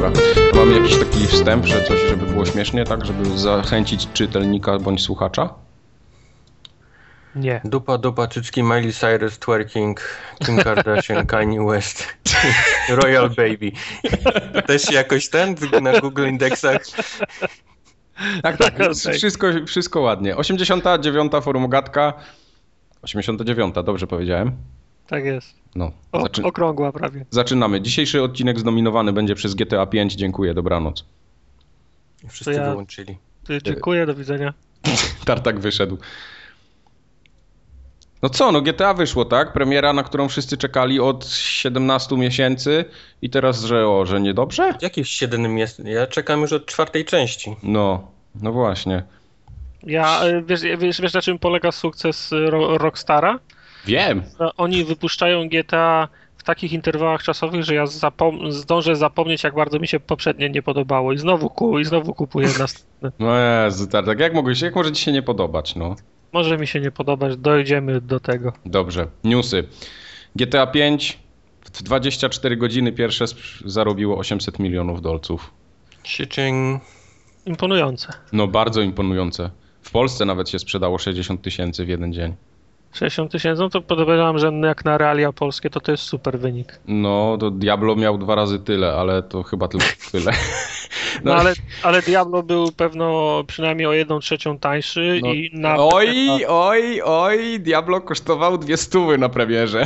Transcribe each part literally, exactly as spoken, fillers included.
dobra. Mamy jakiś taki wstęp, że coś, żeby było śmiesznie, tak? Żeby zachęcić czytelnika bądź słuchacza? Nie. Dupa, dupa, czyczki, Miley Cyrus, twerking, Kim Kardashian, Kanye West, Royal Baby. Też jakoś ten na Google Indeksach. Tak, tak, wszystko, wszystko ładnie. osiemdziesiąta dziewiąta formogatka. osiemdziesiąta dziewiąta, dobrze powiedziałem? Tak jest. No, o, zaczy... Okrągła prawie. Zaczynamy. Dzisiejszy odcinek znominowany będzie przez G T A pięć. Dziękuję, dobranoc. Wszyscy ja... wyłączyli. Dziękuję, do widzenia. Tartak wyszedł. No co, no G T A wyszło, tak? Premiera, na którą wszyscy czekali od siedemnastu miesięcy i teraz, że o, że niedobrze? Jakieś siedem jest. Ja czekam już od czwartej części. No, no właśnie. Ja, wiesz, wiesz, wiesz na czym polega sukces Rockstara? Wiem. Oni wypuszczają G T A w takich interwałach czasowych, że ja zapom- zdążę zapomnieć, jak bardzo mi się poprzednie nie podobało i znowu ku, i znowu kupuję następne. No Jezu, tak jak mogłeś, jak może ci się nie podobać, no? Może mi się nie podobać, dojdziemy do tego. Dobrze, newsy. G T A pięć w dwadzieścia cztery godziny pierwsze zarobiło osiemset milionów dolców. Ciczing. Imponujące. No bardzo imponujące. W Polsce nawet się sprzedało sześćdziesiąt tysięcy w jeden dzień. sześćdziesiąt tysięcy, no to podejrzewam, że jak na realia polskie, to to jest super wynik. No, to Diablo miał dwa razy tyle, ale to chyba tylko tyle. No, no ale, ale Diablo był pewno przynajmniej o jedną trzecią tańszy no, i na... Oj, oj, oj, Diablo kosztował dwie stówy na premierze.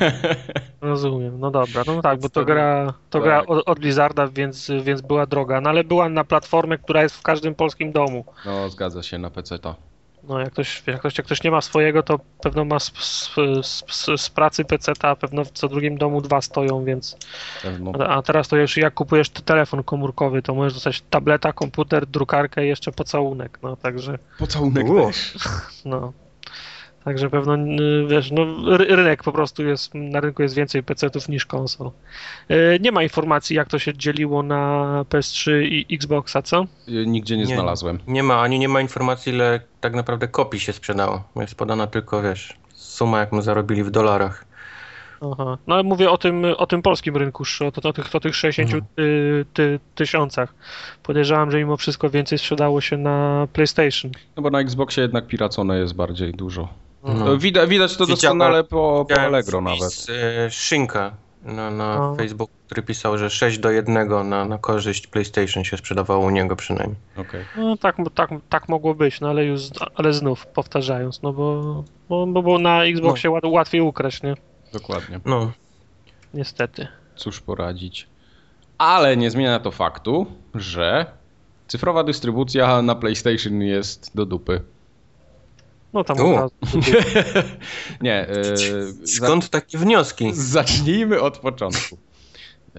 Rozumiem, no dobra, no tak, bo to gra, to tak. gra od, od Blizzarda, więc, więc była droga, no ale była na platformę, która jest w każdym polskim domu. No, zgadza się, na peceta. No jak ktoś, jak ktoś, jak ktoś nie ma swojego, to pewno ma z, z, z, z pracy peceta, pewno w co drugim domu dwa stoją, więc... Pewno. A teraz to już jak kupujesz telefon komórkowy, to możesz dostać tableta, komputer, drukarkę i jeszcze pocałunek, no także... Pocałunek też. No. Także pewno, wiesz, no rynek po prostu jest, na rynku jest więcej pecetów niż konsol. Nie ma informacji, jak to się dzieliło na P S trzy i Xboxa, co? Nigdzie nie, nie znalazłem. Nie ma, ani nie ma informacji, ile tak naprawdę kopii się sprzedało. Jest podana tylko, wiesz, suma, jaką zarobili w dolarach. Aha. No ale mówię o tym, o tym polskim rynku, o, to, o, tych, o tych sześćdziesięciu Mhm. ty, ty, tysiącach. Podejrzewam, że mimo wszystko więcej sprzedało się na PlayStation. No bo na Xboxie jednak piracone jest bardziej dużo. No. Widać, widać to doskonale po, po Allegro nawet. Z, e, Szynka na, na no. Facebooku, który pisał, że sześć do jednego na, na korzyść PlayStation się sprzedawało u niego przynajmniej. Okay. No tak, tak, tak mogło być, no ale już, ale znów powtarzając, no bo, bo, bo na Xboxie no. łatwiej ukraść, nie? Dokładnie. No. Niestety. Cóż poradzić. Ale nie zmienia to faktu, że cyfrowa dystrybucja na PlayStation jest do dupy. No tam od razu. Nie. Yy, Skąd takie wnioski? Zacznijmy od początku. Yy,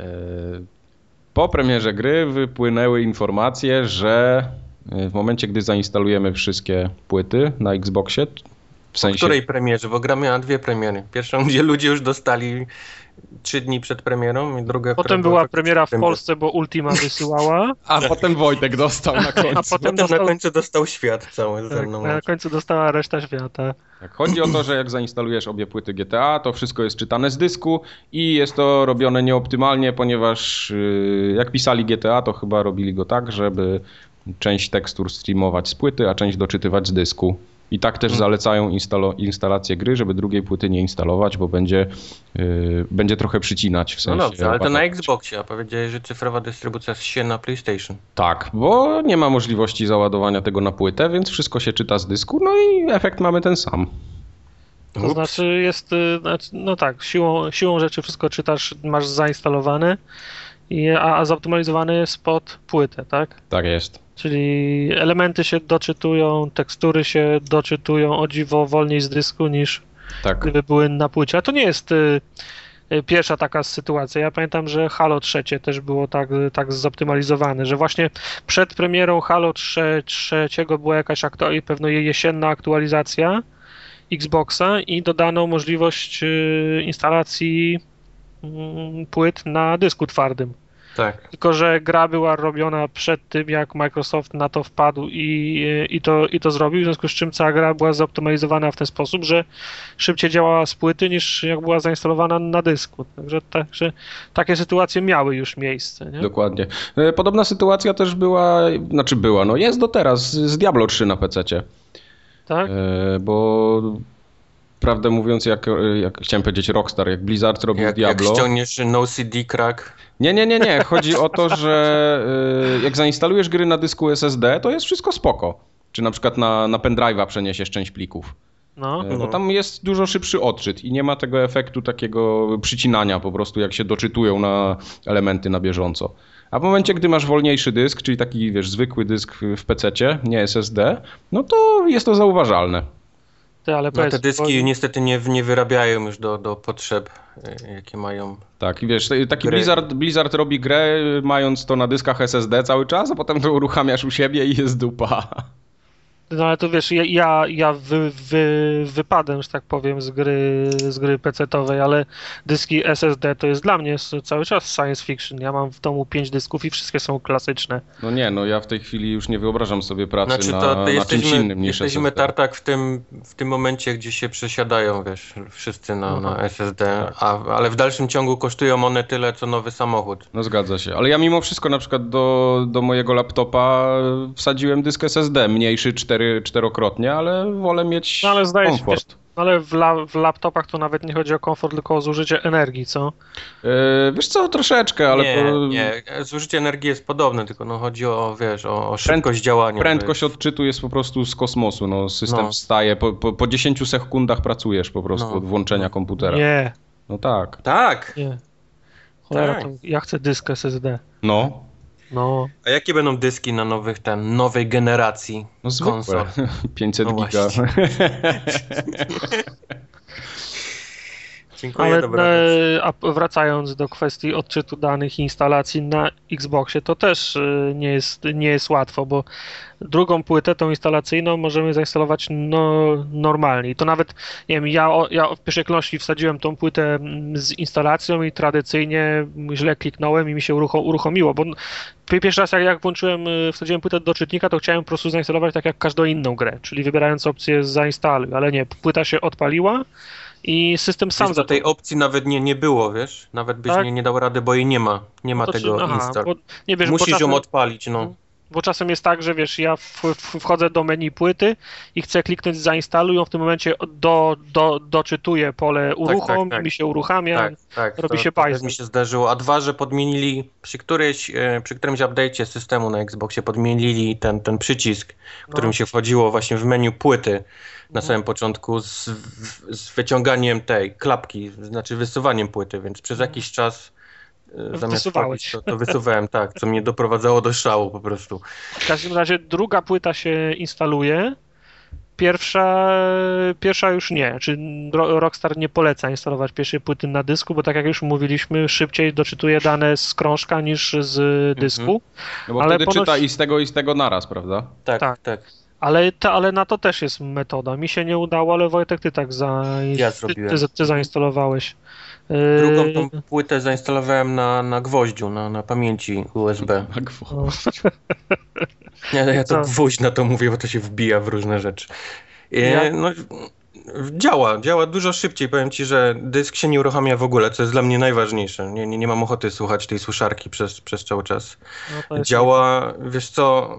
po premierze gry wypłynęły informacje, że w momencie, gdy zainstalujemy wszystkie płyty na Xboxie, w sensie... Po której premierze? Bo gra miała dwie premiery. Pierwszą, gdzie ludzie już dostali trzy dni przed premierą i druga... Potem była premiera w Polsce, bo Ultima wysyłała. A potem Wojtek dostał na końcu. A potem dostał... na końcu dostał świat cały tak, ze mną. Na końcu dostała reszta świata. Tak, chodzi o to, że jak zainstalujesz obie płyty G T A, to wszystko jest czytane z dysku i jest to robione nieoptymalnie, ponieważ jak pisali G T A, to chyba robili go tak, żeby część tekstur streamować z płyty, a część doczytywać z dysku. I tak też zalecają instalo- instalację gry, żeby drugiej płyty nie instalować, bo będzie, yy, będzie trochę przycinać w sensie. No dobrze, ale to na Xboxie, a powiedziałeś, że cyfrowa dystrybucja się na PlayStation. Tak, bo nie ma możliwości załadowania tego na płytę, więc wszystko się czyta z dysku, no i efekt mamy ten sam. To Ups. znaczy jest, no tak, siłą, siłą rzeczy wszystko czytasz, masz zainstalowane, i, a, a zoptymalizowane jest pod płytę, tak? Tak jest. Czyli elementy się doczytują, tekstury się doczytują o dziwo wolniej z dysku niż tak. gdyby były na płycie. A to nie jest y, y, pierwsza taka sytuacja. Ja pamiętam, że Halo trzy też było tak, tak zoptymalizowane, że właśnie przed premierą Halo trzy była jakaś aktu- pewno jesienna aktualizacja Xboxa i dodano możliwość y, instalacji y, płyt na dysku twardym. Tak. Tylko że gra była robiona przed tym, jak Microsoft na to wpadł i, i, to, i to zrobił, w związku z czym cała gra była zoptymalizowana w ten sposób, że szybciej działała z płyty niż jak była zainstalowana na dysku. Także, także takie sytuacje miały już miejsce. Nie? Dokładnie. Podobna sytuacja też była, znaczy była, no jest do teraz z Diablo trzy na pececie. Tak? E, bo prawdę mówiąc, jak, jak chciałem powiedzieć Rockstar, jak Blizzard robił jak, Diablo... Jak ściągniesz no C D crack... Nie, nie, nie, nie. Chodzi o to, że y, jak zainstalujesz gry na dysku S S D, to jest wszystko spoko. Czy na przykład na, na pendrive'a przeniesiesz część plików. No. Y, bo tam jest dużo szybszy odczyt i nie ma tego efektu takiego przycinania po prostu, jak się doczytują na elementy na bieżąco. A w momencie, gdy masz wolniejszy dysk, czyli taki, wiesz, zwykły dysk w pececie, nie S S D, no to jest to zauważalne. Ty, ale no te dyski bo... niestety nie, nie wyrabiają już do, do potrzeb, jakie mają. Tak, i wiesz, taki Blizzard, Blizzard robi grę, mając to na dyskach S S D cały czas, a potem to uruchamiasz u siebie i jest dupa. No ale to wiesz, ja, ja, ja wy, wy, wypadłem, że tak powiem, z gry, z gry pecetowej, ale dyski S S D to jest dla mnie cały czas science fiction. Ja mam w domu pięć dysków i wszystkie są klasyczne. No nie, no ja w tej chwili już nie wyobrażam sobie pracy znaczy, to, na, to na jesteśmy, czymś innym niż jesteśmy S S D. tartak w tym, w tym momencie, gdzie się przesiadają, wiesz, wszyscy na, na S S D, a, ale w dalszym ciągu kosztują one tyle, co nowy samochód. No zgadza się, ale ja mimo wszystko na przykład do, do mojego laptopa wsadziłem dysk S S D, mniejszy cztery, czterokrotnie, ale wolę mieć no, ale zdaje komfort. Się, wiesz, ale w, la, w laptopach to nawet nie chodzi o komfort, tylko o zużycie energii, co? Yy, wiesz co, troszeczkę, ale... Nie, to... nie, zużycie energii jest podobne, tylko no chodzi o, wiesz, o, o szybkość Pręd, działania. Prędkość wiesz. Odczytu jest po prostu z kosmosu, no system no. wstaje, po, po, po dziesięciu sekundach pracujesz po prostu no. od włączenia komputera. Nie. No tak. Tak. Nie. Cholera, tak. To ja chcę dysk S S D. No. No. A jakie będą dyski na nowych, ten, nowej generacji no konsol? pięćset no giga. Dziękuję, ale dobra. e, a wracając do kwestii odczytu danych i instalacji na Xboxie, to też e, nie jest, nie jest łatwo, bo drugą płytę, tą instalacyjną, możemy zainstalować no, normalnie. I to nawet, nie wiem, ja, ja w pierwszej kolejności wsadziłem tą płytę z instalacją i tradycyjnie źle kliknąłem i mi się uruchom, uruchomiło, bo pierwszy raz jak, jak włączyłem, wsadziłem płytę do czytnika, to chciałem po prostu zainstalować tak jak każdą inną grę, czyli wybierając opcję zainstaluj, ale nie, płyta się odpaliła i system sam... Wiesz, za tej opcji nawet nie, nie było, wiesz? Nawet byś tak? nie, nie dał rady, bo jej nie ma. Nie ma no tego czy, aha, install. Bo, nie, wiesz, musisz czasem, ją odpalić, no. Bo czasem jest tak, że wiesz, ja w, w, wchodzę do menu płyty i chcę kliknąć zainstaluj, ją w tym momencie do, do, doczytuję pole uruchom, tak, tak, tak. mi się uruchamia, tak, tak, robi to, się bajzel. To mi się zdarzyło. A dwa, że podmienili przy, którejś, przy którymś update'cie systemu na Xboxie podmienili ten, ten przycisk, którym no. się wchodziło właśnie w menu płyty na samym no. początku z, z wyciąganiem tej klapki, znaczy wysuwaniem płyty, więc przez jakiś czas zamiast wchodzić, to, to wysuwałem, tak, co mnie doprowadzało do szału po prostu. W każdym razie druga płyta się instaluje, pierwsza, pierwsza już nie. Czy Rockstar nie poleca instalować pierwszej płyty na dysku, bo tak jak już mówiliśmy, szybciej doczytuje dane z krążka niż z dysku. Mm-hmm. No bo ale wtedy ponoć... czyta i z tego i z tego naraz, prawda? Tak, tak. tak. Ale, to, ale na to też jest metoda. Mi się nie udało, ale Wojtek, ty tak za... ja ty, ty, ty zainstalowałeś. Drugą tą płytę zainstalowałem na, na gwoździu, na, na pamięci U S B. Na gwoźdź. Ja, ja to gwóźdź na to mówię, bo to się wbija w różne rzeczy. E, no, działa, działa dużo szybciej. Powiem ci, że dysk się nie uruchamia w ogóle, co jest dla mnie najważniejsze. Nie, nie, nie mam ochoty słuchać tej suszarki przez, przez cały czas. No działa, nie. Wiesz co...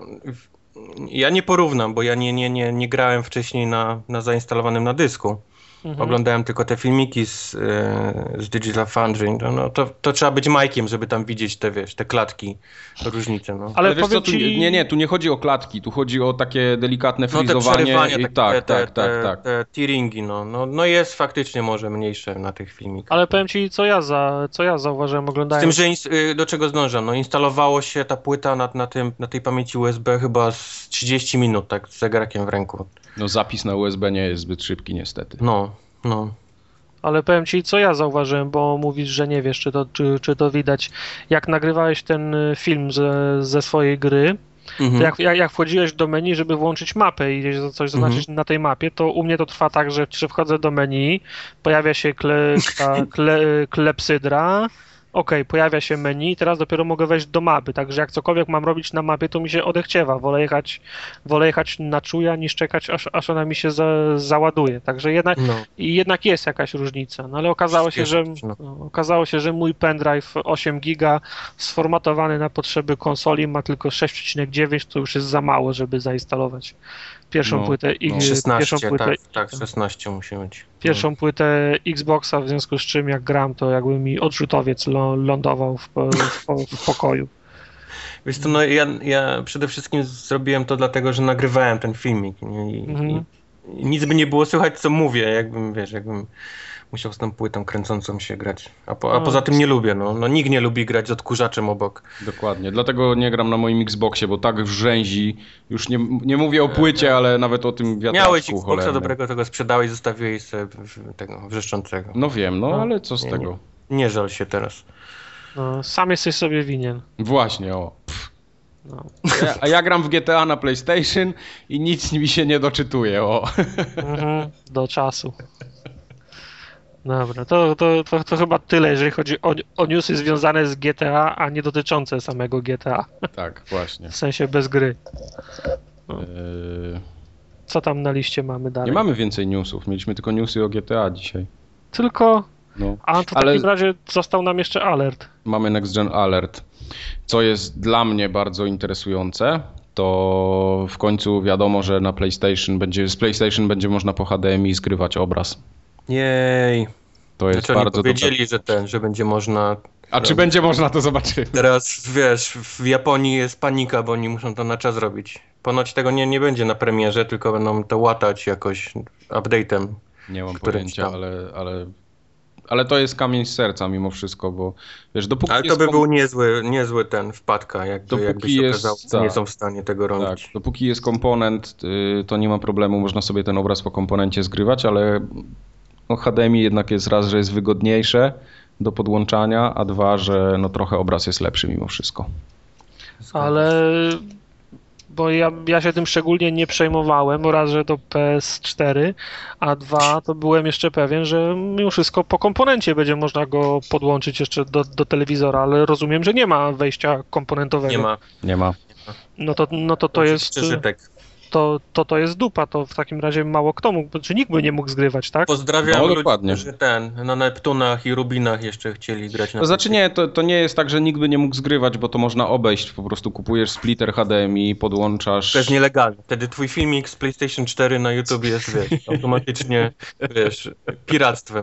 Ja nie porównam, bo ja nie, nie, nie, nie grałem wcześniej na, na zainstalowanym na dysku. Mhm. Oglądałem tylko te filmiki z, z Digital Foundry. No, no to, to trzeba być Majkiem, żeby tam widzieć te, wiesz, te klatki, różnice. No. Ale, Ale wiesz co, tu, ci... nie, nie, tu nie chodzi o klatki, tu chodzi o takie delikatne frizowanie. No te i tak, tak, te, tak, te, tak, tak. Te tearingi, no, no, no jest faktycznie może mniejsze na tych filmikach. Ale powiem ci, co ja, za, co ja zauważyłem oglądając. Z tym, że do czego zdążam, no instalowało się ta płyta na, na, tym, na tej pamięci U S B chyba z trzydzieści minut, tak, z zegarkiem w ręku. No zapis na U S B nie jest zbyt szybki niestety. No, no. Ale powiem ci, co ja zauważyłem, bo mówisz, że nie wiesz, czy to, czy, czy to widać. Jak nagrywałeś ten film ze, ze swojej gry, mhm. to jak, jak, jak wchodziłeś do menu, żeby włączyć mapę i gdzieś coś zaznaczyć mhm. na tej mapie, to u mnie to trwa tak, że, że wchodzę do menu, pojawia się kle, ta kle, klepsydra, okej, pojawia się menu i teraz dopiero mogę wejść do mapy, także jak cokolwiek mam robić na mapie, to mi się odechciewa. Wolę jechać, wolę jechać na czuja niż czekać, aż, aż ona mi się za, załaduje. Także jednak, No. i jednak jest jakaś różnica. No ale okazało się, że, no. okazało się, że mój pendrive osiem giga sformatowany na potrzeby konsoli ma tylko sześć przecinek dziewięć, to już jest za mało, żeby zainstalować pierwszą No, płytę i no. szesnaście, pierwszą płytę, tak, tak, szesnaście musi być. pierwszą płytę Xboxa, w związku z czym jak gram, to jakby mi odrzutowiec lą- lądował w, po- w, po- w pokoju. Wiesz co, no ja, ja przede wszystkim zrobiłem to dlatego, że nagrywałem ten filmik i, Mhm. i, i nic by nie było słychać, co mówię, jakbym, wiesz, jakbym musiał z tą płytą kręcącą się grać. A, po, a No. poza tym nie lubię, no. no. Nikt nie lubi grać z odkurzaczem obok. Dokładnie, dlatego nie gram na moim Xboxie, bo tak wrzęzi. Już nie, nie mówię o płycie, ale nawet o tym wiatraczku Miałeś Xboxa cholernym. dobrego, tego sprzedałeś, zostawiłeś sobie w- tego wrzeszczącego. No wiem, no No. ale co z Nie, tego? Nie żal się teraz. No, sam jesteś sobie winien. Właśnie, o. No. Ja, a ja gram w G T A na PlayStation i nic mi się nie doczytuje, o. Mhm, do czasu. Dobra, to, to, to, to chyba tyle, jeżeli chodzi o, o newsy związane z G T A, a nie dotyczące samego G T A. Tak, właśnie. W sensie bez gry. No. Yy, Co tam na liście mamy dalej? nie mamy więcej newsów, mieliśmy tylko newsy o G T A dzisiaj. Tylko... No. A to w Ale- takim razie został nam jeszcze alert. Mamy Next Gen Alert. Co jest dla mnie bardzo interesujące, to w końcu wiadomo, że na PlayStation będzie, z PlayStation będzie można po H D M I zgrywać obraz. Jej. To jest Znaczy oni bardzo powiedzieli, dobre. że ten, że będzie można... A czy będzie można, to zobaczymy. Teraz, wiesz, w Japonii jest panika, bo oni muszą to na czas robić. Ponoć tego nie, nie będzie na premierze, tylko będą to łatać jakoś update'em. Nie mam którymś pojęcia, tam. ale, ale, ale to jest kamień z serca mimo wszystko, bo wiesz, dopóki Ale to jest by kom- był niezły, niezły ten wpadka, jakby, Dopóki jakby się jest- okazało, że nie tak. są w stanie tego Tak, robić. dopóki jest komponent, y, to nie ma problemu, można sobie ten obraz po komponencie zgrywać, ale no H D M I jednak jest raz, że jest wygodniejsze do podłączania, a dwa, że no trochę obraz jest lepszy mimo wszystko. Ale... Bo ja, ja się tym szczególnie nie przejmowałem, raz, że to P S cztery, a dwa, to byłem jeszcze pewien, że mimo wszystko po komponencie będzie można go podłączyć jeszcze do, do telewizora, ale rozumiem, że nie ma wejścia komponentowego. Nie ma. Nie ma. No to, no to, to jest... Przeżytek. To, to to jest dupa, to w takim razie mało kto mógł, czy nikt by nie mógł zgrywać, tak? Pozdrawiam No, ludzi, dokładnie. którzy ten, na Neptunach i Rubinach jeszcze chcieli grać na To znaczy nie, to, to nie jest tak, że nikt by nie mógł zgrywać, bo to można obejść, po prostu kupujesz splitter H D M I, podłączasz... To jest nielegalne. Wtedy twój filmik z PlayStation cztery na YouTube jest, wiesz, automatycznie, wiesz, piractwem.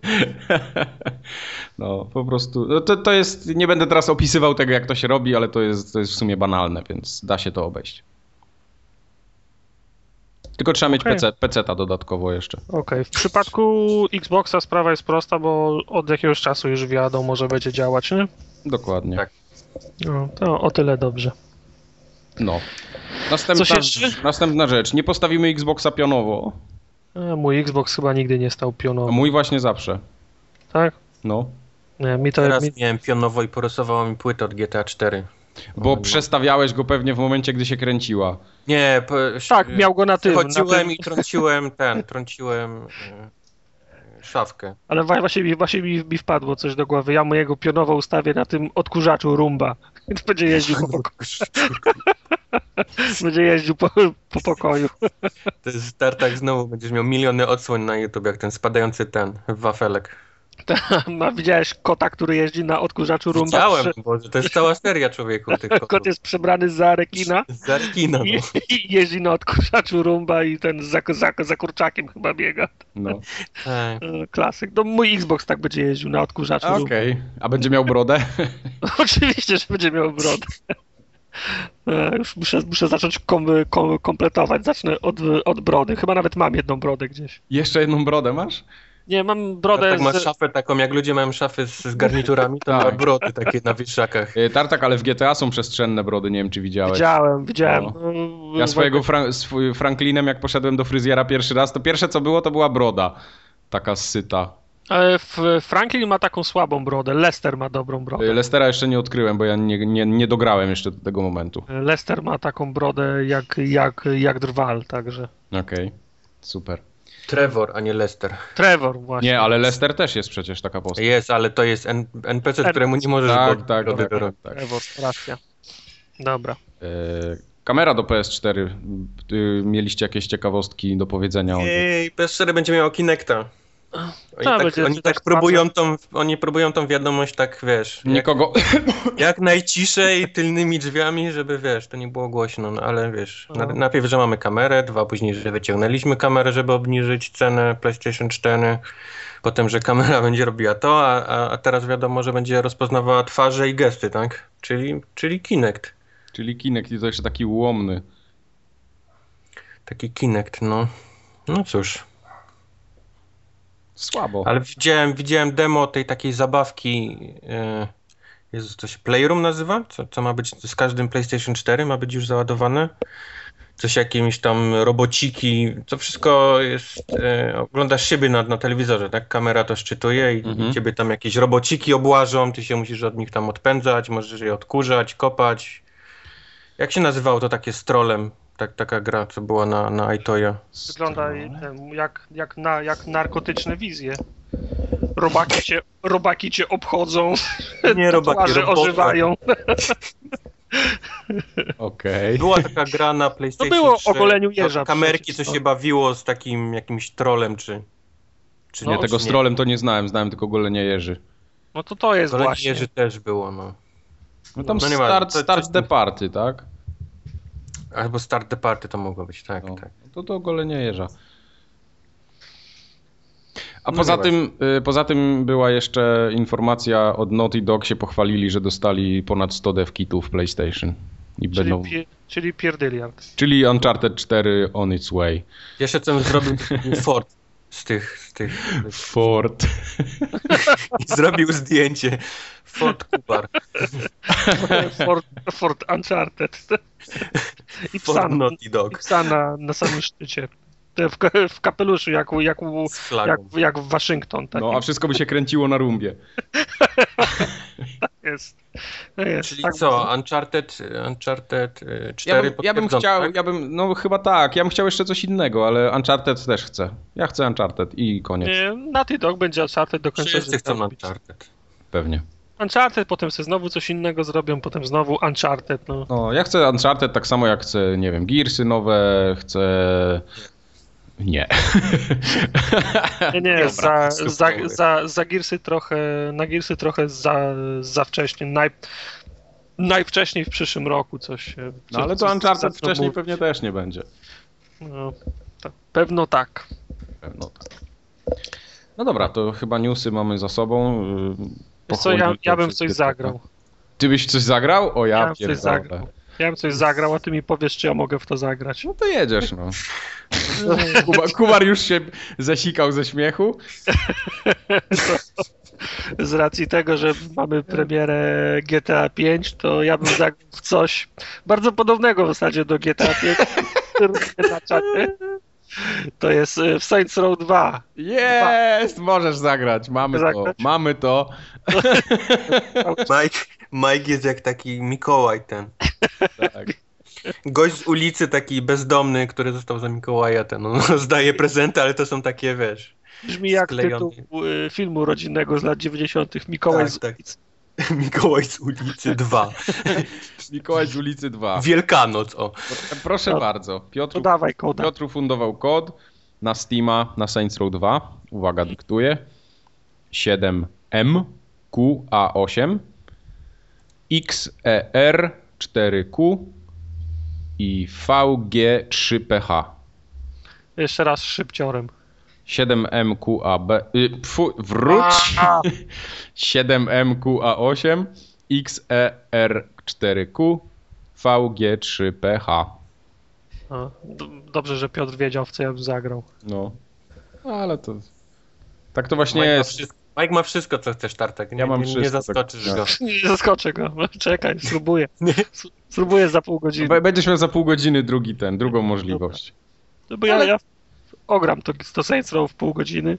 No, po prostu, no to, to jest, nie będę teraz opisywał tego, jak to się robi, ale to jest, to jest w sumie banalne, więc da się to obejść. Tylko trzeba mieć Okej. P C, peceta dodatkowo jeszcze. Okej, w przypadku Xboxa sprawa jest prosta, bo od jakiegoś czasu już wiadomo, że będzie działać, nie? Dokładnie. Tak. No, to o tyle dobrze. No. Następna, Coś jeszcze? następna rzecz, nie postawimy Xboxa pionowo, A mój Xbox chyba nigdy nie stał a pionowo, mój właśnie zawsze. tak? No. Nie, mi to... Teraz Mi... miałem pionowo i porysowało mi płytę od G T A cztery. Bo No. przestawiałeś go pewnie w momencie, gdy się kręciła. Nie, po, Tak, miał go na tym. Na chodziłem tym i trąciłem ten, trąciłem e, szafkę. ale wa- właśnie, mi, właśnie mi, mi wpadło coś do głowy. Ja mojego pionowo ustawię na tym odkurzaczu Rumba. I to będzie jeździł po pokoju. Będzie jeździł po, po pokoju. To jest tartak znowu, będziesz miał miliony odsłon na YouTube, jak ten spadający ten, wafelek. A widziałeś kota, który jeździ na odkurzaczu Rumba? Widziałem, Prze- bo to jest cała seria człowieku tych kotów. Kot jest przebrany za rekina Z rekina, no. i, i jeździ na odkurzaczu Rumba i ten za, za, za kurczakiem chyba biega. No. Tak. E, Klasyk. No mój Xbox tak będzie jeździł na odkurzaczu Rumba. Okej. A będzie miał brodę? Oczywiście, że będzie miał brodę. E, Już muszę, muszę zacząć kom, kom, kompletować. Zacznę od, od brody. Chyba nawet mam jedną brodę gdzieś. Jeszcze jedną brodę masz? Nie, mam brodę Tak masz z... szafę taką, jak ludzie mają szafy z, z garniturami, to Tak. ma brody takie na wieszakach. Y, Tartak, ale w G T A są przestrzenne brody, nie wiem czy widziałeś. Widziałem, widziałem. No. No, Ja swojego Fra- swój Franklinem, jak poszedłem do fryzjera pierwszy raz, to pierwsze co było, to była broda. Taka syta. Ale w- Franklin ma taką słabą brodę. Lester ma dobrą brodę. Y, Lestera jeszcze nie odkryłem, bo ja nie, nie, nie dograłem jeszcze do tego momentu. Lester ma taką brodę jak, jak, jak drwal, także. Okej, super. Trevor, a nie Lester. Trevor właśnie. Nie, ale Lester też jest przecież taka postać. Jest, ale to jest N- NPC, któremu nie możesz tak, go tak, tak, tak, tak, tak. Trevor, racja. Dobra. E, kamera do P S cztery. Y, mieliście jakieś ciekawostki do powiedzenia? Ej, P S cztery będzie miało Kinecta. Oni Ta, tak, będzie oni czytać tak próbują tą, oni próbują tą wiadomość tak, wiesz, jak, Nikogo... jak najciszej, tylnymi drzwiami, żeby, wiesz, to nie było głośno, no ale wiesz, na, No. najpierw, że mamy kamerę, dwa, później, że wyciągnęliśmy kamerę, żeby obniżyć cenę PlayStation cztery, potem, że kamera będzie robiła to, a, a, a teraz wiadomo, że będzie rozpoznawała twarze i gesty, tak? Czyli, czyli Kinect. Czyli Kinect i to jeszcze taki ułomny. Taki Kinect, no. No cóż. Słabo. Ale widziałem, widziałem demo tej takiej zabawki, e, Jezu, to się Playroom nazywa? Co, co ma być z każdym PlayStation cztery, ma być już załadowane? Coś jakimiś tam robociki, to wszystko jest, e, oglądasz siebie na, na telewizorze, tak? Kamera to szczytuje i, Mhm. i ciebie tam jakieś robociki obłażą, ty się musisz od nich tam odpędzać, możesz je odkurzać, kopać. Jak się nazywało to takie z trolem? Tak, taka gra, co była na, na iToya. Wygląda i ten, jak, jak, na, jak narkotyczne wizje. Robaki cię, robaki cię obchodzą, Nie robaki, tatuaże roboty. ożywają. Okej. Była taka gra na PlayStation To było trzy, o goleniu jeża to kamerki, przecież, co no. się bawiło z takim jakimś trolem, czy... czy Nie, No, tego czy z trolem to nie znałem, znałem tylko golenie jeży. No to to jest Golenie właśnie. jeży też było, no. No tam No nie ma, start, to- start to- the party, tak? Albo Start the Party to mogło być, tak, No, tak. to to golenie jeża. A No poza nie tym, y, poza tym była jeszcze informacja od Naughty Dog, się pochwalili, że dostali ponad sto dev kitów PlayStation. I Czyli, będą... pi, czyli pierdyliard. Czyli Uncharted cztery on its way. Jeszcze co zrobił taki Ford z tych, z tych... Ford. I zrobił zdjęcie. Ford Kubar. Ford, Ford Uncharted. I Ford psa, Naughty i Dog psa na, na samym szczycie. Te W, ka- w kapeluszu, jak, u- jak, u- z flagą. jak, jak w Waszyngton. Tak No a wszystko by się kręciło na rumbie. jest. No jest. Czyli tak, co, Uncharted, Uncharted y, Ja cztery bym, ja bym potwierdzone, chciał, tak? ja bym, no chyba tak, ja bym chciał jeszcze coś innego, ale Uncharted też chcę. Ja chcę Uncharted i koniec. Nie, Naughty Dog będzie Uncharted do końca Wszyscy życia chcą robić. Uncharted. Pewnie. Uncharted, potem sobie znowu coś innego zrobią, potem znowu Uncharted. No. No, ja chcę Uncharted tak samo jak chcę, nie wiem, Gearsy nowe, chcę... Nie. Nie, nie, Dobra, za, super. za, za, za Gearsy trochę, na Gearsy trochę za, za wcześnie. Naj, najwcześniej w przyszłym roku coś. No ale to coś Uncharted zaczną wcześniej mówić. pewnie też nie będzie. No, tak, pewno tak. No, tak. No dobra, to chyba newsy mamy za sobą. Wiesz co, ja, Pochłonili ja to bym wszystkie coś te- zagrał. Ty byś coś zagrał? O ja, Ja bym coś pierdolę. zagrał. Ja bym coś zagrał, a ty mi powiesz, czy ja mogę w to zagrać. No to jedziesz, no. Kuba, Kubar już się zasikał ze śmiechu. Z racji tego, że mamy premierę G T A pięć, to ja bym zagrał w coś bardzo podobnego w zasadzie do G T A pięć, który na czacie. To jest y, w Saints Row dwa. Jest! Możesz zagrać, mamy to, Zagrać? mamy to. Mike, Mike jest jak taki Mikołaj ten. Tak. Gość z ulicy, taki bezdomny, który został za Mikołaja, ten, no, zdaje prezenty, ale to są takie, wiesz... Brzmi jak Sklejony. tytuł y, filmu rodzinnego z lat dziewięćdziesiątych. Mikołaj Tak, z tak. ulicy. Mikołaj z ulicy dwa. Mikołaj z ulicy dwa. Wielkanoc, o. Proszę No. bardzo. Piotr, To dawaj koda. Piotr fundował kod na Steama na Saints Row dwa. Uwaga, dyktuję. siedem M Q A osiem X E R cztery Q i V G trzy P H. Jeszcze raz szybciorem. siedem M Q A B... Y, pfu, wróć! siedem M Q A osiem X E R cztery Q V G trzy P H. No, d- dobrze, że Piotr wiedział, w co ja bym zagrał. No. Ale to... Tak to właśnie Mike ma, jest. wszystko, Mike ma wszystko, co chcesz, Tartek. Nie, Ja mam nie, nie wszystko, zaskoczysz tak. go. Nie zaskoczę go. Czekaj, spróbuję. S- Spróbuję za pół godziny. B- Będziesz miał za pół godziny drugi ten, drugą możliwość. No bo ja, ja ogram to, to Saints Row w pół godziny.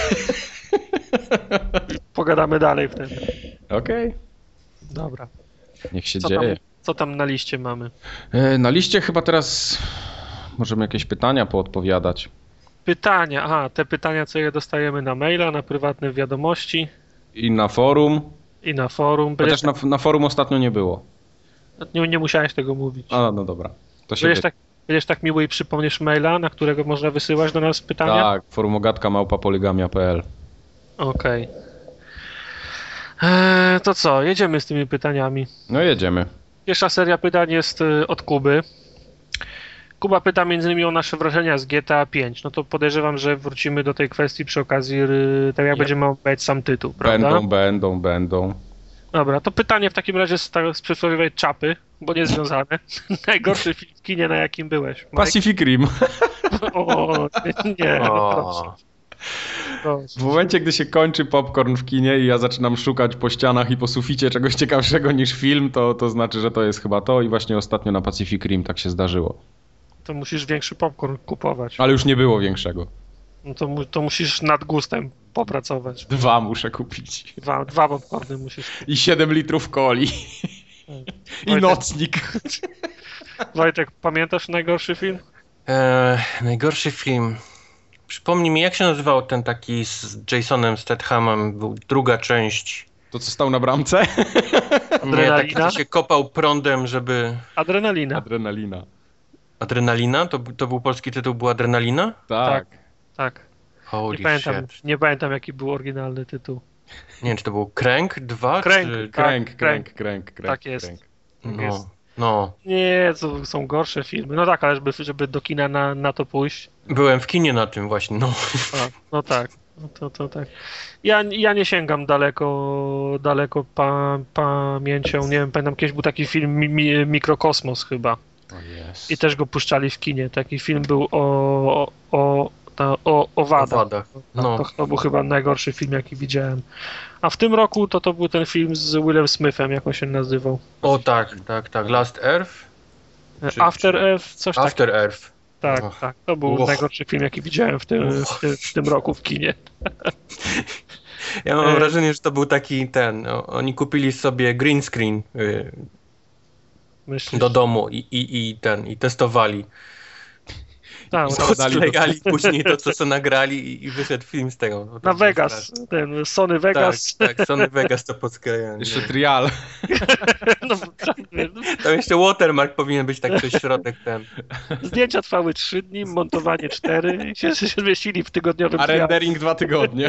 I pogadamy dalej wtedy. Okej. Dobra. Niech się Co tam, dzieje. co tam na liście mamy? E, Na liście chyba teraz możemy jakieś pytania poodpowiadać. Pytania, aha, te pytania, co je dostajemy na maila, na prywatne wiadomości. I na forum. I na forum. Chociaż na, na forum ostatnio nie było. Nie, nie musiałeś tego mówić. A, no dobra. To się będziesz, tak, będziesz tak miły i przypomniesz maila, na którego można wysyłać do nas pytania? Tak, forumogatka małpa poligamia kropka p l. Okej. Okay. Eee, to co, jedziemy z tymi pytaniami. No jedziemy. Pierwsza seria pytań jest od Kuby. Kuba pyta między innymi o nasze wrażenia z G T A pięć. No to podejrzewam, że wrócimy do tej kwestii przy okazji, tak jak yep. będziemy omawiać sam tytuł, prawda? Będą, będą, będą. Dobra, to pytanie w takim razie z, z przysłowiowej czapy, bo nie związane. Najgorszy film w kinie, na jakim byłeś? Mike? Pacific Rim. O, nie, no proszę. proszę. W momencie, gdy się kończy popcorn w kinie i ja zaczynam szukać po ścianach i po suficie czegoś ciekawszego niż film, to, to znaczy, że to jest chyba to i właśnie ostatnio na Pacific Rim tak się zdarzyło. To musisz większy popcorn kupować. Ale już nie było większego. No to, to musisz nad gustem popracować. Dwa muszę kupić. Dwa, dwa popcorny musisz kupić. I siedem litrów coli. I Wojtek, nocnik. Wojtek, pamiętasz najgorszy film? Eee, najgorszy film. Przypomnij mi, jak się nazywał ten taki z Jasonem Stathamem, był druga część. To co stał na bramce? Nie, taki co się kopał prądem, żeby... Adrenalina. Adrenalina. Adrenalina? To, to był polski tytuł, była Adrenalina? Tak. Tak. tak. Holy nie, pamiętam, shit. nie pamiętam, jaki był oryginalny tytuł. Nie wiem, czy to był Kręg dwa? Kręg, czy... Kręg, tak, kręg, kręg, kręg. Tak jest. Kręg. Tak No, jest. no. Nie, to są gorsze filmy. No tak, ale żeby, żeby do kina na, na to pójść. Byłem w kinie na tym właśnie, no. A, no tak, no to, to tak. Ja, ja nie sięgam daleko, daleko pa, pamięcią. Nie wiem, pamiętam, kiedyś był taki film mi, mi, Mikrokosmos chyba. Oh yes. I też go puszczali w kinie. Taki film był o, o, o, ta, o, o wadach. O wadach. No. To, to był chyba najgorszy film, jaki widziałem. A w tym roku to to był ten film z Willem Smithem, jak on się nazywał. O tak, tak, tak. Last Earth? Czy, After czy... Earth, coś takiego. After Earth. Tak, Och. tak. To był Och. najgorszy film, jaki widziałem w tym, w tym, w tym roku w kinie. Ja mam E... wrażenie, że to był taki ten, o, oni kupili sobie green screen y, do domu i, i, i ten, i testowali. Tak, I posklejali później to, co sobie nagrali i, i wyszedł film z tego. No, na Vegas, straszne. Ten Sony Vegas. Tak, tak, Sony Vegas to posklejali. Jeszcze trial. No, tam jeszcze watermark powinien być tak przez środek ten. Zdjęcia trwały trzy dni, montowanie cztery i się, się zmieścili w tygodniowym A rendering dwa tygodnie.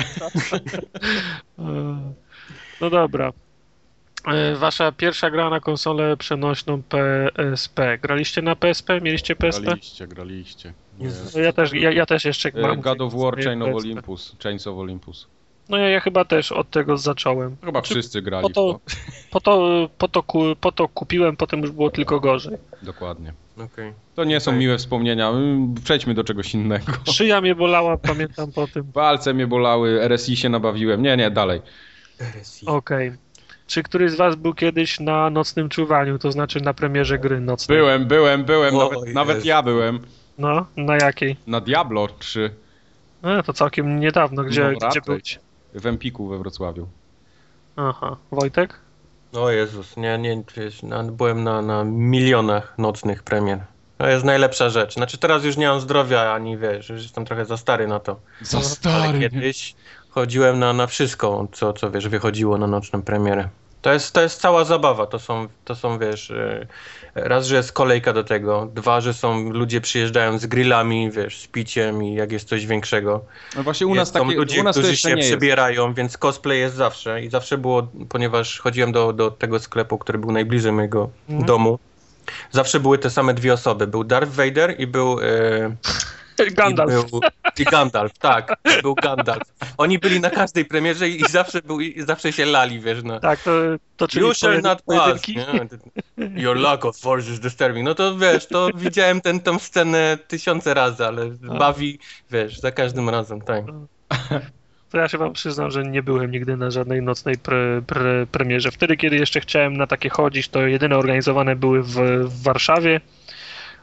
No dobra. Wasza pierwsza gra na konsolę przenośną P S P. Graliście na P S P? Mieliście P S P? Graliście, graliście. No ja, też, ja, ja też jeszcze mam. God of War, Chain of Olympus. Chains of Olympus. No ja, ja chyba też od tego zacząłem. Chyba wszyscy grali po to, w to. Po to, po, to, po to kupiłem, potem już było tylko gorzej. Dokładnie. Okay. To nie są okay. miłe wspomnienia. Przejdźmy do czegoś innego. Szyja mnie bolała, pamiętam po tym. Palce mnie bolały, R S I się nabawiłem. Nie, nie, dalej. Okej. Okay. Czy któryś z was był kiedyś na nocnym czuwaniu, to znaczy na premierze gry nocnej? Byłem, byłem, byłem, o, nawet, nawet ja byłem. No, na jakiej? Na Diablo trzy. No, to całkiem niedawno, gdzie, no, gdzie byłeś? W Empiku we Wrocławiu. Aha, Wojtek? O Jezus, nie, nie, no, byłem na, na milionach nocnych premier. To jest najlepsza rzecz. Znaczy teraz już nie mam zdrowia, ani wiesz, już jestem trochę za stary na to. Za stary. Ale kiedyś chodziłem na, na wszystko, co, co wiesz, wychodziło na nocną premierę. To jest, to jest cała zabawa, to są, to są wiesz, raz, że jest kolejka do tego, dwa, że są, ludzie przyjeżdżają z grillami, wiesz, z piciem i jak jest coś większego. No właśnie u nas są takie, ludzie, u nas którzy się nie przebierają, jest. Więc cosplay jest zawsze i zawsze było, ponieważ chodziłem do, do tego sklepu, który był najbliżej mojego mhm. domu, zawsze były te same dwie osoby, był Darth Vader i był... E, Gandalf. I, był, I Gandalf, tak, był Gandalf. Oni byli na każdej premierze i zawsze, był, i zawsze się lali, wiesz, no. Tak, to, to czyli You shall not pass. Your lack of force is disturbing. No to wiesz, to widziałem tę tą scenę tysiące razy, ale A. bawi, wiesz, za każdym razem, tak. To ja się wam przyznam, że nie byłem nigdy na żadnej nocnej pre, pre, premierze. Wtedy, kiedy jeszcze chciałem na takie chodzić, to jedyne organizowane były w, w Warszawie.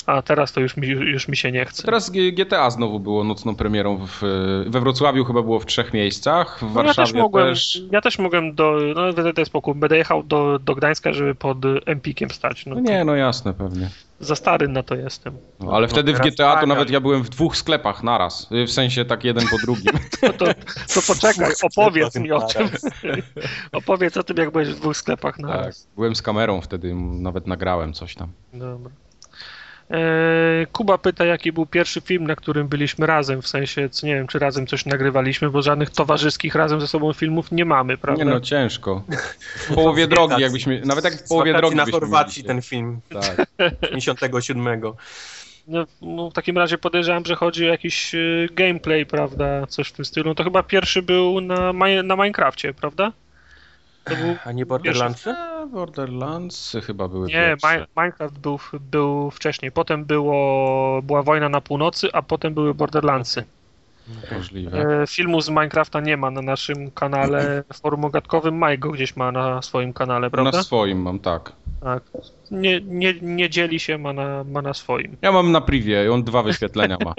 a teraz to już mi, już mi się nie chce. Teraz G T A znowu było nocną premierą w, we Wrocławiu, chyba było w trzech miejscach, w Warszawie no ja też. Mogłem, też. Ja też mogłem do, no to jest spokój, będę jechał do, do Gdańska, żeby pod Empikiem stać. No, no nie, no jasne, pewnie. Za stary na to jestem. No, ale wtedy w G T A to nawet ja byłem w dwóch sklepach naraz, w sensie tak jeden po drugim. To, to, to poczekaj, opowiedz mi o tym. Opowiedz o tym, jak byłeś w dwóch sklepach naraz. Tak, byłem z kamerą wtedy, nawet nagrałem coś tam. Dobra. Kuba pyta, jaki był pierwszy film, na którym byliśmy razem, w sensie, co nie wiem, czy razem coś nagrywaliśmy, bo żadnych towarzyskich razem ze sobą filmów nie mamy, prawda? Nie no, ciężko. W połowie drogi, jakbyśmy, nawet jak w połowie drogi na Chorwacji ten film, tak. pięćdziesiątego siódmego. No, no, w takim razie podejrzewam, że chodzi o jakiś y, gameplay, prawda, coś w tym stylu. No to chyba pierwszy był na, na Minecrafcie, prawda? To był A nie Borderlandsy? A, Borderlands chyba były Nie, pierwsze. Minecraft był, był wcześniej. Potem było, była wojna na północy, a potem były Borderlandsy. Możliwe. E, filmu z Minecrafta nie ma na naszym kanale forum ogatkowym. Mike go gdzieś ma na swoim kanale, prawda? Na swoim mam, tak. Tak. Nie, nie, nie dzieli się, ma na, ma na swoim. Ja mam na privie, on dwa wyświetlenia ma.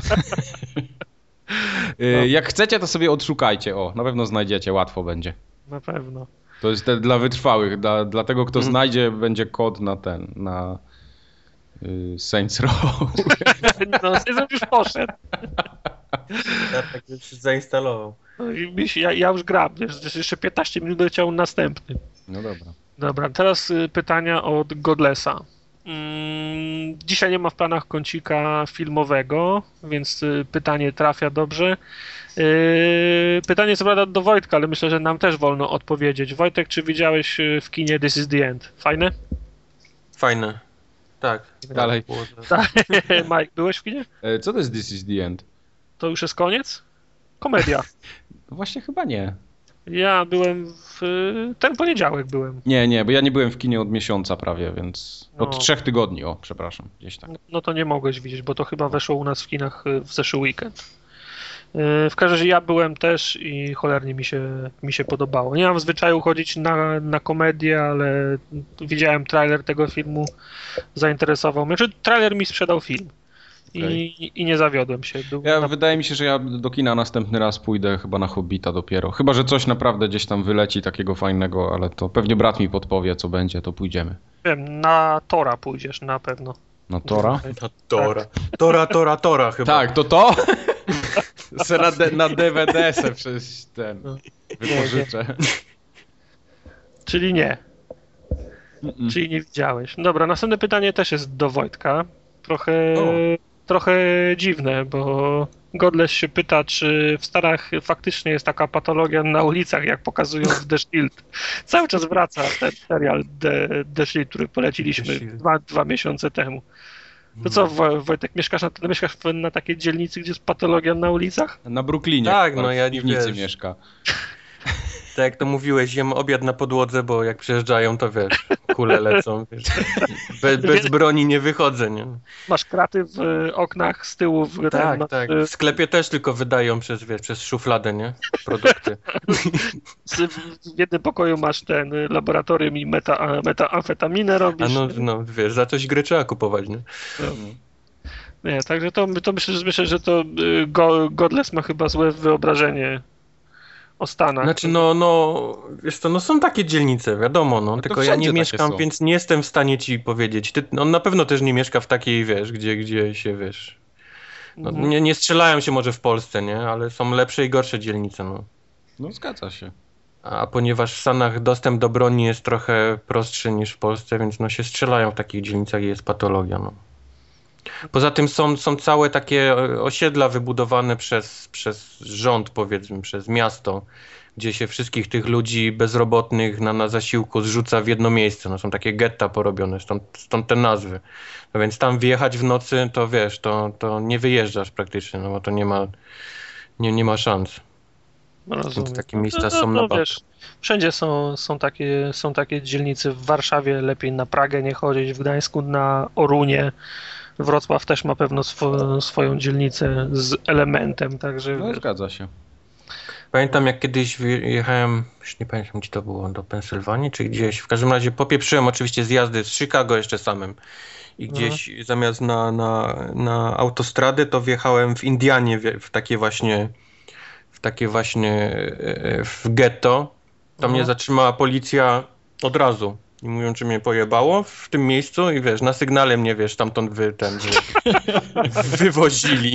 No. Jak chcecie, to sobie odszukajcie. O, na pewno znajdziecie, łatwo będzie. Na pewno. To jest te, dla wytrwałych, dla, dla tego, kto mm. znajdzie, będzie kod na ten, na y, Saints Row. No, Saints już poszedł. Ja tak już zainstalował. No i ja, ja już gram, wiesz, jeszcze piętnaście minut leciał następny. No dobra. Dobra, teraz y, pytania od Godlessa. Mm, dzisiaj nie ma w planach kącika filmowego, więc y, pytanie trafia dobrze. Yy, pytanie co prawda do Wojtka, ale myślę, że nam też wolno odpowiedzieć. Wojtek, czy widziałeś w kinie This is the End? Fajne? Fajne. Tak. Dalej. Mike, byłeś w kinie? E, co to jest This is the End? To już jest koniec? Komedia. No właśnie chyba nie. Ja byłem w... ten poniedziałek byłem. Nie, nie, bo ja nie byłem w kinie od miesiąca prawie, więc... Od no. trzech tygodni, o, przepraszam, gdzieś tak. No, no to nie mogłeś widzieć, bo to chyba weszło u nas w kinach w zeszły weekend. W każdym razie ja byłem też i cholernie mi się, mi się podobało. Nie mam w zwyczaju chodzić na, na komedię, ale widziałem trailer tego filmu, zainteresował mnie. Znaczy, trailer mi sprzedał film i, okay. i nie zawiodłem się. Był ja, na... Wydaje mi się, że ja do kina następny raz pójdę chyba na Hobbita dopiero. Chyba, że coś naprawdę gdzieś tam wyleci takiego fajnego, ale to pewnie brat mi podpowie, co będzie, to pójdziemy. Wiem, na Tora pójdziesz na pewno. Na Tora? Na Tora. Tak. Tora, Tora, Tora chyba. Tak, to to? na, de, na D V D se przez ten wypożyczę. Czyli nie. Mm-mm. Czyli nie widziałeś. Dobra, następne pytanie też jest do Wojtka. Trochę, trochę dziwne, bo Godless się pyta, czy w Stanach faktycznie jest taka patologia na ulicach, jak pokazują w The Shield. Cały czas wraca ten serial The, The Shield, który poleciliśmy dwa, dwa miesiące temu. To co, Wojtek, mieszkasz na, mieszkasz na takiej dzielnicy, gdzie jest patologia na ulicach? Na Brooklynie. Tak, no ja w piwnicy mieszka. Tak jak to mówiłeś, jem obiad na podłodze, bo jak przyjeżdżają, to wiesz, kule lecą. Wiesz. Be, bez broni nie wychodzę, nie? Masz kraty w oknach z tyłu. W, tak, ten, tak. W sklepie też tylko wydają przez, wiesz, przez szufladę, nie? Produkty. W jednym pokoju masz ten laboratorium i meta, metamfetaminę robisz. A no, no, wiesz, za coś gry trzeba kupować, nie? No. Nie, także to, to myślę, że myślę, że to Godless ma chyba złe wyobrażenie o Stanach. Znaczy no, no, wiesz co, no są takie dzielnice, wiadomo, no, no tylko ja nie mieszkam, więc nie jestem w stanie ci powiedzieć. Ty, on na pewno też nie mieszka w takiej, wiesz, gdzie, gdzie się, wiesz, no, mhm. nie, nie strzelają się może w Polsce, nie, ale są lepsze i gorsze dzielnice, no. No zgadza się. A ponieważ w Stanach dostęp do broni jest trochę prostszy niż w Polsce, więc no się strzelają w takich dzielnicach i jest patologia, no. Poza tym są, są całe takie osiedla wybudowane przez, przez rząd, powiedzmy, przez miasto, gdzie się wszystkich tych ludzi bezrobotnych na, na zasiłku zrzuca w jedno miejsce. No, są takie getta porobione, stąd, stąd te nazwy. No więc tam wjechać w nocy, to wiesz, to, to nie wyjeżdżasz praktycznie, no bo to nie ma, nie, nie ma szans. No, rozumiem. Takie miejsca no, są no, na no, wiesz, wszędzie są, są, takie, są takie dzielnice. W Warszawie lepiej na Pragę nie chodzić, w Gdańsku na Orunie. Wrocław też ma pewno swo, swoją dzielnicę z elementem, także... No, zgadza się. Pamiętam, jak kiedyś jechałem, już nie pamiętam, gdzie to było, do Pensylwanii, czy gdzieś. W każdym razie popieprzyłem oczywiście z jazdy z Chicago jeszcze samym. I gdzieś mhm. zamiast na, na, na autostradę, to wjechałem w Indianie, w, w takie właśnie, w takie właśnie, w getto. Tam mhm. mnie zatrzymała policja od razu. I mówią, czy mnie pojebało w tym miejscu i wiesz, na sygnale mnie, wiesz, tamtąd wy, ten, wy, wywozili.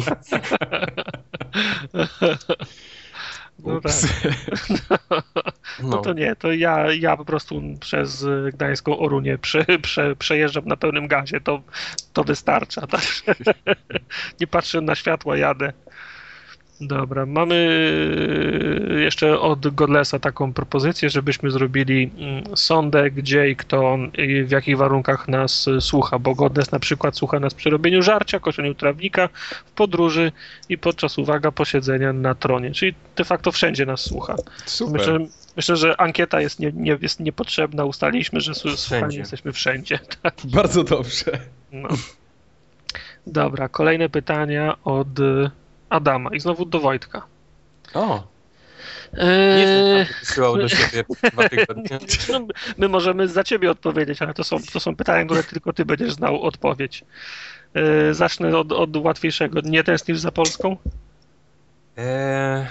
No tak. No. no to nie, to ja, ja po prostu przez Gdańską Orunię prze, prze, przejeżdżam na pełnym gazie, to, to wystarcza. Tak? Nie patrzę na światła, jadę. Dobra, mamy jeszcze od Godlessa taką propozycję, żebyśmy zrobili sondę, gdzie i kto i w jakich warunkach nas słucha, bo Godless na przykład słucha nas przy robieniu żarcia, koszeniu trawnika, w podróży i podczas, uwaga, posiedzenia na tronie, czyli de facto wszędzie nas słucha. Super. Myślę, myślę że ankieta jest, nie, nie, jest niepotrzebna, ustaliliśmy, że słuchani jesteśmy wszędzie. Tak? Bardzo dobrze. No. Dobra, kolejne pytania od Adama i znowu do Wojtka. O! Nie eee... wysyłał do siebie dwa tygodnie. No, my możemy za ciebie odpowiedzieć, ale to są, to są pytania, które tylko ty będziesz znał odpowiedź. Eee, zacznę od, od łatwiejszego. Nie tęsknisz za Polską? Eee...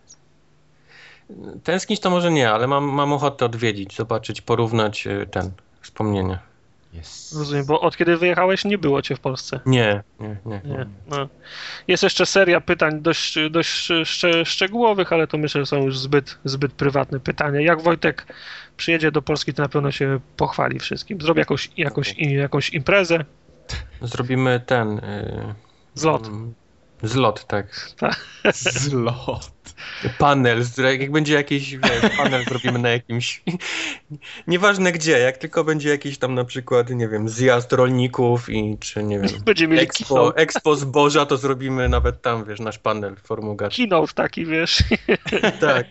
Tęsknić to może nie, ale mam, mam ochotę odwiedzić, zobaczyć, porównać ten, wspomnienia. Yes. Rozumiem, bo od kiedy wyjechałeś, nie było cię w Polsce. Nie, nie, nie. nie. No. Jest jeszcze seria pytań dość, dość szcze, szczegółowych, ale to myślę, że są już zbyt, zbyt prywatne pytania. Jak Wojtek przyjedzie do Polski, to na pewno się pochwali wszystkim. Zrobi jakąś, jakąś, jakąś imprezę. Zrobimy ten... Yy... Zlot. Zlot, tak. Ta. Zlot. Panel, jak będzie jakiś wiesz, panel zrobimy na jakimś, nieważne gdzie, jak tylko będzie jakiś tam na przykład, nie wiem, zjazd rolników i czy nie wiem, będziemy expo, expo zboża, to zrobimy nawet tam, wiesz, nasz panel formugaczy. Keynote taki, wiesz. Tak.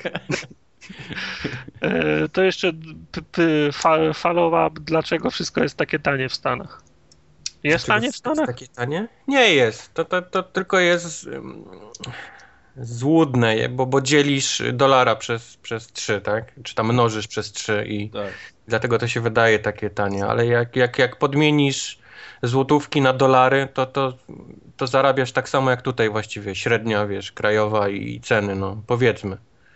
To jeszcze follow-up, dlaczego wszystko jest takie tanie w Stanach? Jest tanie w Stanach? Takie tanie? Nie jest, to, to, to tylko jest... Um... złudne, bo, bo dzielisz dolara przez, przez trzy, tak? Czy tam mnożysz przez trzy i tak. Dlatego to się wydaje takie tanie, ale jak, jak, jak podmienisz złotówki na dolary, to, to, to zarabiasz tak samo jak tutaj właściwie, średnia, wiesz, krajowa i ceny, no powiedzmy.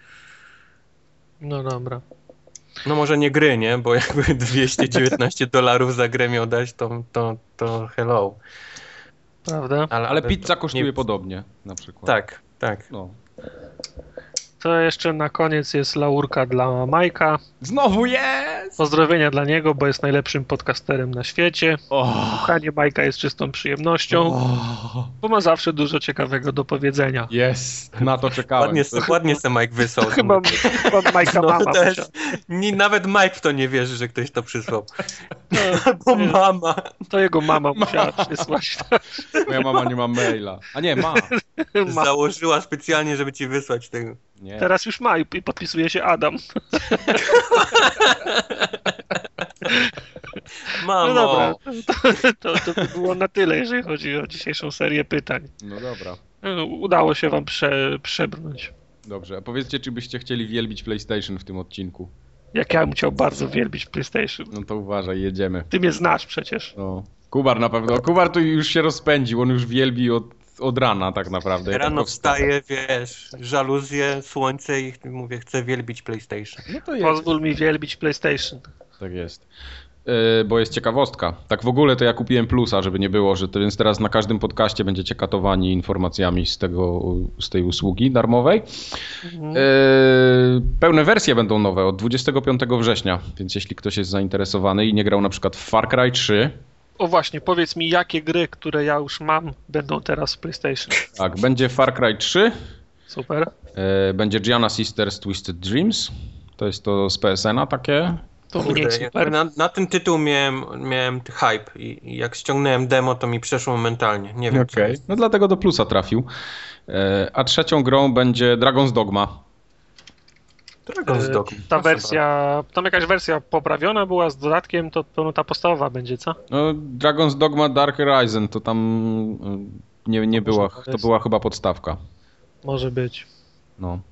No dobra. No może nie gry, nie? Bo jakby dwieście dziewiętnaście dolarów za grę miał dać, to, to, to hello. Prawda? Ale, ale pizza kosztuje nie... podobnie, na przykład. Tak. Tak. No. To jeszcze na koniec jest laurka dla Majka. Znowu jest! Pozdrowienia dla niego, bo jest najlepszym podcasterem na świecie. Oh. Słuchanie Majka jest czystą przyjemnością, oh. bo ma zawsze dużo ciekawego do powiedzenia. Jest, na to czekałem. Ładnie, ładnie se Mike wysłał. Chyba, chyba Majka no, mama. Jest, nie, nawet Mike w to nie wierzy, że ktoś to przysłał. No, Albo mama. To jego mama musiała przysłać. Moja mama nie ma maila. A nie, ma. ma. Założyła specjalnie, żeby ci wysłać tego. Nie. Teraz już ma i podpisuje się Adam. Mamo. No dobra, to, to, to by było na tyle, jeżeli chodzi o dzisiejszą serię pytań. No dobra. Udało się wam prze, przebrnąć. Dobrze, a powiedzcie, czy byście chcieli wielbić PlayStation w tym odcinku? Jak ja bym chciał bardzo wielbić PlayStation. No to uważaj, jedziemy. Ty mnie znasz przecież. No. Kubar na pewno. Kubar to już się rozpędził, on już wielbi od, od rana tak naprawdę. Rano wstaje, wiesz, żaluzje, słońce i mówię, chcę wielbić PlayStation. No to jest. Pozwól mi wielbić PlayStation. Tak jest. Yy, bo jest ciekawostka. Tak w ogóle to ja kupiłem plusa, żeby nie było, że to, więc teraz na każdym podcaście będziecie katowani informacjami z, tego, z tej usługi darmowej. Mhm. Yy, pełne wersje będą nowe od dwudziestego piątego września, więc jeśli ktoś jest zainteresowany i nie grał na przykład w Far Cry trzy. O właśnie, powiedz mi, jakie gry, które ja już mam, będą teraz w PlayStation. Tak, będzie Far Cry trzy. Super. Yy, będzie Gianna Sisters Twisted Dreams. To jest to z P S N a takie. To Kurde, super. Na, na ten tytuł miałem, miałem hype i, i jak ściągnąłem demo, to mi przeszło momentalnie. Nie wiem. Okej, okay. No dlatego do plusa trafił. E, a trzecią grą będzie Dragon's Dogma. Dragon's Dogma. Ta wersja, tam jakaś wersja poprawiona była z dodatkiem, to pełno ta podstawowa będzie, co? No, Dragon's Dogma Dark Horizon to tam nie, nie była, to była chyba podstawka. Może być. No.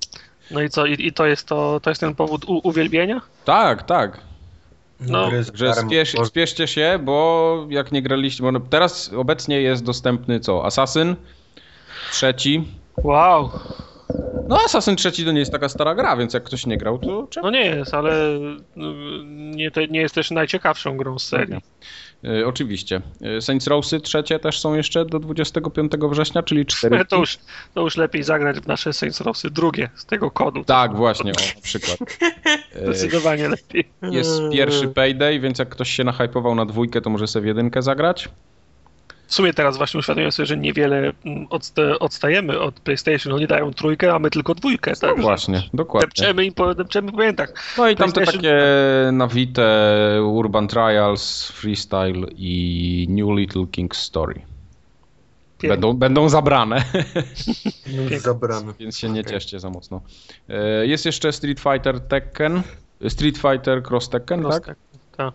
No i co, i, i to jest to, to jest ten powód u, uwielbienia? Tak, tak. No, że spiesz, spieszcie się, bo jak nie graliście, bo teraz obecnie jest dostępny co? Assassin trzeci. Wow. No Assassin trzeci to nie jest taka stara gra, więc jak ktoś nie grał, to czemu? No nie jest, ale nie, to nie jest też najciekawszą grą z serii. Y, oczywiście. Saints Rowsy trzecie też są jeszcze do dwudziestego piątego września, czyli cztery. To już, to już lepiej zagrać w nasze Saints Rowsy drugie z tego kodu. Tak, właśnie, o, na przykład. Zdecydowanie lepiej. Jest pierwszy Payday, więc jak ktoś się nahypował na dwójkę, to może sobie w jedynkę zagrać. W sumie teraz właśnie uświadomiłem sobie, że niewiele odsta- odstajemy od PlayStation. Oni dają trójkę, a my tylko dwójkę. Tak? No właśnie, dokładnie. Depczemy im po, depczemy po pamiętach. No i tam te takie nawite Urban Trials, Freestyle i New Little King's Story. Będą, będą zabrane. zabrane. Więc się nie cieszcie za mocno. Jest jeszcze Street Fighter Tekken. Street Fighter Cross Tekken, Cross tak? Tekken, tak.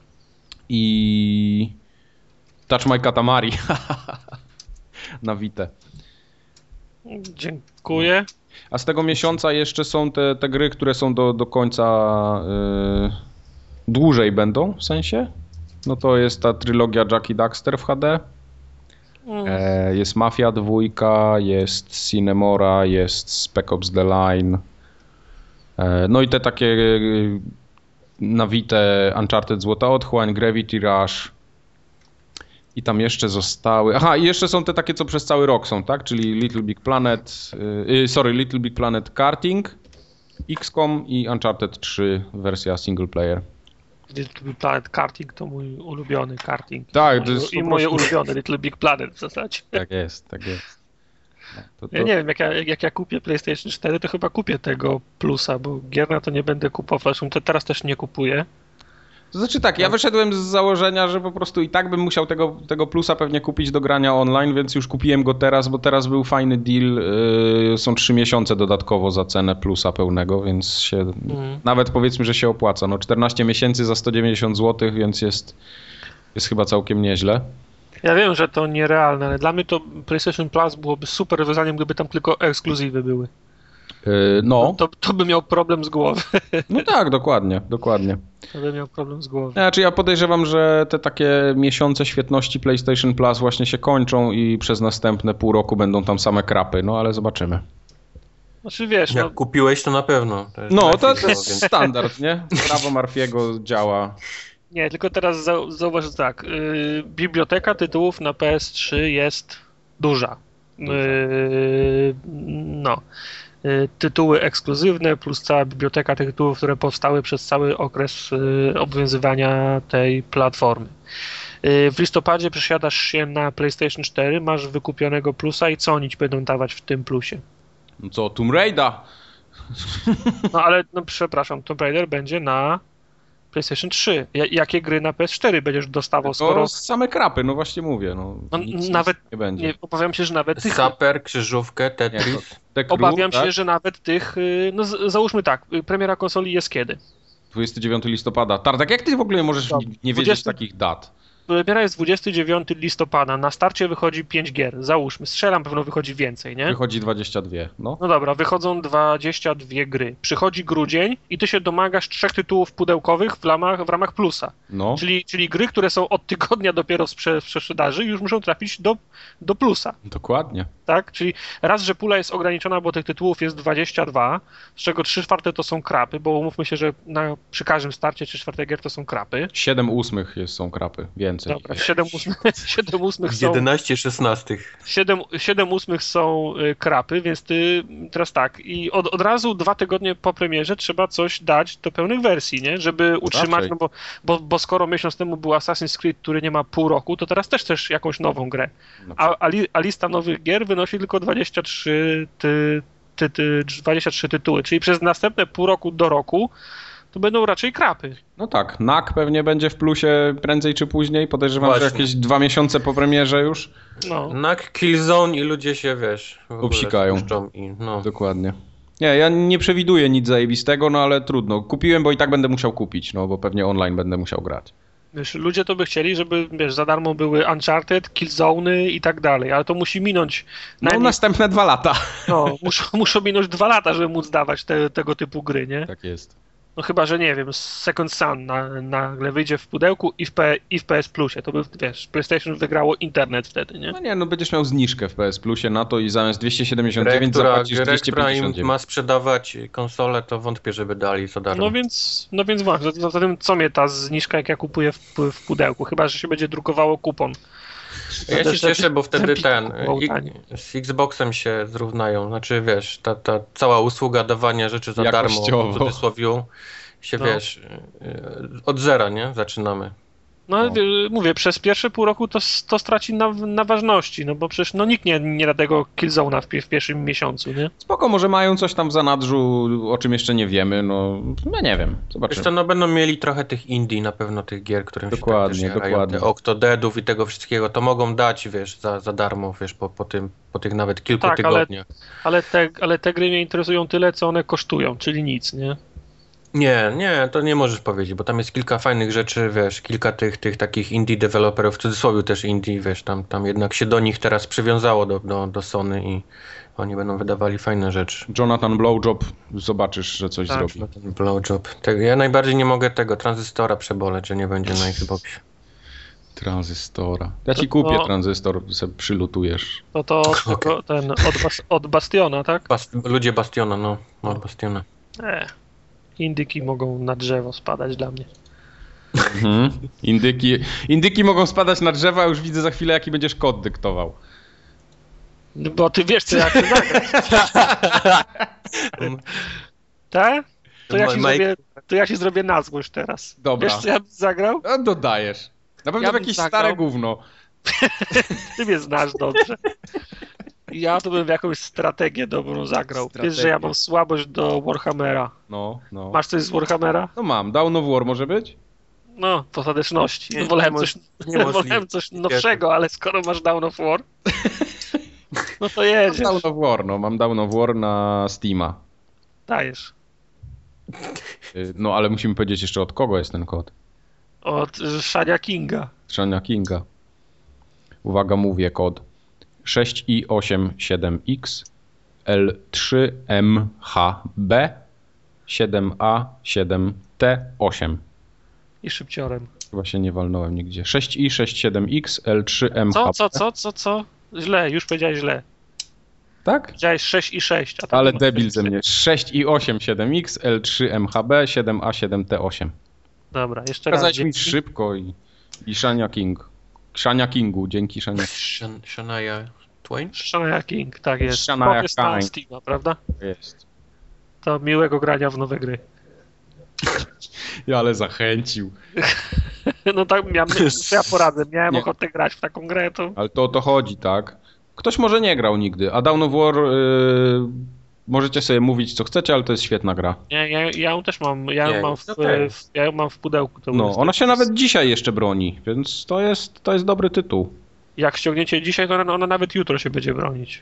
I Touch My Katamari. Na Vita. Dziękuję. A z tego miesiąca jeszcze są te, te gry, które są do, do końca yy, dłużej będą, w sensie. No to jest ta trylogia Jackie Daxter w H D. Mm. E, jest Mafia dwa, jest Cinemora, jest Spec Ops The Line. E, no i te takie yy, na Vita Uncharted Złota Otchłań, Gravity Rush. I tam jeszcze zostały... Aha, i jeszcze są te takie, co przez cały rok są, tak? Czyli Little Big Planet... Yy, sorry, Little Big Planet Karting, X COM i Uncharted trzy wersja single player. Little Big Planet Karting to mój ulubiony karting. Tak, to jest I moje prostu... ulubione Little Big Planet w zasadzie. Tak jest, tak jest. No, to, to... Ja nie wiem, jak ja, jak ja kupię PlayStation cztery, to chyba kupię tego plusa, bo gier na to nie będę kupować. To teraz też nie kupuję. To znaczy tak, ja wyszedłem z założenia, że po prostu i tak bym musiał tego, tego plusa pewnie kupić do grania online, więc już kupiłem go teraz, bo teraz był fajny deal, yy, są trzy miesiące dodatkowo za cenę plusa pełnego, więc się mm. nawet powiedzmy, że się opłaca. No czternaście miesięcy za sto dziewięćdziesiąt złotych, więc jest, jest chyba całkiem nieźle. Ja wiem, że to nierealne, ale dla mnie to PlayStation Plus byłoby super rozwiązaniem, gdyby tam tylko ekskluzywy były. No. To, to by miał problem z głowy. No tak, dokładnie, dokładnie. To by miał problem z głowy. Znaczy ja podejrzewam, że te takie miesiące świetności PlayStation Plus właśnie się kończą i przez następne pół roku będą tam same krapy, no ale zobaczymy. Znaczy wiesz, Jak no... kupiłeś, to na pewno. To no to, to jest więc... standard, nie? Prawo Murphy'ego działa. Nie, tylko teraz zau- zauważ tak, yy, biblioteka tytułów na P S trzy jest duża. duża. Yy, no. Tytuły ekskluzywne plus cała biblioteka tych tytułów, które powstały przez cały okres obowiązywania tej platformy. W listopadzie przesiadasz się na PlayStation cztery, masz wykupionego plusa i co oni ci będą dawać w tym plusie? No co, Tomb Raider? No ale, no przepraszam, Tomb Raider będzie na PlayStation trzy. Jakie gry na P S cztery będziesz dostawał, skoro... No same krapy, no właśnie mówię. No, no nic, nawet nic nie będzie. Nie, obawiam się, że nawet tych... Saper, krzyżówkę, Tetris. Nie, to, obawiam tak? się, że nawet tych... No załóżmy tak, premiera konsoli jest kiedy? dwudziestego dziewiątego listopada. Tartak, jak ty w ogóle możesz no, nie wiedzieć dwudziestego takich dat? Premiera jest dwudziestego dziewiątego listopada, na starcie wychodzi pięć gier, załóżmy, strzelam, pewno wychodzi więcej, nie? Wychodzi dwadzieścia dwie, no. No dobra, wychodzą dwadzieścia dwie gry. Przychodzi grudzień i ty się domagasz trzech tytułów pudełkowych w ramach, w ramach plusa. No. Czyli, czyli gry, które są od tygodnia dopiero w sprzedaży, już muszą trafić do, do plusa. Dokładnie. Tak? Czyli raz, że pula jest ograniczona, bo tych tytułów jest dwadzieścia dwa, z czego trzy czwarte to są krapy, bo umówmy się, że na, przy każdym starcie trzy czwarte gier to są krapy. siedem ósmych jest, są krapy, więcej. Dobra, siedem ósmych są... jedenaście szesnastych. siedem ósmych są krapy, więc ty teraz tak, i od, od razu dwa tygodnie po premierze trzeba coś dać do pełnych wersji, nie? Żeby utrzymać, Raczej. no bo, bo, bo skoro miesiąc temu był Assassin's Creed, który nie ma pół roku, to teraz też też jakąś nową grę. A, a, li, a lista nowych gier wynosi tylko dwadzieścia trzy, ty, ty, ty, dwadzieścia trzy tytuły, czyli przez następne pół roku do roku to będą raczej krapy. No tak, N A K pewnie będzie w plusie prędzej czy później, podejrzewam, Właśnie. że jakieś dwa miesiące po premierze już. No. N A K, Killzone i ludzie się, wiesz, obsikają. I, no. Dokładnie. Nie, ja nie przewiduję nic zajebistego, no ale trudno. Kupiłem, bo i tak będę musiał kupić, no bo pewnie online będę musiał grać. Wiesz, ludzie to by chcieli, żeby wiesz, za darmo były Uncharted, Killzone i tak dalej, ale to musi minąć... No najmniej... następne dwa lata. No, muszą, muszą minąć dwa lata, żeby móc dawać te, tego typu gry, nie? Tak jest. No chyba, że nie wiem, Second Son na, nagle wyjdzie w pudełku i w, P, i w P S Plusie, to by, wiesz, PlayStation wygrało internet wtedy, nie? No nie, no będziesz miał zniżkę w P S Plusie na to i zamiast dwieście siedemdziesiąt dziewięć grę, zapłacisz grę, dwieście pięćdziesiąt dziewięć. Która im ma sprzedawać konsolę, to wątpię, żeby dali za darmo. No więc, no więc właśnie, zatem za co mnie ta zniżka, jak ja kupuję w, w pudełku, chyba, że się będzie drukowało kupon. Ja się cieszę, bo wtedy ten i, z Xboxem się zrównają. Znaczy wiesz, ta, ta cała usługa dawania rzeczy za jakościowo. darmo w cudzysłowie się no. wiesz, od zera, nie? Zaczynamy. No, no. mówię, przez pierwsze pół roku to, to straci na, na ważności, no bo przecież no, nikt nie, nie da tego Killzone'a w, w pierwszym miesiącu, nie? Spoko, może mają coś tam w zanadrzu, o czym jeszcze nie wiemy, no, no nie wiem, zobaczymy. Wiesz, no będą mieli trochę tych indie, na pewno tych gier, którym dokładnie, się tak też dokładnie. Te Octodadów i tego wszystkiego, to mogą dać, wiesz, za, za darmo, wiesz, po, po, tym, po tych nawet kilku tak, tygodniach. Ale, ale, te, ale te gry mnie interesują tyle, co one kosztują, czyli nic, nie? Nie, nie, to nie możesz powiedzieć, bo tam jest kilka fajnych rzeczy, wiesz, kilka tych, tych takich indie deweloperów, w cudzysłowie też indie, wiesz, tam, tam jednak się do nich teraz przywiązało do, do, do Sony i oni będą wydawali fajne rzeczy. Jonathan Blowjob, zobaczysz, że coś tak, zrobi. Jonathan Blowjob. Te, ja najbardziej nie mogę tego tranzystora przeboleć, że nie będzie na Xboxie. Tranzystora. Ja ci to, kupię to, tranzystor, sobie przylutujesz. To to okay. ten od, bas, od Bastiona, tak? Bast, ludzie Bastiona, no, od Bastiona. E. Indyki mogą na drzewo spadać dla mnie. Mhm. Indyki, indyki mogą spadać na drzewa, już widzę za chwilę, jaki będziesz kod dyktował. No bo ty wiesz, co ja chcę zagrać. Tak? To ja, ci zrobię, to ja ci zrobię na złość teraz. Dobra. Wiesz, co ja bym zagrał? No dodajesz. Na pewno ja w jakieś zagrał... stare gówno. Ty mnie znasz dobrze. Ja to bym w jakąś strategię dobrą zagrał. Strategię. Wiesz, że ja mam słabość do Warhammera. No, no. Masz coś z Warhammera? No mam. Dawn of War może być? No, to sadeczności. Wolałem coś, wolałem coś nowszego, ale skoro masz Dawn of War, no to jedziesz. Mam Dawn of War, no. Mam Dawn of War na Steama. Dajesz. No, ale musimy powiedzieć jeszcze, od kogo jest ten kod. Od Shania Kinga. Shania Kinga. Uwaga, mówię kod. sześć i osiem siedem X L trzy M H B siedem A siedem T osiem. I szybciorem. Chyba się nie walnąłem nigdzie. sześć i sześć siedem X L trzy M H B. Co, co, co, co, co? Źle, już powiedziałeś źle. Tak? Powiedziałeś sześć i sześć. A ale debil ze mnie. sześć i osiem siedem X L trzy M H B siedem A siedem T osiem. Dobra, jeszcze raz. Kazać mi szybko i, i Shania King. Shania Kingu, dzięki Shania. Shania Twain? Shania King, tak jest. Shania King. Steama, prawda? Jest. To miłego grania w nowe gry. Ja, ale zachęcił. No tak, miałem, ja poradzę, miałem nie. ochotę grać w taką grę, to... Ale to o to chodzi, tak? Ktoś może nie grał nigdy, a Dawn of War yy, możecie sobie mówić co chcecie, ale to jest świetna gra. Nie, ja, ja ją też mam, ja ją mam w, w, ja ją mam w pudełku. To no, ona się nawet dzisiaj jeszcze broni, więc to jest, to jest dobry tytuł. Jak ściągniecie dzisiaj, to ona, ona nawet jutro się będzie bronić.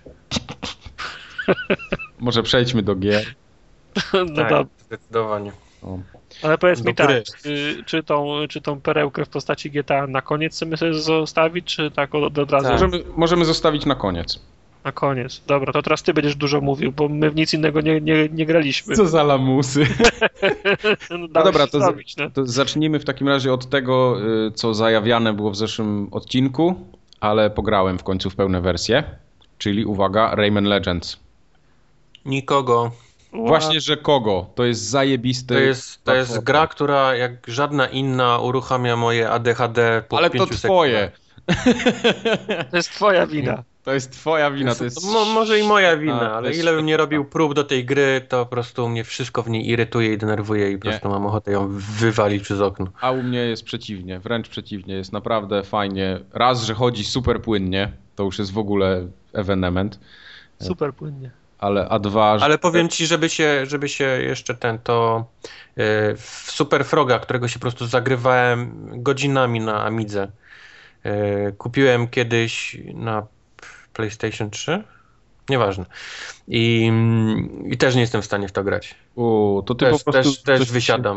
Może przejdźmy do gier. No tak, dobra. Zdecydowanie. O. Ale powiedz do mi tak, czy, czy, tą, czy tą perełkę w postaci G T A na koniec chcemy sobie zostawić, czy tak od, od razu? Tak. Możemy, możemy zostawić na koniec. Na koniec. Dobra, to teraz ty będziesz dużo mówił, bo my w nic innego nie, nie, nie graliśmy. Co za lamusy. no, no dobra, to, zrobić, no. to zacznijmy w takim razie od tego, co zajawiane było w zeszłym odcinku, ale pograłem w końcu w pełne wersje, czyli uwaga, Rayman Legends. Nikogo. Właśnie, że kogo? To jest zajebisty... To jest, to jest gra, która jak żadna inna uruchamia moje A D H D po ale to twoje. To jest twoja wina. To jest twoja wina. To jest... Mo, może i moja wina, A, ale ile bym nie robił prób do tej gry, to po prostu mnie wszystko w niej irytuje i denerwuje i po prostu mam ochotę ją wywalić przez okno. A u mnie jest przeciwnie, wręcz przeciwnie. Jest naprawdę fajnie. Raz, że chodzi super płynnie, to już jest w ogóle ewenement. Super płynnie. Ale A dwa... Ale powiem ci, żeby się, żeby się jeszcze ten, to yy, w Super Froga, którego się po prostu zagrywałem godzinami na Amidze. Yy, kupiłem kiedyś na PlayStation trzy? Nieważne. I, i też nie jestem w stanie w to grać. U, to ty też, po prostu też, też wysiadam.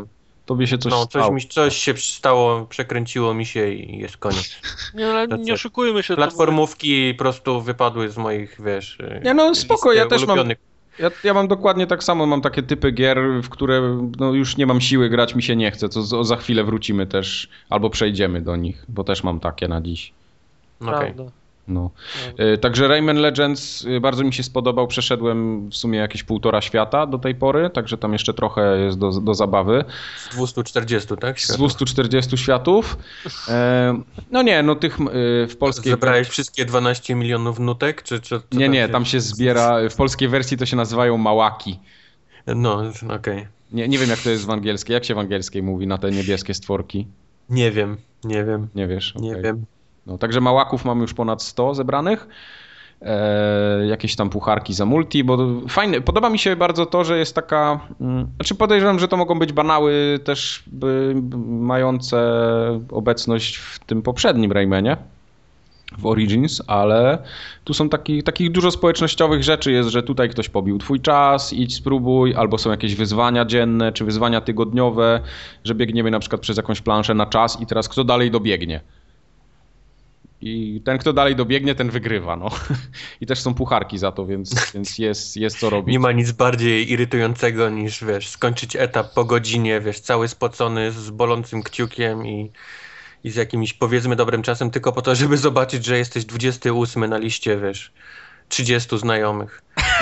tobie się coś no, coś stało. Mi, coś się stało, przekręciło mi się i jest koniec. Nie, ale nie oszukujmy się. Platformówki po prostu wypadły z moich, wiesz... Nie, no spoko, ja też mam... Ja, ja mam dokładnie tak samo, mam takie typy gier, w które no, już nie mam siły grać, mi się nie chce, to z, za chwilę wrócimy też, albo przejdziemy do nich, bo też mam takie na dziś. Okej. Okay. No. Y, także Rayman Legends y, bardzo mi się spodobał, przeszedłem w sumie jakieś półtora świata do tej pory, także tam jeszcze trochę jest do, do zabawy. Z dwustu czterdziestu, tak? Światów. Z dwustu czterdziestu światów. E, no nie, no tych y, w polskiej... Zebrałeś wszystkie dwanaście milionów nutek? Czy, czy, nie, tam nie, się... tam się zbiera, w polskiej wersji to się nazywają małaki. No, okej. Okay. Nie, nie wiem jak to jest w angielskiej, jak się w angielskiej mówi na te niebieskie stworki? Nie wiem, nie wiem. Nie wiesz? Okay. Nie wiem. No, także małaków mam już ponad sto zebranych. E, jakieś tam pucharki za multi, bo fajne, podoba mi się bardzo to, że jest taka, mm, znaczy podejrzewam, że to mogą być banały też by, by, mające obecność w tym poprzednim Raymanie, w Origins, ale tu są taki, takich dużo społecznościowych rzeczy jest, że tutaj ktoś pobił twój czas, idź spróbuj, albo są jakieś wyzwania dzienne, czy wyzwania tygodniowe, że biegniemy na przykład przez jakąś planszę na czas i teraz kto dalej dobiegnie. I ten, kto dalej dobiegnie, ten wygrywa, no. I też są pucharki za to, więc, więc jest, jest co robić. Nie ma nic bardziej irytującego niż, wiesz, skończyć etap po godzinie, wiesz, cały spocony, z bolącym kciukiem i, i z jakimś, powiedzmy, dobrym czasem, tylko po to, żeby zobaczyć, że jesteś dwudziesty ósmy na liście, wiesz, trzydziestu znajomych.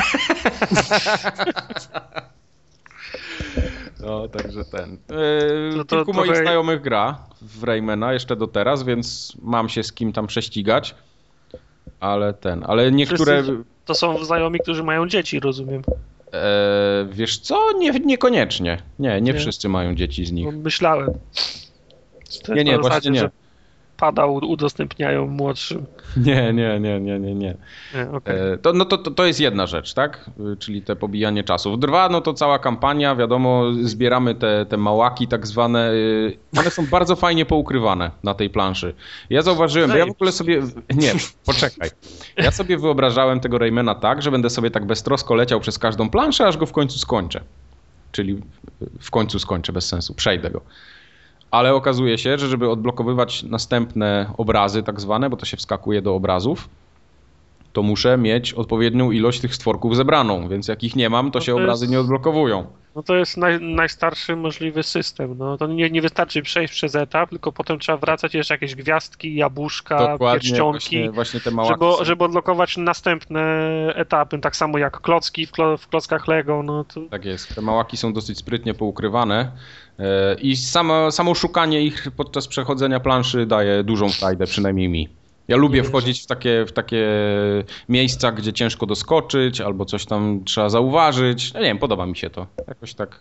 No, także ten. Yy, to, to, kilku to moich wej... znajomych gra w Raymana jeszcze do teraz, więc mam się z kim tam prześcigać. Ale ten, ale niektóre... Wszyscy to są znajomi, którzy mają dzieci, rozumiem. Eee, wiesz co? Nie, niekoniecznie. Nie, nie, nie wszyscy mają dzieci z nich. Myślałem. Nie, nie, właśnie zasadzie, nie. Pada udostępniają młodszym. Nie, nie, nie, nie, nie, nie. nie okay. e, to, no to, to, to jest jedna rzecz, tak? Czyli te pobijanie czasu. W Dwa, no to cała kampania, wiadomo, zbieramy te, te małaki tak zwane. One są bardzo fajnie poukrywane na tej planszy. Ja zauważyłem, bo ja w ogóle sobie... Nie, poczekaj. Ja sobie wyobrażałem tego Raymana tak, że będę sobie tak beztrosko leciał przez każdą planszę, aż go w końcu skończę. Czyli w końcu skończę, bez sensu, przejdę go. Ale okazuje się, że żeby odblokowywać następne obrazy tak zwane, bo to się wskakuje do obrazów, to muszę mieć odpowiednią ilość tych stworków zebraną, więc jak ich nie mam, to no się to obrazy jest, nie odblokowują. No to jest naj, najstarszy możliwy system. No, to nie, nie wystarczy przejść przez etap, tylko potem trzeba wracać jeszcze jakieś gwiazdki, jabłuszka, Dokładnie, pierścionki, właśnie, właśnie te małaki żeby, są... żeby odblokować następne etapy, tak samo jak klocki w, klo, w klockach Lego. No to... Tak jest, te małaki są dosyć sprytnie poukrywane i samo, samo szukanie ich podczas przechodzenia planszy daje dużą frajdę, przynajmniej mi. Ja lubię wchodzić w takie, w takie miejsca, gdzie ciężko doskoczyć, albo coś tam trzeba zauważyć. Ja nie wiem, podoba mi się to. Jakoś tak.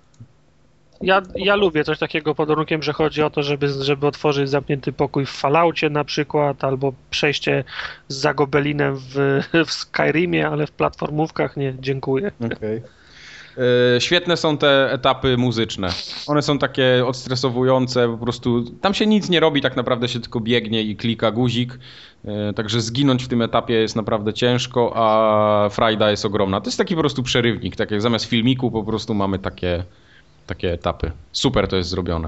Ja, ja lubię coś takiego pod warunkiem, że chodzi o to, żeby, żeby otworzyć zamknięty pokój w Falloutie na przykład, albo przejście z Zagobelinem w, w Skyrimie, ale w platformówkach nie, dziękuję. Okay. Świetne są te etapy muzyczne. One są takie odstresowujące, po prostu tam się nic nie robi, tak naprawdę się tylko biegnie i klika guzik, także zginąć w tym etapie jest naprawdę ciężko, a frajda jest ogromna. To jest taki po prostu przerywnik, tak jak zamiast filmiku po prostu mamy takie, takie etapy. Super to jest zrobione.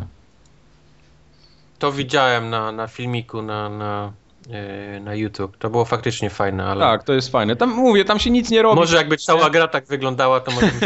To widziałem na, na filmiku na... na... na YouTube. To było faktycznie fajne, ale... Tak, to jest fajne. Tam mówię, tam się nic nie robi. Może jakby cała gra tak wyglądała, to może...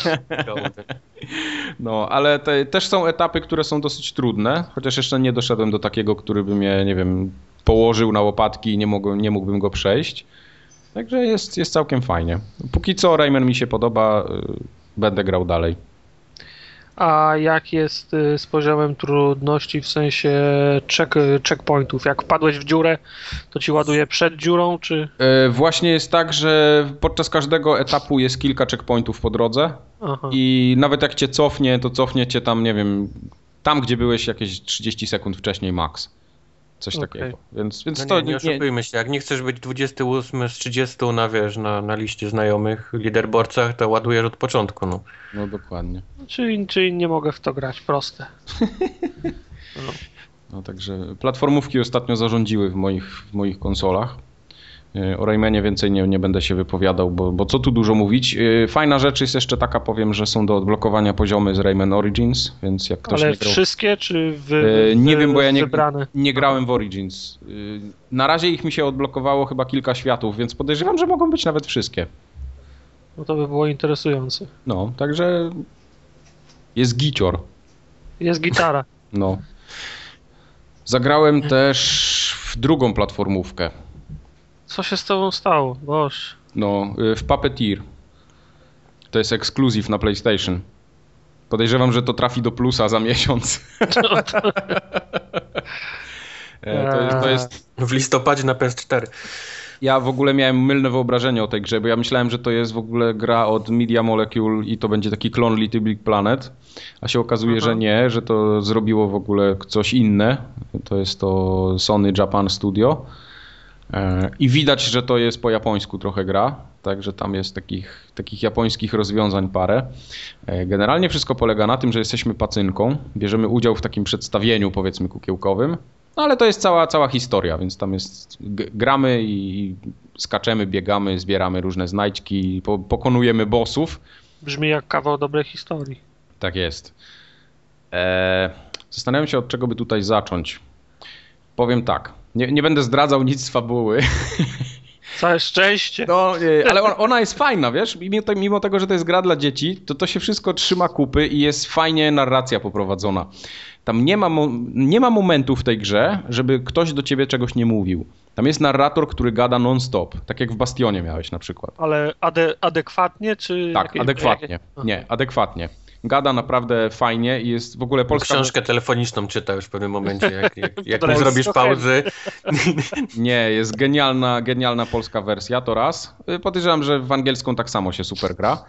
No, ale te, też są etapy, które są dosyć trudne, chociaż jeszcze nie doszedłem do takiego, który by mnie, nie wiem, położył na łopatki i nie, mogłem, nie mógłbym go przejść. Także jest, jest całkiem fajnie. Póki co Rayman mi się podoba, będę grał dalej. A jak jest z poziomem trudności w sensie check, checkpointów? Jak wpadłeś w dziurę, to ci ładuje przed dziurą, czy? Właśnie jest tak, że podczas każdego etapu jest kilka checkpointów po drodze. Aha. I nawet jak cię cofnie, to cofnie cię tam, nie wiem, tam gdzie byłeś jakieś trzydzieści sekund wcześniej max. Coś okay. takiego. Więc, więc no to nie, nie oszukujmy się, jak nie chcesz być dwudziesty ósmy z trzydziestu na, wiesz, na, na liście znajomych, leaderboardcach, to ładujesz od początku. No, no dokładnie. Czyli, czyli nie mogę w to grać, proste. No. No także platformówki ostatnio zarządziły w moich, w moich konsolach. O Raymanie więcej nie, nie będę się wypowiadał, bo, bo co tu dużo mówić. Fajna rzecz jest jeszcze taka, powiem, że są do odblokowania poziomy z Rayman Origins, więc jak ktoś Ale nie grał... wszystkie, czy wy, wy, Nie wiem, bo ja nie, wybrane? nie grałem w Origins. Na razie ich mi się odblokowało chyba kilka światów, więc podejrzewam, że mogą być nawet wszystkie. No to by było interesujące. No, także jest gicior. Jest gitara. No. Zagrałem też w drugą platformówkę. Co się z tobą stało? Boż. No, w Puppeteer. To jest ekskluzyw na PlayStation. Podejrzewam, że to trafi do plusa za miesiąc. No to... to, jest, to jest... W listopadzie na P S cztery. Ja w ogóle miałem mylne wyobrażenie o tej grze, bo ja myślałem, że to jest w ogóle gra od Media Molecule i to będzie taki klon Little Big Planet, a się okazuje, Aha. że nie, że to zrobiło w ogóle coś inne. To jest to Sony Japan Studio i widać, że to jest po japońsku trochę gra, także tam jest takich, takich japońskich rozwiązań parę. Generalnie wszystko polega na tym, że jesteśmy pacynką, bierzemy udział w takim przedstawieniu, powiedzmy, kukiełkowym. No ale to jest cała, cała historia, więc tam jest, gramy i skaczemy, biegamy, zbieramy różne znajdźki, po, pokonujemy bossów. Brzmi jak kawał dobrej historii. Tak jest. Eee, zastanawiam się, od czego by tutaj zacząć. Powiem tak, nie, nie będę zdradzał nic z fabuły. Całe szczęście. No, ale on, ona jest fajna, wiesz, mimo, te, mimo tego, że to jest gra dla dzieci, to to się wszystko trzyma kupy i jest fajnie narracja poprowadzona. Tam nie ma, nie ma momentu w tej grze, żeby ktoś do ciebie czegoś nie mówił. Tam jest narrator, który gada non-stop, tak jak w Bastionie miałeś na przykład. Ale ade, adekwatnie, czy... Tak, jakieś, adekwatnie. Jakie? Nie, adekwatnie. Gada naprawdę fajnie i jest w ogóle polska... Książkę telefoniczną czyta już w pewnym momencie, jak, jak, jak mu zrobisz pauzy. Nie, jest genialna, genialna polska wersja, to raz. Podejrzewam, że w angielską tak samo się super gra.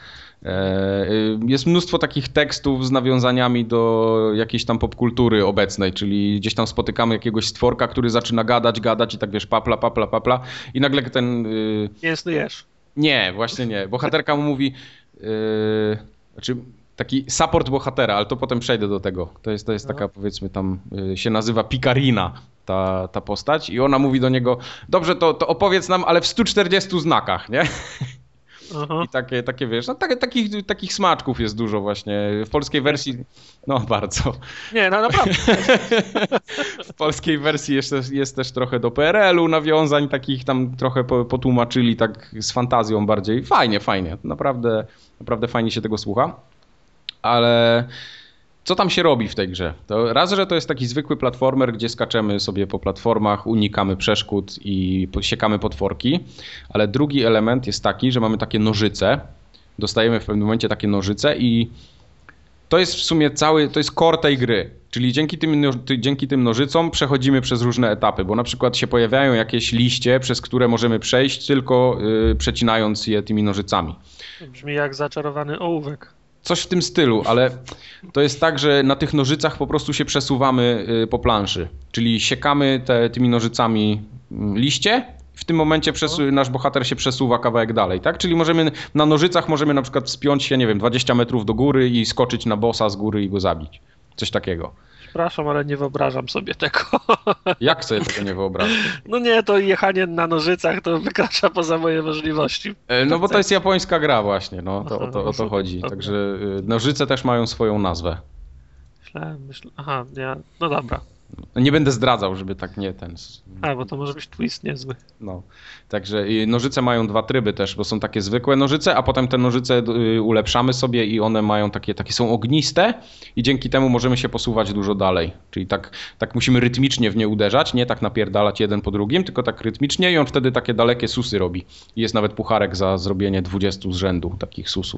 Jest mnóstwo takich tekstów z nawiązaniami do jakiejś tam popkultury obecnej, czyli gdzieś tam spotykamy jakiegoś stworka, który zaczyna gadać, gadać i tak wiesz, papla, papla, papla i nagle ten... Nie snujesz. Nie, właśnie nie. Bohaterka mu mówi... Yy... Znaczy... Taki support bohatera, ale to potem przejdę do tego. To jest, to jest taka, powiedzmy, tam y, się nazywa Pikarina, ta, ta postać i ona mówi do niego, dobrze, to, to opowiedz nam, ale w stu czterdziestu znakach, nie? Aha. I takie, takie wiesz, no tak, takich, takich smaczków jest dużo właśnie. W polskiej wersji, no bardzo. Nie, no naprawdę. W polskiej wersji jest, jest też trochę do P R L u nawiązań, takich tam trochę potłumaczyli tak z fantazją bardziej. Fajnie, fajnie. Naprawdę, naprawdę fajnie się tego słucha. Ale co tam się robi w tej grze? To raz, że to jest taki zwykły platformer, gdzie skaczemy sobie po platformach, unikamy przeszkód i siekamy potworki, ale drugi element jest taki, że mamy takie nożyce, dostajemy w pewnym momencie takie nożyce i to jest w sumie cały, to jest core tej gry, czyli dzięki tym, dzięki tym nożycom przechodzimy przez różne etapy, bo na przykład się pojawiają jakieś liście, przez które możemy przejść tylko yy, przecinając je tymi nożycami. Brzmi jak zaczarowany ołówek. Coś w tym stylu, ale to jest tak, że na tych nożycach po prostu się przesuwamy po planszy. Czyli siekamy te, tymi nożycami liście, w tym momencie przesu- nasz bohater się przesuwa kawałek dalej, tak? Czyli możemy na nożycach możemy na przykład wspiąć się, nie wiem, dwadzieścia metrów do góry i skoczyć na bossa z góry i go zabić. Coś takiego. Przepraszam, ale nie wyobrażam sobie tego. Jak sobie tego nie wyobrażam? No nie, to jechanie na nożycach to wykracza poza moje możliwości. No bo to jest japońska gra właśnie, no to, o, to, o to chodzi. Także nożyce też mają swoją nazwę. Myślałem, myślę, aha, ja, no dobra. Nie będę zdradzał, żeby tak nie ten... A, bo to może być twist niezły. No, także nożyce mają dwa tryby też, bo są takie zwykłe nożyce, a potem te nożyce ulepszamy sobie i one mają takie, takie są ogniste i dzięki temu możemy się posuwać dużo dalej. Czyli tak, tak musimy rytmicznie w nie uderzać, nie tak napierdalać jeden po drugim, tylko tak rytmicznie i on wtedy takie dalekie susy robi. I jest nawet pucharek za zrobienie dwudziestu z rzędu takich susów.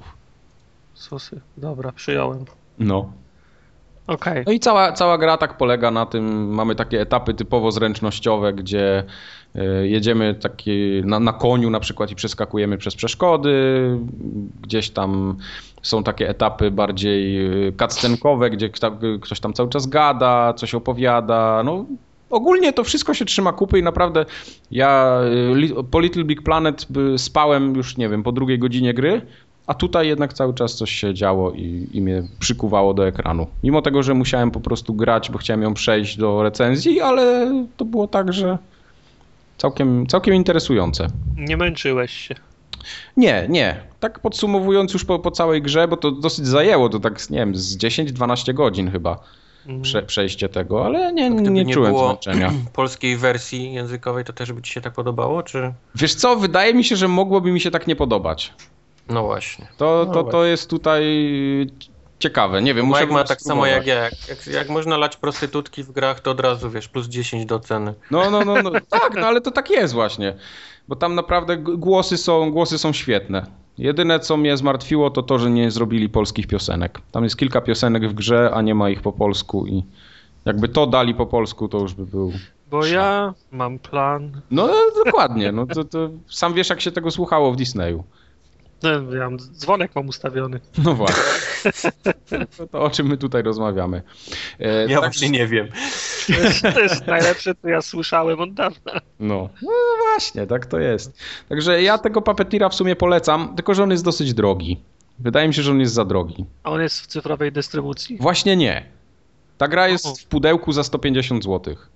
Susy, dobra, przyjąłem. No. Okay. No i cała, cała gra tak polega na tym, mamy takie etapy typowo zręcznościowe, gdzie jedziemy taki na, na koniu na przykład i przeskakujemy przez przeszkody, gdzieś tam są takie etapy bardziej cutscenkowe, gdzie ktoś tam cały czas gada, coś opowiada, no ogólnie to wszystko się trzyma kupy i naprawdę ja po Little Big Planet spałem już nie wiem, po drugiej godzinie gry, a tutaj jednak cały czas coś się działo i, i mnie przykuwało do ekranu. Mimo tego, że musiałem po prostu grać, bo chciałem ją przejść do recenzji, ale to było tak, że całkiem, całkiem interesujące. Nie męczyłeś się? Nie, nie. Tak podsumowując już po, po całej grze, bo to dosyć zajęło, to tak, nie wiem, z dziesięć dwanaście godzin chyba prze, przejście tego, ale nie, nie, nie czułem było zmęczenia. Polskiej wersji językowej, to też by ci się tak podobało, czy? Wiesz co, wydaje mi się, że mogłoby mi się tak nie podobać. No właśnie. To, no to, właśnie. to jest tutaj ciekawe, nie wiem. Mike ma tak samo jak ja. Jak, jak, jak można lać prostytutki w grach, to od razu, wiesz, plus dziesięć do ceny. No, no, no, no tak, no ale to tak jest właśnie. Bo tam naprawdę głosy są, głosy są świetne. Jedyne, co mnie zmartwiło, to to, że nie zrobili polskich piosenek. Tam jest kilka piosenek w grze, a nie ma ich po polsku i jakby to dali po polsku, to już by był... Bo szok. Ja mam plan. No dokładnie, no to, to sam wiesz, jak się tego słuchało w Disneyu. No, ja mam dzwonek mam ustawiony. No właśnie. To, to o czym my tutaj rozmawiamy. E, ja tak, właśnie nie wiem. To jest najlepsze, co ja słyszałem od dawna. No. no właśnie, tak to jest. Także ja tego Puppeteera w sumie polecam, tylko że on jest dosyć drogi. Wydaje mi się, że on jest za drogi. A on jest w cyfrowej dystrybucji? Właśnie nie. Ta gra jest w pudełku za sto pięćdziesiąt złotych.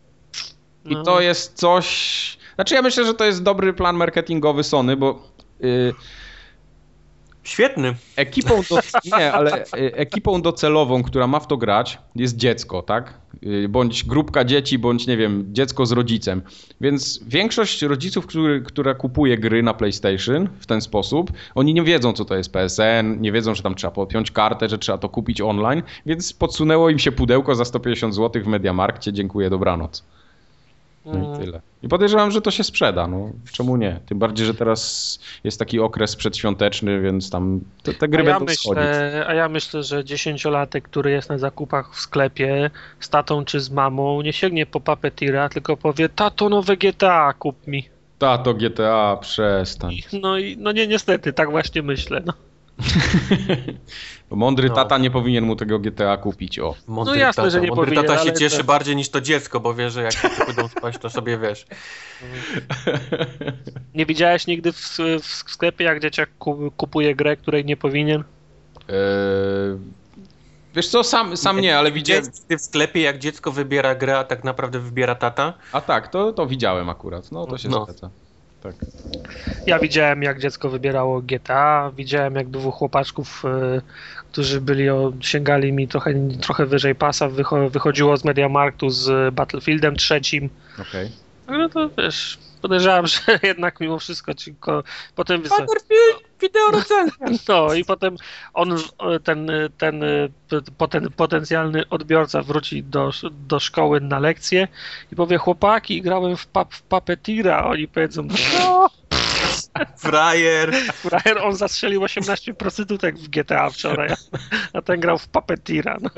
I no. to jest coś... Znaczy ja myślę, że to jest dobry plan marketingowy Sony, bo... Yy... Świetny. Ekipą do... Nie, ale ekipą docelową, która ma w to grać, jest dziecko, tak? Bądź grupka dzieci, bądź nie wiem, dziecko z rodzicem. Więc większość rodziców, który, która kupuje gry na PlayStation w ten sposób, oni nie wiedzą, co to jest P S N, nie wiedzą, że tam trzeba podpiąć kartę, że trzeba to kupić online, więc podsunęło im się pudełko za sto pięćdziesiąt złotych w Mediamarkcie, dziękuję, dobranoc. No i tyle. I podejrzewam, że to się sprzeda, no czemu nie? Tym bardziej, że teraz jest taki okres przedświąteczny, więc tam te, te gry a ja będą myślę, schodzić. A ja myślę, że dziesięciolatek, który jest na zakupach w sklepie z tatą czy z mamą, nie sięgnie po Puppeteera, tylko powie: tato, nowe G T A kup mi. Tato, G T A, przestań. No i no nie, niestety, tak właśnie myślę, no. Bo mądry no. tata nie powinien mu tego G T A kupić, o. Mądry no jasne, tata. że nie mądry powinien, tata się ale cieszy to... bardziej niż to dziecko, bo wie, że jak pójdą spać, to sobie wiesz. Nie widziałeś nigdy w, w sklepie, jak dzieciak kupuje grę, której nie powinien? Eee... Wiesz co, sam, sam nie, ale widziałem... Ty w sklepie, jak dziecko wybiera grę, a tak naprawdę wybiera tata? A tak, to, to widziałem akurat, no to się no. zgadza. Tak. Ja widziałem, jak dziecko wybierało G T A, widziałem, jak dwóch chłopaczków, y, którzy byli, o, sięgali mi trochę, trochę wyżej pasa, wycho wychodziło z Mediamarktu z Battlefieldem trzecim. Okej. Okay. No to wiesz, podejrzewam, że jednak mimo wszystko ci ko... potem... Battlefield, wideo recenzja. No i potem on, ten, ten poten, potencjalny odbiorca wróci do, do szkoły na lekcję i powie: chłopaki, grałem w, pap, w Puppeteera, oni powiedzą: no. Frajer. Frajer, on zastrzelił osiemnaście prostytutek w G T A wczoraj, a ten grał w Puppeteera. No.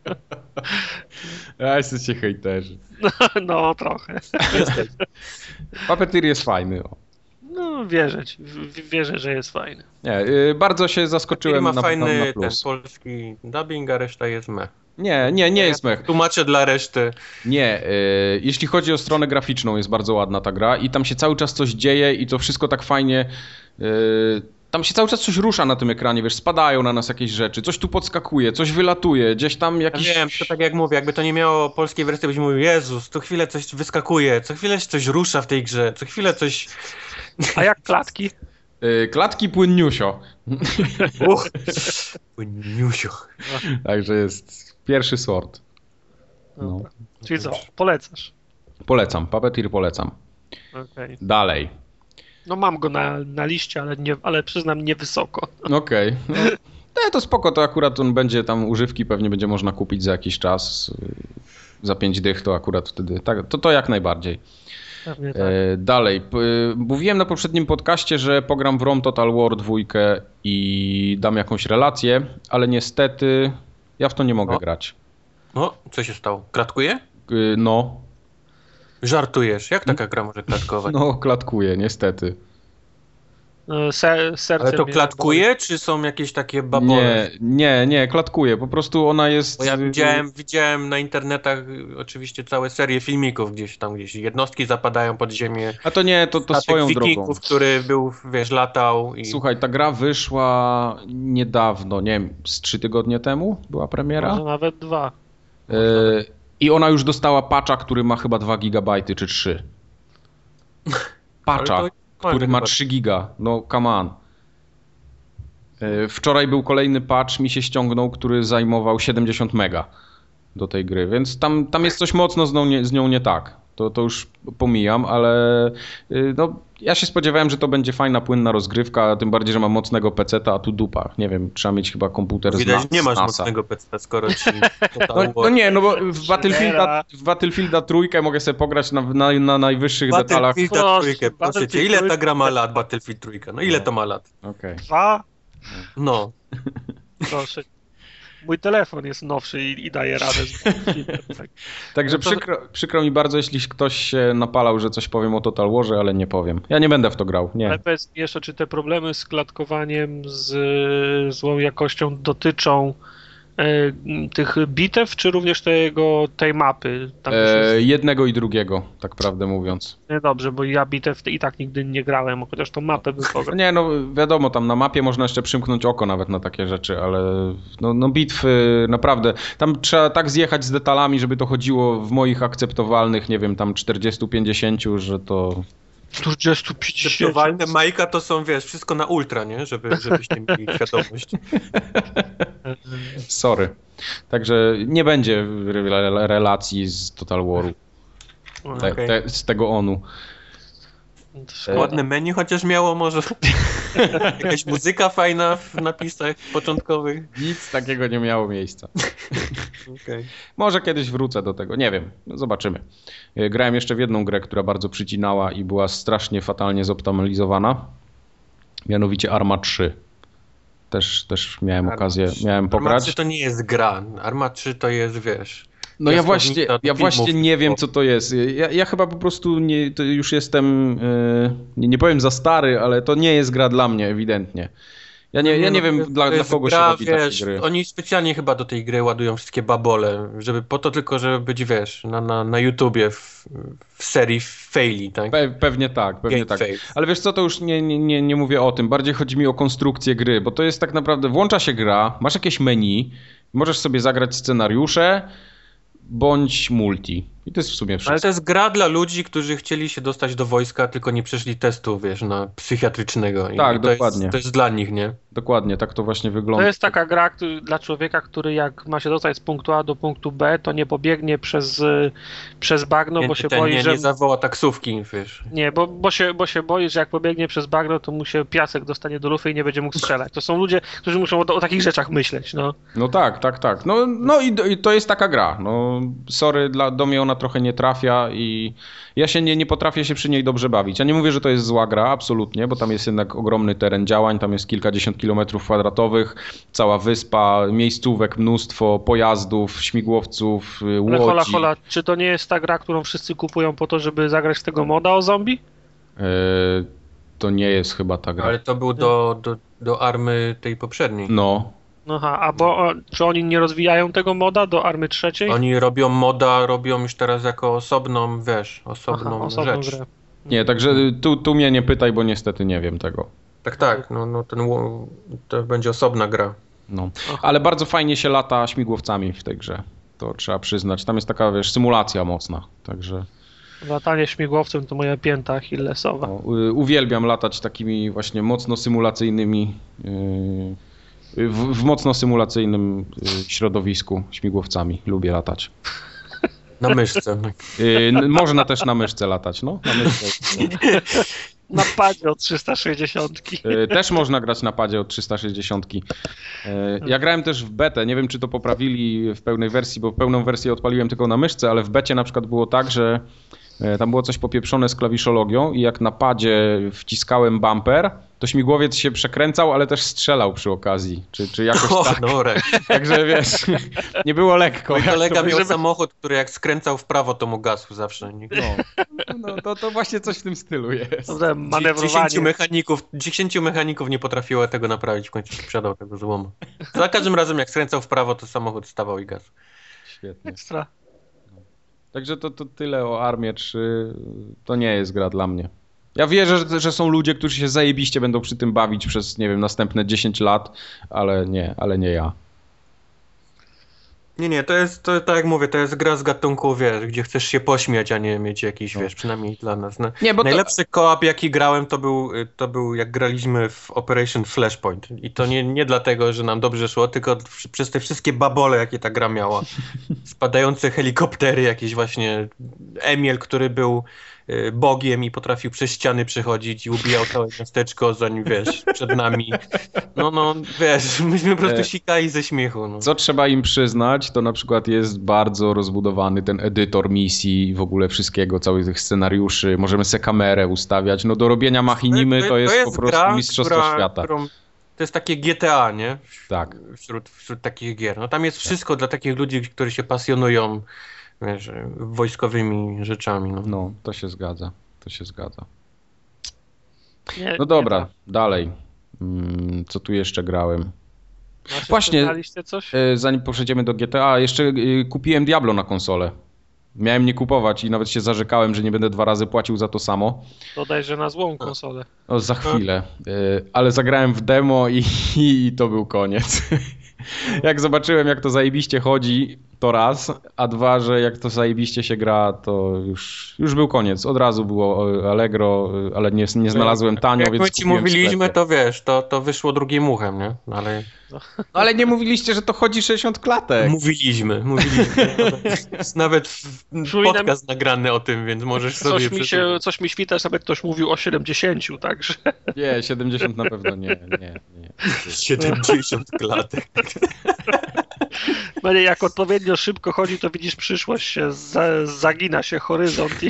Ja jesteście hejterzy. No, no trochę. Puppeteer jest fajny. O. No wierzę ci, wierzę, że jest fajny. Nie, yy, bardzo się zaskoczyłem. Ma na, fajny na, na plus. ten polski dubbing, a reszta jest mech. Nie, nie, nie jest mech. Tłumaczę dla reszty. Nie, yy, jeśli chodzi o stronę graficzną, jest bardzo ładna ta gra i tam się cały czas coś dzieje i to wszystko tak fajnie... Yy, tam się cały czas coś rusza na tym ekranie, wiesz, spadają na nas jakieś rzeczy, coś tu podskakuje, coś wylatuje, gdzieś tam jakiś... Ja wiem, to tak jak mówię, jakby to nie miało polskiej wersji, byś mówił: Jezus, co chwilę coś wyskakuje, co chwilę coś rusza w tej grze, co chwilę coś... A jak klatki? Yy, klatki płynniusio. Uch, płynniusio. Także jest pierwszy sort. No. Czyli co, polecasz? Polecam, Puppeteer polecam. Okay. Dalej. No mam go na, na liście, ale, nie, ale przyznam niewysoko. Okej. Okay. No, to spoko, to akurat on będzie tam, używki pewnie będzie można kupić za jakiś czas. Za pięć dych to akurat wtedy, tak, to, to jak najbardziej. Pewnie tak. E, dalej. P mówiłem na poprzednim podcaście, że pogram w ROM Total War dwa i dam jakąś relację, ale niestety ja w to nie mogę no. grać. No, co się stało? Klatkuje? E, no. Żartujesz, jak taka gra może klatkować? No, klatkuje, niestety. Ser, serce Ale to klatkuje, boli. Czy są jakieś takie babole? Nie, nie, nie, klatkuje. Po prostu ona jest... Bo ja widziałem, widziałem na internetach oczywiście całe serie filmików gdzieś tam, gdzieś jednostki zapadają pod ziemię. A to nie, to, to swoją wikingów, drogą. który był, wiesz, latał. I... Słuchaj, ta gra wyszła niedawno, nie wiem, z trzy tygodnie temu była premiera? Może nawet dwa. Y I ona już dostała patcha, który ma chyba dwa gigabajty czy trzy. patcha, który ma trzy giga. No come on. Wczoraj był kolejny patch, mi się ściągnął, który zajmował siedemdziesiąt mega do tej gry, więc tam, tam jest coś mocno z nią nie, z nią nie tak. To, to już pomijam, ale no, ja się spodziewałem, że to będzie fajna, płynna rozgrywka, tym bardziej, że mam mocnego peceta, a tu dupa. Nie wiem, trzeba mieć chyba komputer Widać, z, na, nie masz z NASA. mocnego peceta, skoro ci... No, no nie, no bo w Battlefielda, w Battlefielda trójkę mogę sobie pograć na, na, na najwyższych detalach. Battlefielda trójkę, proszę cię, ile ta gra ma lat, Battlefield trójka? No ile to ma lat? Okay. Dwa? No. Proszę. Mój telefon jest nowszy i, i daje radę. Z... Także no to... przykro, przykro mi bardzo, jeśli ktoś się napalał, że coś powiem o Total Warze, ale nie powiem. Ja nie będę w to grał, nie. Ale powiedz mi jeszcze, czy te problemy z klatkowaniem, z złą jakością dotyczą e, tych bitew, czy również tego, tej mapy? Tam e, jest... Jednego i drugiego, tak prawdę mówiąc. Nie, dobrze, bo ja bitew i tak nigdy nie grałem, chociaż tą mapę bym pograł. Nie, no wiadomo, tam na mapie można jeszcze przymknąć oko nawet na takie rzeczy, ale no, no bitwy naprawdę, tam trzeba tak zjechać z detalami, żeby to chodziło w moich akceptowalnych, nie wiem, tam czterdzieści pięćdziesiąt, że to... czterdzieści pięćdziesiąt. Akceptowalne Majka to są, wiesz, wszystko na ultra, nie? Żeby, żebyście mieli świadomość. Sorry. Także nie będzie re- relacji z Total War'u. Te, Okay. te, z tego onu. Ładne menu chociaż miało może. Jakaś muzyka fajna w napisach początkowych. Nic takiego nie miało miejsca. Okay. Może kiedyś wrócę do tego, nie wiem, zobaczymy. Grałem jeszcze w jedną grę, która bardzo przycinała i była strasznie fatalnie zoptymalizowana. Mianowicie Arma trzy. Też, też miałem Arma okazję, trzy. miałem pograć. Arma trzy to nie jest gra. Arma trzy to jest, wiesz... No ja właśnie, ja właśnie nie wiem, co to jest. Ja, ja chyba po prostu nie, to już jestem, yy, nie, nie powiem za stary, ale to nie jest gra dla mnie, ewidentnie. Ja nie, ja nie no, wiem, dla, dla kogo gra, się robi wiesz, takie gry. Oni specjalnie chyba do tej gry ładują wszystkie babole, żeby po to tylko, żeby być, wiesz, na, na, na YouTubie w, w serii faili, tak? Pe, pewnie tak, pewnie Game tak. fail. Ale wiesz co, to już nie, nie, nie, nie mówię o tym. Bardziej chodzi mi o konstrukcję gry, bo to jest tak naprawdę, włącza się gra, masz jakieś menu, możesz sobie zagrać scenariusze, bądź multi. I to jest w sumie wszystko. Ale to jest gra dla ludzi, którzy chcieli się dostać do wojska, tylko nie przeszli testu, wiesz, na psychiatrycznego. I tak, to dokładnie. Jest, to jest dla nich, nie? Dokładnie, tak to właśnie wygląda. To jest taka gra który, dla człowieka, który jak ma się dostać z punktu A do punktu B, to nie pobiegnie przez, przez bagno, nie, bo się ten, boi, nie, że... nie zawoła taksówki, wiesz. Nie, bo, bo, się, bo się boi, że jak pobiegnie przez bagno, to mu się piasek dostanie do lufy i nie będzie mógł strzelać. To są ludzie, którzy muszą o, o takich rzeczach myśleć, no. No tak, tak, tak. No, no i, i to jest taka gra. No, sorry, dla, do mnie ona trochę nie trafia i ja się nie, nie potrafię się przy niej dobrze bawić. Ja nie mówię, że to jest zła gra, absolutnie, bo tam jest jednak ogromny teren działań, tam jest kilkadziesiąt kilometrów kwadratowych, cała wyspa, miejscówek, mnóstwo pojazdów, śmigłowców, łodzi. Ale hola, hola, czy to nie jest ta gra, którą wszyscy kupują po to, żeby zagrać w tego moda o zombie? Yy, to nie jest chyba ta gra. Ale to był do, do, do army tej poprzedniej. No. Aha, a bo czy oni nie rozwijają tego moda do army trzeciej? Oni robią moda, robią już teraz jako osobną, wiesz, osobną, Aha, osobną rzecz. grę. Nie, także tu, tu mnie nie pytaj, bo niestety nie wiem tego. Tak, tak, no, no ten, to będzie osobna gra. No. Ale bardzo fajnie się lata śmigłowcami w tej grze. To trzeba przyznać. Tam jest taka, wiesz, symulacja mocna, także... Latanie śmigłowcem to moja pięta achillesowa. No, uwielbiam latać takimi właśnie mocno symulacyjnymi, yy, w, w mocno symulacyjnym środowisku śmigłowcami. Lubię latać. Na myszce. Yy, można też na myszce latać, no. Na myszce. Na padzie od trzysta sześćdziesiąt. Yy, też można grać na padzie od trzysta sześćdziesiąt. Yy, ja grałem też w betę, nie wiem czy to poprawili w pełnej wersji, bo pełną wersję odpaliłem tylko na myszce, ale w becie na przykład było tak, że tam było coś popieprzone z klawiszologią i jak na padzie wciskałem bumper, to śmigłowiec się przekręcał, ale też strzelał przy okazji. Czy, czy jakoś o, tak. Dobra. Także wiesz, nie było lekko. Mój kolega to, miał żeby... samochód, który jak skręcał w prawo, to mu gasł zawsze. Nie? No, no to, to właśnie coś w tym stylu jest. Dobrze, manewrowanie. Dziesięciu mechaników, dziesięciu mechaników nie potrafiło tego naprawić, w końcu sprzedał tego złomu. Za każdym razem jak skręcał w prawo, to samochód stawał i gasł. Świetnie. Ekstra. Także to, to tyle o Armie trzy. To nie jest gra dla mnie. Ja wierzę, że, że są ludzie, którzy się zajebiście będą przy tym bawić przez, nie wiem, następne dziesięć lat, ale nie, ale nie ja. Nie, nie, to jest, to, tak jak mówię, to jest gra z gatunku, wiesz, gdzie chcesz się pośmiać, a nie mieć jakiś, no. wiesz, przynajmniej dla nas. No, nie, bo najlepszy to... koop, jaki grałem, to był, to był jak graliśmy w Operation Flashpoint. I to nie, nie dlatego, że nam dobrze szło, tylko w, przez te wszystkie babole, jakie ta gra miała. Spadające helikoptery, jakieś właśnie Emil, który był bogiem i potrafił przez ściany przechodzić i ubijał całe miasteczko, zanim, wiesz, przed nami. No, no, wiesz, myśmy po prostu sikali ze śmiechu. No. Co trzeba im przyznać, to na przykład jest bardzo rozbudowany ten edytor misji i w ogóle wszystkiego, całych tych scenariuszy. Możemy se kamerę ustawiać. No do robienia machinimy to, to, to, jest, to jest po prostu gra, mistrzostwo która, świata. Którą, to jest takie G T A, nie? W, tak. Wśród, wśród takich gier. No tam jest wszystko tak. dla takich ludzi, którzy się pasjonują, wiesz, wojskowymi rzeczami. No, no to się zgadza. To się zgadza. Nie, no dobra, nie dalej. Co tu jeszcze grałem? Znaczy, Właśnie, coś? zanim przejdziemy do G T A, jeszcze kupiłem Diablo na konsolę. Miałem nie kupować i nawet się zarzekałem, że nie będę dwa razy płacił za to samo. Dodaj, że na złą konsolę. O, za chwilę. Ale zagrałem w demo i, i to był koniec. Jak zobaczyłem, jak to zajebiście chodzi, to raz, a dwa, że jak to zajebiście się gra, to już, już był koniec. Od razu było Allegro, ale nie, nie znalazłem tanio, jak więc my ci mówiliśmy, to wiesz, to, to wyszło drugim uchem, nie? Ale... No, ale nie mówiliście, że to chodzi sześćdziesiąt klatek. Mówiliśmy, mówiliśmy. Nawet podcast nagrany o tym, więc możesz coś sobie... Mi się, coś mi świta, sobie ktoś mówił o siedemdziesięciu, także... Nie, siedemdziesiąt na pewno nie, nie, nie. siedemdziesiąt klatek. No nie, jak odpowiednio szybko chodzi, to widzisz przyszłość, się za, zagina się horyzont i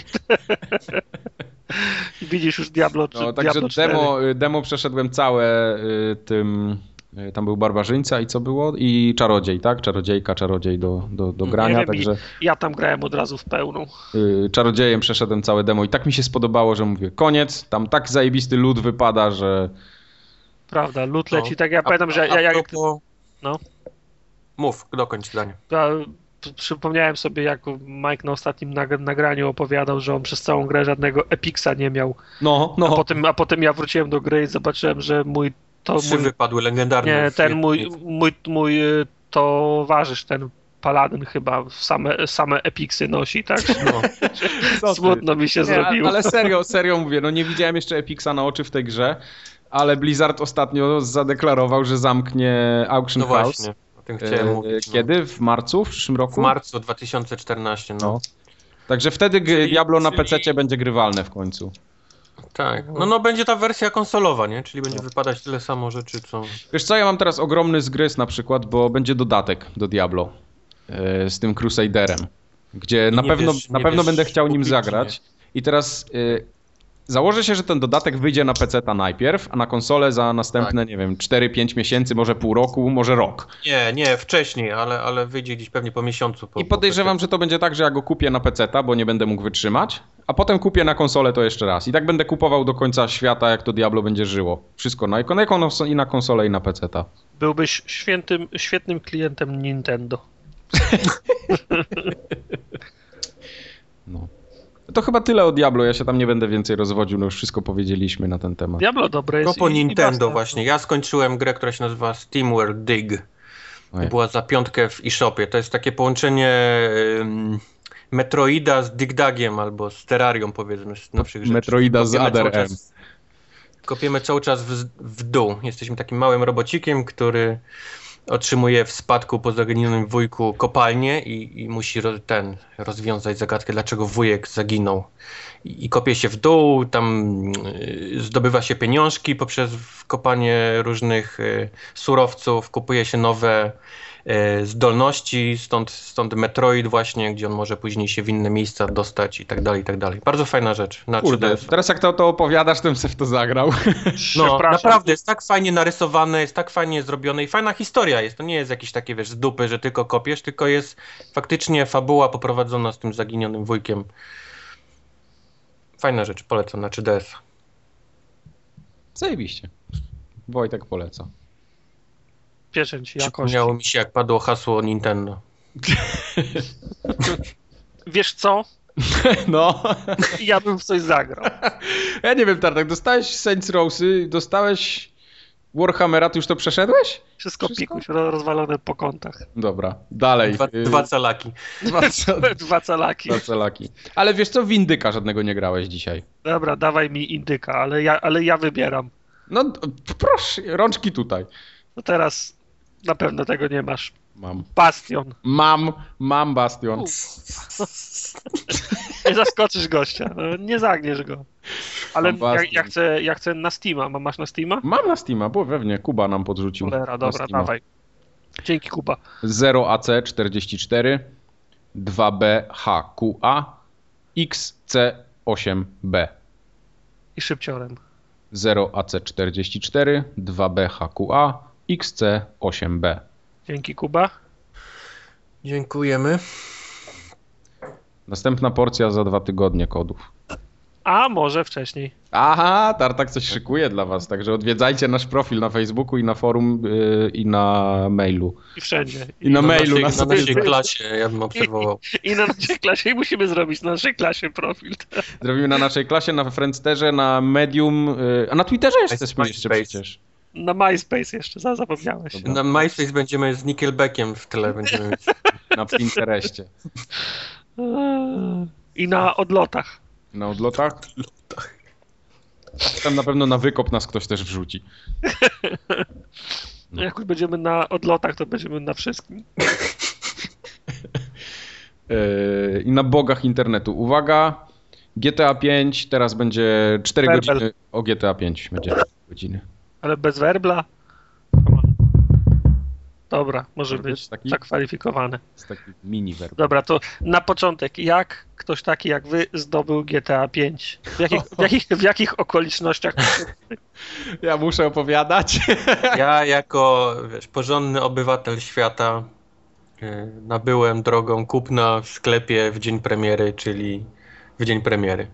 widzisz już Diablo trzy. No, także demo, demo przeszedłem całe y, tym, y, tam był barbarzyńca i co było? I czarodziej, tak? Czarodziejka, czarodziej do, do, do grania, wiem, także... Ja tam grałem od razu w pełną. Y, czarodziejem przeszedłem całe demo i tak mi się spodobało, że mówię, koniec, tam tak zajebisty lód wypada, że... Prawda, lód leci, no. tak ja a, pamiętam, że... Ja, jak... propos... No. Mów, dokończ zdanie. Ja przypomniałem sobie, jak Mike na ostatnim nagraniu opowiadał, że on przez całą grę żadnego epiksa nie miał. No, no. A potem, a potem ja wróciłem do gry i zobaczyłem, że mój... To Trzy mój, wypadły legendarne. Nie, ten mój, mój, mój towarzysz, ten paladyn chyba same, same epiksy nosi, tak? No. Smutno mi się nie, zrobiło. Ale serio, serio mówię, no nie widziałem jeszcze epiksa na oczy w tej grze, ale Blizzard ostatnio zadeklarował, że zamknie Auction no House. Właśnie. Tym chciałem e, mówić. Kiedy? No. W marcu? W przyszłym roku? W marcu dwa tysiące czternastym. No. no. Także wtedy czyli, Diablo na czyli... pececie będzie grywalne w końcu. Tak. No, no będzie ta wersja konsolowa, nie? Czyli będzie no. wypadać tyle samo rzeczy, co... Wiesz co, ja mam teraz ogromny zgryz na przykład, bo będzie dodatek do Diablo e, z tym Crusaderem, gdzie na pewno, wiesz, na pewno będę chciał nim zagrać. I teraz... E, Założę się, że ten dodatek wyjdzie na peceta najpierw, a na konsolę za następne, tak. nie wiem, cztery pięć miesięcy, może pół roku, może rok. Nie, nie, wcześniej, ale, ale wyjdzie gdzieś pewnie po miesiącu. Po, I podejrzewam, po że to będzie tak, że ja go kupię na peceta, bo nie będę mógł wytrzymać, a potem kupię na konsolę to jeszcze raz. I tak będę kupował do końca świata, jak to Diablo będzie żyło. Wszystko na i na konsolę, i na peceta. Byłbyś świętym, świetnym klientem Nintendo. No. To chyba tyle o Diablo, ja się tam nie będę więcej rozwodził, no już wszystko powiedzieliśmy na ten temat. Diablo dobre jest. No po Nintendo właśnie, ja skończyłem grę, która się nazywa SteamWorld Dig. To była za piątkę w eShopie. To jest takie połączenie um, Metroida z Dig Dugiem albo z Terrarią, powiedzmy, z nowszych rzeczy. Metroida z Other M. Kopiemy cały czas w, w dół. Jesteśmy takim małym robocikiem, który otrzymuje w spadku po zaginionym wujku kopalnię i, i musi ro, ten rozwiązać zagadkę, dlaczego wujek zaginął. I, i kopie się w dół, tam y, zdobywa się pieniążki poprzez kopanie różnych y, surowców, kupuje się nowe y, zdolności, stąd, stąd Metroid właśnie, gdzie on może później się w inne miejsca dostać i tak dalej, i tak dalej. Bardzo fajna rzecz. Na Kurde, teraz jak to, to opowiadasz, to bym se w to zagrał. No, naprawdę, jest tak fajnie narysowane, jest tak fajnie zrobione i fajna historia jest. To nie jest jakieś takie, wiesz, z dupy, że tylko kopiesz, tylko jest faktycznie fabuła poprowadzona z tym zaginionym wujkiem. Fajna rzecz, polecam na trzy D S. Zajebiście. Wojtek poleca. Pieczęć jakości. Przypomniało mi się, jak padło hasło Nintendo. Wiesz co? No. Ja bym w coś zagrał. Ja nie wiem, Tartak, dostałeś Saints Rowsy, dostałeś Warhammera, ty już to przeszedłeś? Wszystko, Wszystko? pikuś rozwalone po kątach. Dobra, dalej. Dwa, dwa calaki. Dwa, dwa calaki. Dwa calaki. Ale wiesz co, w Indyka żadnego nie grałeś dzisiaj. Dobra, dawaj mi Indyka, ale ja, ale ja wybieram. No proszę, rączki tutaj. No teraz na pewno tego nie masz. Mam. Bastion. Mam, mam Bastion. Nie zaskoczysz gościa, no, nie zagniesz go. Ale ja, ja, chcę, ja chcę na Steama. Masz na Steama? Mam na Steama, bo pewnie Kuba nam podrzucił. Cholera, dobra, dawaj. Dzięki, Kuba. zero A C czterdzieści cztery, dwa B H Q A, X C osiem B. I szybciorem. zero A C czterdzieści cztery, dwa B H Q A, X C osiem B. Dzięki, Kuba. Dziękujemy. Następna porcja za dwa tygodnie kodów. A może wcześniej. Aha, Tartak coś szykuje dla was, także odwiedzajcie nasz profil na Facebooku i na forum yy, i na mailu. I wszędzie. I, I na, na mailu. Naszej, na naszej klasie, ja bym obserwował. I, I na naszej klasie i musimy zrobić na naszej klasie profil. Zrobimy na naszej klasie, na Friendsterze, na Medium, yy, a na Twitterze jesteśmy jeszcze przecież. Na MySpace jeszcze, zapomniałeś. Dobra. Na MySpace będziemy z Nickelbackiem w tyle. Będziemy mieć. Na Pinterestie. I na odlotach. Na odlotach? odlotach. Tam na pewno na wykop nas ktoś też wrzuci. No. Jak już będziemy na odlotach, to będziemy na wszystkim. I na bogach internetu. Uwaga, G T A pięć, teraz będzie cztery Werbel. godziny o G T A pięć. Będzie cztery godziny. Ale bez werbla? Dobra, może być taki, zakwalifikowane. Jest taki mini werb. Dobra, to na początek, jak ktoś taki jak wy zdobył G T A pięć? W jakich, w jakich, w jakich okolicznościach? Ja muszę opowiadać. Ja jako, wiesz, porządny obywatel świata yy, nabyłem drogą kupna w sklepie w dzień premiery, czyli w dzień premiery.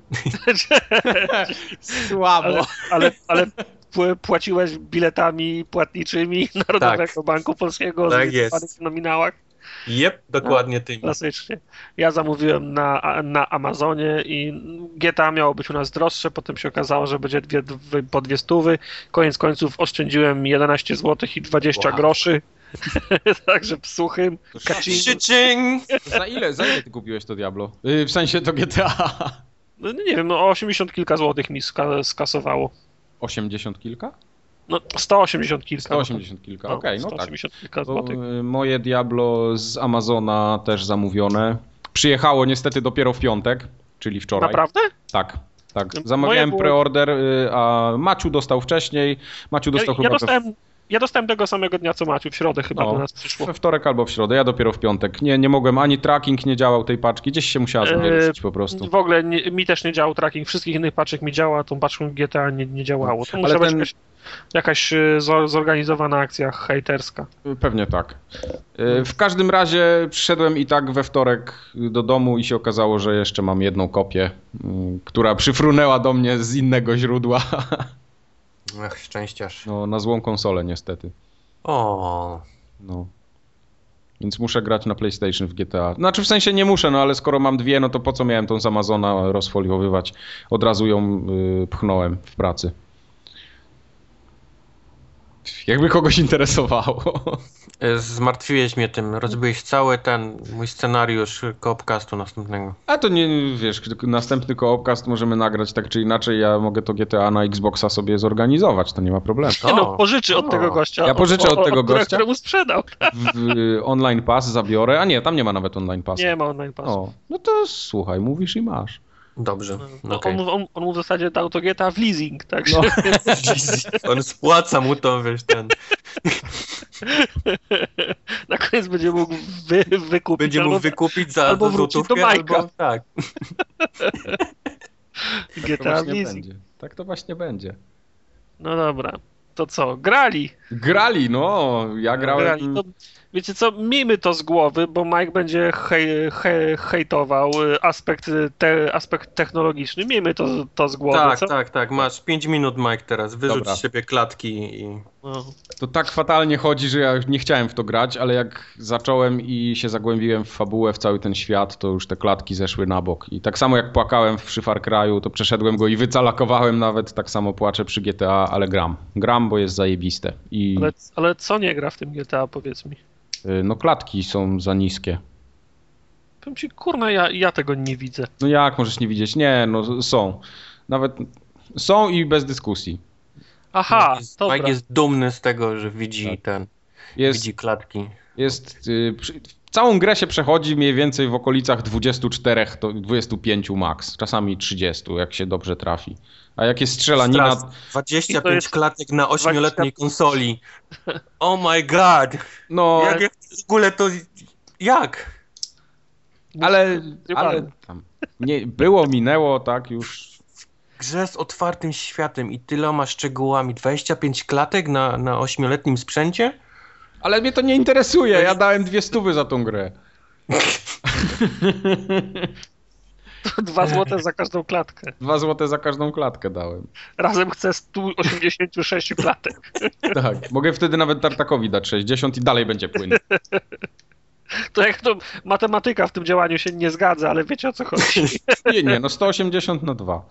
Słabo. Ale, ale, ale płaciłeś biletami płatniczymi Narodowego tak. Banku Polskiego tak w nominałach? Jep, dokładnie tymi. Klasycznie. Ja zamówiłem na, na Amazonie i G T A miało być u nas droższe, potem się okazało, że będzie dwie, dwie, po dwie stówy. Koniec końców oszczędziłem jedenaście złotych i dwadzieścia wow. groszy. Także suchym. Kacin. Za ile, za ile ty kupiłeś to Diablo? Yy, w sensie to G T A. No nie wiem, no osiemdziesiąt kilka złotych mi ska skasowało. osiemdziesiąt kilka? No sto osiemdziesiąt kilka. sto osiemdziesiąt kilka, no, okej, okay, no sto osiemdziesiąt tak. kilka złotych. To, y, moje Diablo z Amazona też zamówione. Przyjechało niestety dopiero w piątek, czyli wczoraj. Naprawdę? Tak, tak. Zamawiałem było... preorder, y, a Maciu dostał wcześniej. Maciu dostał ja, chyba... Ja dostałem... Ja dostałem tego samego dnia co Maciu, w środę chyba no, do nas przyszło. We wtorek albo w środę, ja dopiero w piątek. Nie, nie mogłem, ani tracking nie działał tej paczki, gdzieś się musiała zamieścić po prostu. W ogóle nie, mi też nie działał tracking, wszystkich innych paczek mi działa, a tą paczką G T A nie, nie działało. To ale ten... jakaś, jakaś zorganizowana akcja hejterska. Pewnie tak. W każdym razie przyszedłem i tak we wtorek do domu i się okazało, że jeszcze mam jedną kopię, która przyfrunęła do mnie z innego źródła. Ach, szczęściarz. No, na złą konsolę niestety. O. No. Więc muszę grać na PlayStation w G T A. Znaczy w sensie nie muszę, no ale skoro mam dwie, no to po co miałem tą z Amazona rozfoliowywać? Od razu ją y, pchnąłem w pracy. Jakby kogoś interesowało. Zmartwiłeś mnie tym. Rozbyłeś cały ten mój scenariusz koopcastu następnego. A to nie, wiesz, następny koopcast możemy nagrać tak czy inaczej. Ja mogę to G T A na Xboxa sobie zorganizować, to nie ma problemu. Nie no, pożyczy od o. tego gościa. Ja pożyczę od, od tego od, gościa. Któremu sprzedał. W, w online pass zabiorę. A nie, tam nie ma nawet online passu. Nie ma online passu. O, no to słuchaj, mówisz i masz. Dobrze. No, okay. on, on, on mu w zasadzie dał to G T A w leasing, także... No. On spłaca mu to, wiesz, ten... Na koniec będzie mógł wy, wykupić. Będzie mógł wykupić za albo wrócić do Majka. Albo, tak. G T A tak w leasing. Będzie. Tak to właśnie będzie. No dobra. To co? Grali? Grali, no. Ja grałem... Grali. To wiecie co, miejmy to z głowy, bo Mike będzie hej, hej, hejtował aspekt, te, aspekt technologiczny. Miejmy to, to z głowy. Tak, co? tak, tak. Masz pięć minut, Mike, teraz. Wyrzuć Dobra. z siebie klatki i... No. To tak fatalnie chodzi, że ja już nie chciałem w to grać, ale jak zacząłem i się zagłębiłem w fabułę, w cały ten świat, to już te klatki zeszły na bok. I tak samo jak płakałem przy Far Cry'u, to przeszedłem go i wycalakowałem nawet, tak samo płaczę przy G T A, ale gram. Gram, bo jest zajebiste. I Ale, ale co nie gra w tym G T A, powiedz mi? y, no klatki są za niskie. Powiem ci, kurna, ja, ja tego nie widzę. No jak możesz nie widzieć? Nie, no są. Nawet są i bez dyskusji. Aha, Mike jest, dobra. Mike jest dumny z tego, że widzi Tak. ten, Jest, widzi klatki. jest y, przy, całą grę się przechodzi mniej więcej w okolicach dwudziestu czterech do dwudziestu pięciu max, czasami trzydziestu, jak się dobrze trafi. A jak jest strzelanina... Stras, dwadzieścia pięć I to jest klatek na ośmioletniej dwadzieścia konsoli. Oh my god! No, Jak, jak w ogóle to... Jak? ale, Nie ale pamiętam. tam nie, było, minęło, tak już. Grze z otwartym światem i tyloma szczegółami. dwadzieścia pięć klatek na, na ośmioletnim sprzęcie? Ale mnie to nie interesuje, ja dałem dwie stówy za tą grę. Dwa złote za każdą klatkę. Dwa złote za każdą klatkę dałem. Razem chcę sto osiemdziesiąt sześć klatek. Tak, mogę wtedy nawet Tartakowi dać sześćdziesiąt i dalej będzie płyn. To jak to matematyka w tym działaniu się nie zgadza, ale wiecie o co chodzi. Nie, nie, no sto osiemdziesiąt na dwa.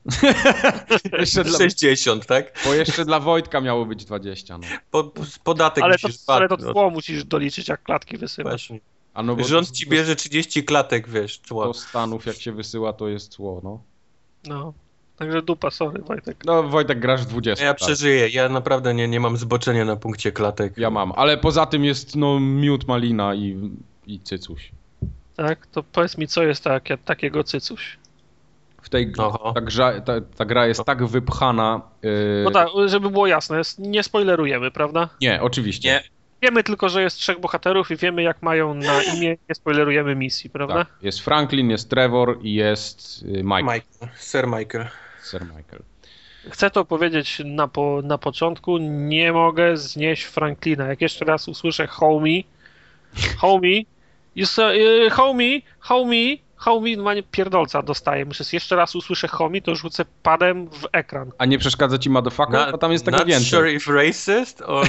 Jeszcze dla, sześćdziesiąt, tak? bo jeszcze dla Wojtka miało być dwadzieścia. No. Po, podatek Ale to, musisz ale to płacić. tło musisz doliczyć, jak klatki wysyłasz. Właśnie. A no bo Rząd to- ci bierze trzydzieści klatek, wiesz, Do cło. Stanów jak się wysyła, to jest cło, no. No. Także dupa, sorry Wojtek. No Wojtek, grasz w dwudziestu. Ja tak. przeżyję, ja naprawdę nie, nie mam zboczenia na punkcie klatek. Ja mam, ale poza tym jest no miód, malina i, i cycuś. Tak, to powiedz mi, co jest takie, takiego cycuś. W tej Oho. ta, grza, ta, ta gra jest tak wypchana. Yy... No tak, żeby było jasne, jest- nie spoilerujemy, prawda? Nie, oczywiście. Nie. Wiemy tylko, że jest trzech bohaterów i wiemy, jak mają na imię, nie spoilerujemy misji, prawda? Tak. Jest Franklin, jest Trevor i jest yy, Michael. Michael, Sir Michael. Sir Michael. Chcę to powiedzieć na, po, na początku, nie mogę znieść Franklina. Jak jeszcze raz usłyszę homie, homie, you say, uh, homie, homie, homie, normalnie pierdolca dostaję. Muszę jeszcze raz usłyszę homie, to rzucę padem w ekran. A nie przeszkadza ci motherfucker? Bo tam jest tego not więcej. sure if racist or...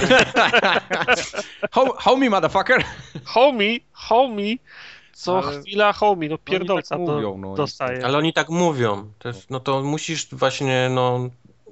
Ho- Homie motherfucker! Homie, homie, co Ale- chwila homie, no pierdolca tak do, mówią, no, dostaję. Ale oni tak mówią. To jest, no to musisz właśnie, no...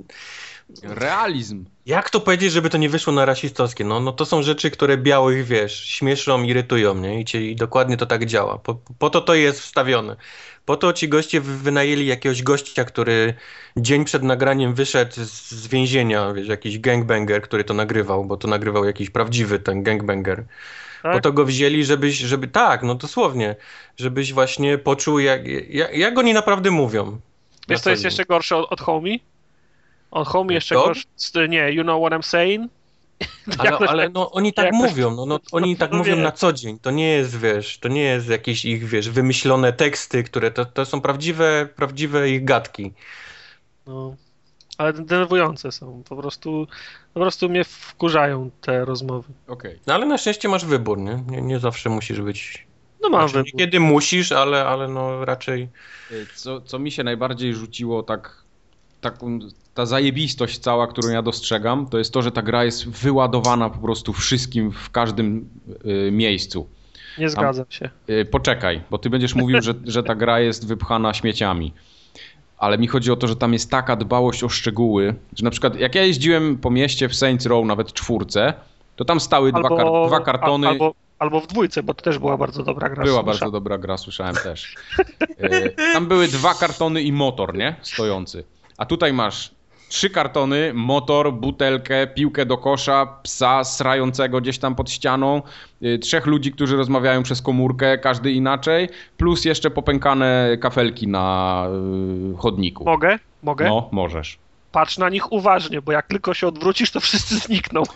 Realizm. Jak to powiedzieć, żeby to nie wyszło na rasistowskie? No, no to są rzeczy, które białych, wiesz, śmieszą, irytują, nie? I, cię, i dokładnie to tak działa. Po, po to to jest wstawione. Po to ci goście wy- wynajęli jakiegoś gościa, który dzień przed nagraniem wyszedł z, z więzienia, wiesz, jakiś gangbanger, który to nagrywał, bo to nagrywał jakiś prawdziwy ten gangbanger. Tak? Po to go wzięli, żebyś, żeby, tak, no dosłownie, żebyś właśnie poczuł, jak, jak, jak oni naprawdę mówią. Wiesz, Na co jest co jeszcze gorsze od, od homie? Od homie jeszcze Dog? gorsze, nie, you know what I'm saying? Ale, Jakoś ale tak- no, oni tak jakoś- mówią, no, no, oni tak no mówią wiem. na co dzień. To nie jest, wiesz, to nie jest jakieś ich, wiesz, wymyślone teksty, które to, to są prawdziwe, prawdziwe ich gadki. No, ale denerwujące są, po prostu, po prostu mnie wkurzają te rozmowy. Okej. No ale na szczęście masz wybór, nie? Nie, nie zawsze musisz być... No mam Znaczy, wybór. niekiedy musisz, ale, ale no raczej... Y, Co, co mi się najbardziej rzuciło, tak, taką, ta zajebistość cała, którą ja dostrzegam, to jest to, że ta gra jest wyładowana po prostu wszystkim w każdym y, miejscu. Nie zgadzam się. Y, poczekaj, bo ty będziesz mówił, że, że ta gra jest wypchana śmieciami. Ale mi chodzi o to, że tam jest taka dbałość o szczegóły, że na przykład jak ja jeździłem po mieście w Saints Row, nawet czwórce, to tam stały dwa, kar dwa kartony. a- Albo, albo w dwójce, bo to też była bardzo dobra gra. Była Słysza- bardzo dobra gra, słyszałem też. Y, tam były dwa kartony i motor, nie? Stojący. A tutaj masz trzy kartony, motor, butelkę, piłkę do kosza, psa srającego gdzieś tam pod ścianą, y, trzech ludzi, którzy rozmawiają przez komórkę, każdy inaczej, plus jeszcze popękane kafelki na y, chodniku. Mogę? Mogę? No, możesz. Patrz na nich uważnie, bo jak tylko się odwrócisz, to wszyscy znikną.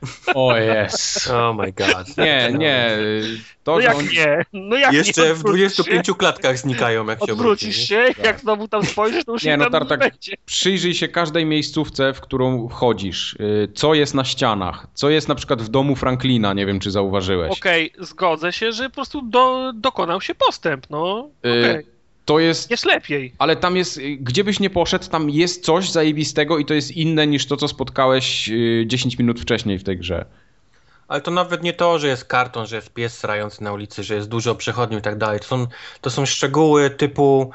O jest. Oh my god. Nie, nie. To, no jak on... nie? No jak Jeszcze nie? w dwudziestu pięciu klatkach znikają, jak się odwrócisz obróci, się, tak. Jak znowu tam spojrzysz, to już nie, no, tam Tartak, nie będzie. Przyjrzyj się każdej miejscówce, w którą wchodzisz. Co jest na ścianach? Co jest na przykład w domu Franklina? Nie wiem, czy zauważyłeś. Okej, okay, zgodzę się, że po prostu do, dokonał się postęp, no. Okej. Okay. To jest... Jest lepiej. Ale tam jest, gdzie byś nie poszedł, tam jest coś zajebistego i to jest inne niż to, co spotkałeś dziesięć minut wcześniej w tej grze. Ale to nawet nie to, że jest karton, że jest pies srający na ulicy, że jest dużo przechodniów i tak dalej. To są, to są szczegóły typu,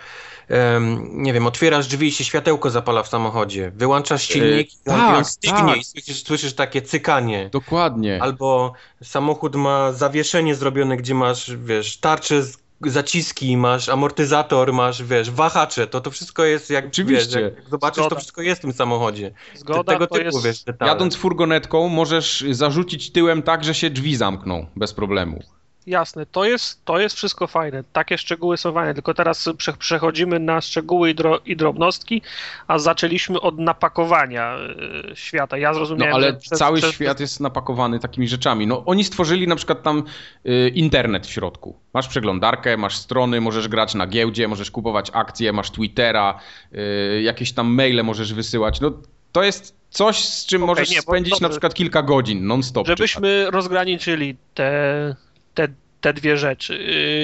um, nie wiem, otwierasz drzwi i się światełko zapala w samochodzie. Wyłączasz silnik yy, i tak, on stygnie tak. i słyszysz, słyszysz takie cykanie. Dokładnie. Albo samochód ma zawieszenie zrobione, gdzie masz, wiesz, tarczę z zaciski, masz amortyzator, masz, wiesz, wahacze, to to wszystko jest jak, Oczywiście. Wiesz, jak zobaczysz, Zgoda. To wszystko jest w tym samochodzie. Zgoda, tego to typu, jest... wiesz, detale. Jadąc furgonetką możesz zarzucić tyłem tak, że się drzwi zamkną bez problemu. Jasne, to jest, to jest wszystko fajne, takie szczegóły są fajne, tylko teraz prze, przechodzimy na szczegóły i, dro, i drobnostki, a zaczęliśmy od napakowania y, świata. Ja zrozumiałem, no ale że przez, cały przez, świat jest napakowany takimi rzeczami. No oni stworzyli na przykład tam y, internet w środku. Masz przeglądarkę, masz strony, możesz grać na giełdzie, możesz kupować akcje, masz Twittera, y, jakieś tam maile możesz wysyłać. No to jest coś, z czym okay, możesz nie, spędzić dobrze, na przykład kilka godzin non-stop. Żebyśmy czytać. rozgraniczyli te... Te, te dwie rzeczy.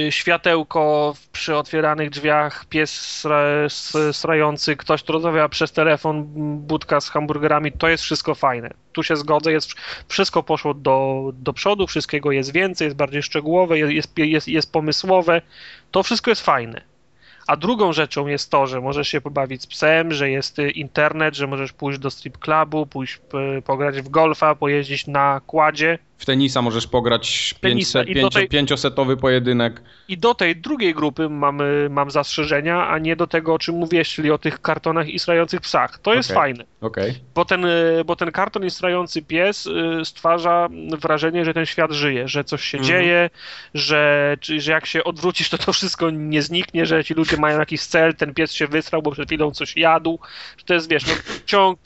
Światełko przy otwieranych drzwiach, pies sra, srający, ktoś, kto rozmawia przez telefon, budka z hamburgerami, to jest wszystko fajne. Tu się zgodzę, jest, wszystko poszło do, do przodu, wszystkiego jest więcej, jest bardziej szczegółowe, jest, jest, jest pomysłowe. To wszystko jest fajne. A drugą rzeczą jest to, że możesz się pobawić z psem, że jest internet, że możesz pójść do strip clubu, pójść pograć w golfa, pojeździć na kładzie. W tenisa możesz pograć tenisa. pięcio, tej... pięciosetowy pojedynek. I do tej drugiej grupy mamy, mam zastrzeżenia, a nie do tego, o czym mówiłeś, czyli o tych kartonach i srających psach. To jest okay. fajne. Okay. Bo, ten, bo ten karton i srający pies stwarza wrażenie, że ten świat żyje, że coś się mm-hmm. dzieje, że, że jak się odwrócisz, to to wszystko nie zniknie, że ci ludzie mają jakiś cel, ten pies się wysrał, bo przed chwilą coś jadł. Że to jest, wiesz, no, ciąg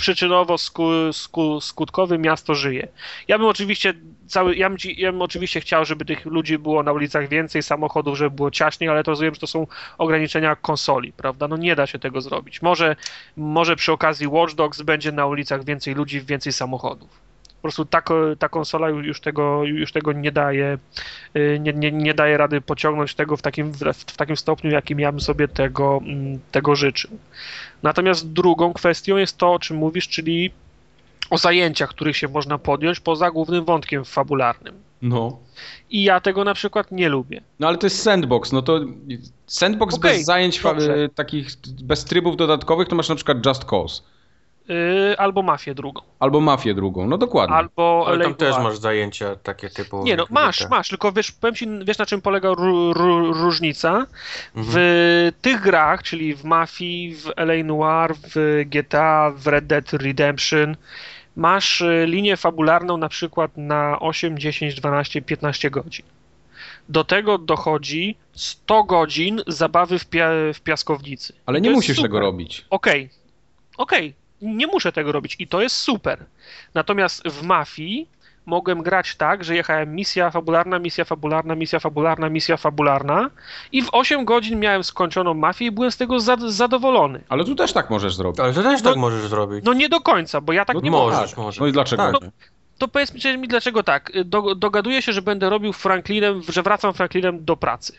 przyczynowo-skutkowy, miasto żyje. Ja bym oczywiście Cały, ja, bym, ja bym oczywiście chciał, żeby tych ludzi było na ulicach więcej, samochodów, żeby było ciaśniej, ale to rozumiem, że to są ograniczenia konsoli, prawda? No nie da się tego zrobić. Może, może przy okazji Watch Dogs będzie na ulicach więcej ludzi, więcej samochodów. Po prostu ta, ta konsola już tego, już tego nie daje, nie, nie, nie daje rady pociągnąć tego w takim, w takim stopniu, jakim ja bym sobie tego, tego życzył. Natomiast drugą kwestią jest to, o czym mówisz, czyli o zajęciach, których się można podjąć poza głównym wątkiem fabularnym. No. I ja tego na przykład nie lubię. No ale to jest sandbox, no to sandbox okay, bez zajęć fa- takich, bez trybów dodatkowych to masz na przykład Just Cause. Yy, albo Mafię drugą. Albo Mafię drugą, no dokładnie. Albo ale tam też masz zajęcia takie typu... Nie no, masz, te... masz, tylko wiesz, powiem ci, wiesz na czym polega ró- ró- różnica? Mhm. W tych grach, czyli w Mafii, w L A Noire, w G T A, w Red Dead Redemption, masz linię fabularną na przykład na osiem, dziesięć, dwanaście, piętnaście godzin. Do tego dochodzi sto godzin zabawy w, pia- w piaskownicy. Ale nie musisz super. tego robić. Okej, okay. okej. Okay. Nie muszę tego robić i to jest super. Natomiast w Mafii mogłem grać tak, że jechałem misja fabularna, misja fabularna, misja fabularna, misja fabularna i w osiem godzin miałem skończoną Mafię i byłem z tego za- zadowolony. Ale tu też tak możesz zrobić. Ale tu też no, tak możesz zrobić. No nie do końca, bo ja tak no nie możesz, mogę. możesz. No i dlaczego? Tak. No, to powiedz mi, dlaczego tak. Do, dogaduję się, że będę robił Franklinem, że wracam Franklinem do pracy.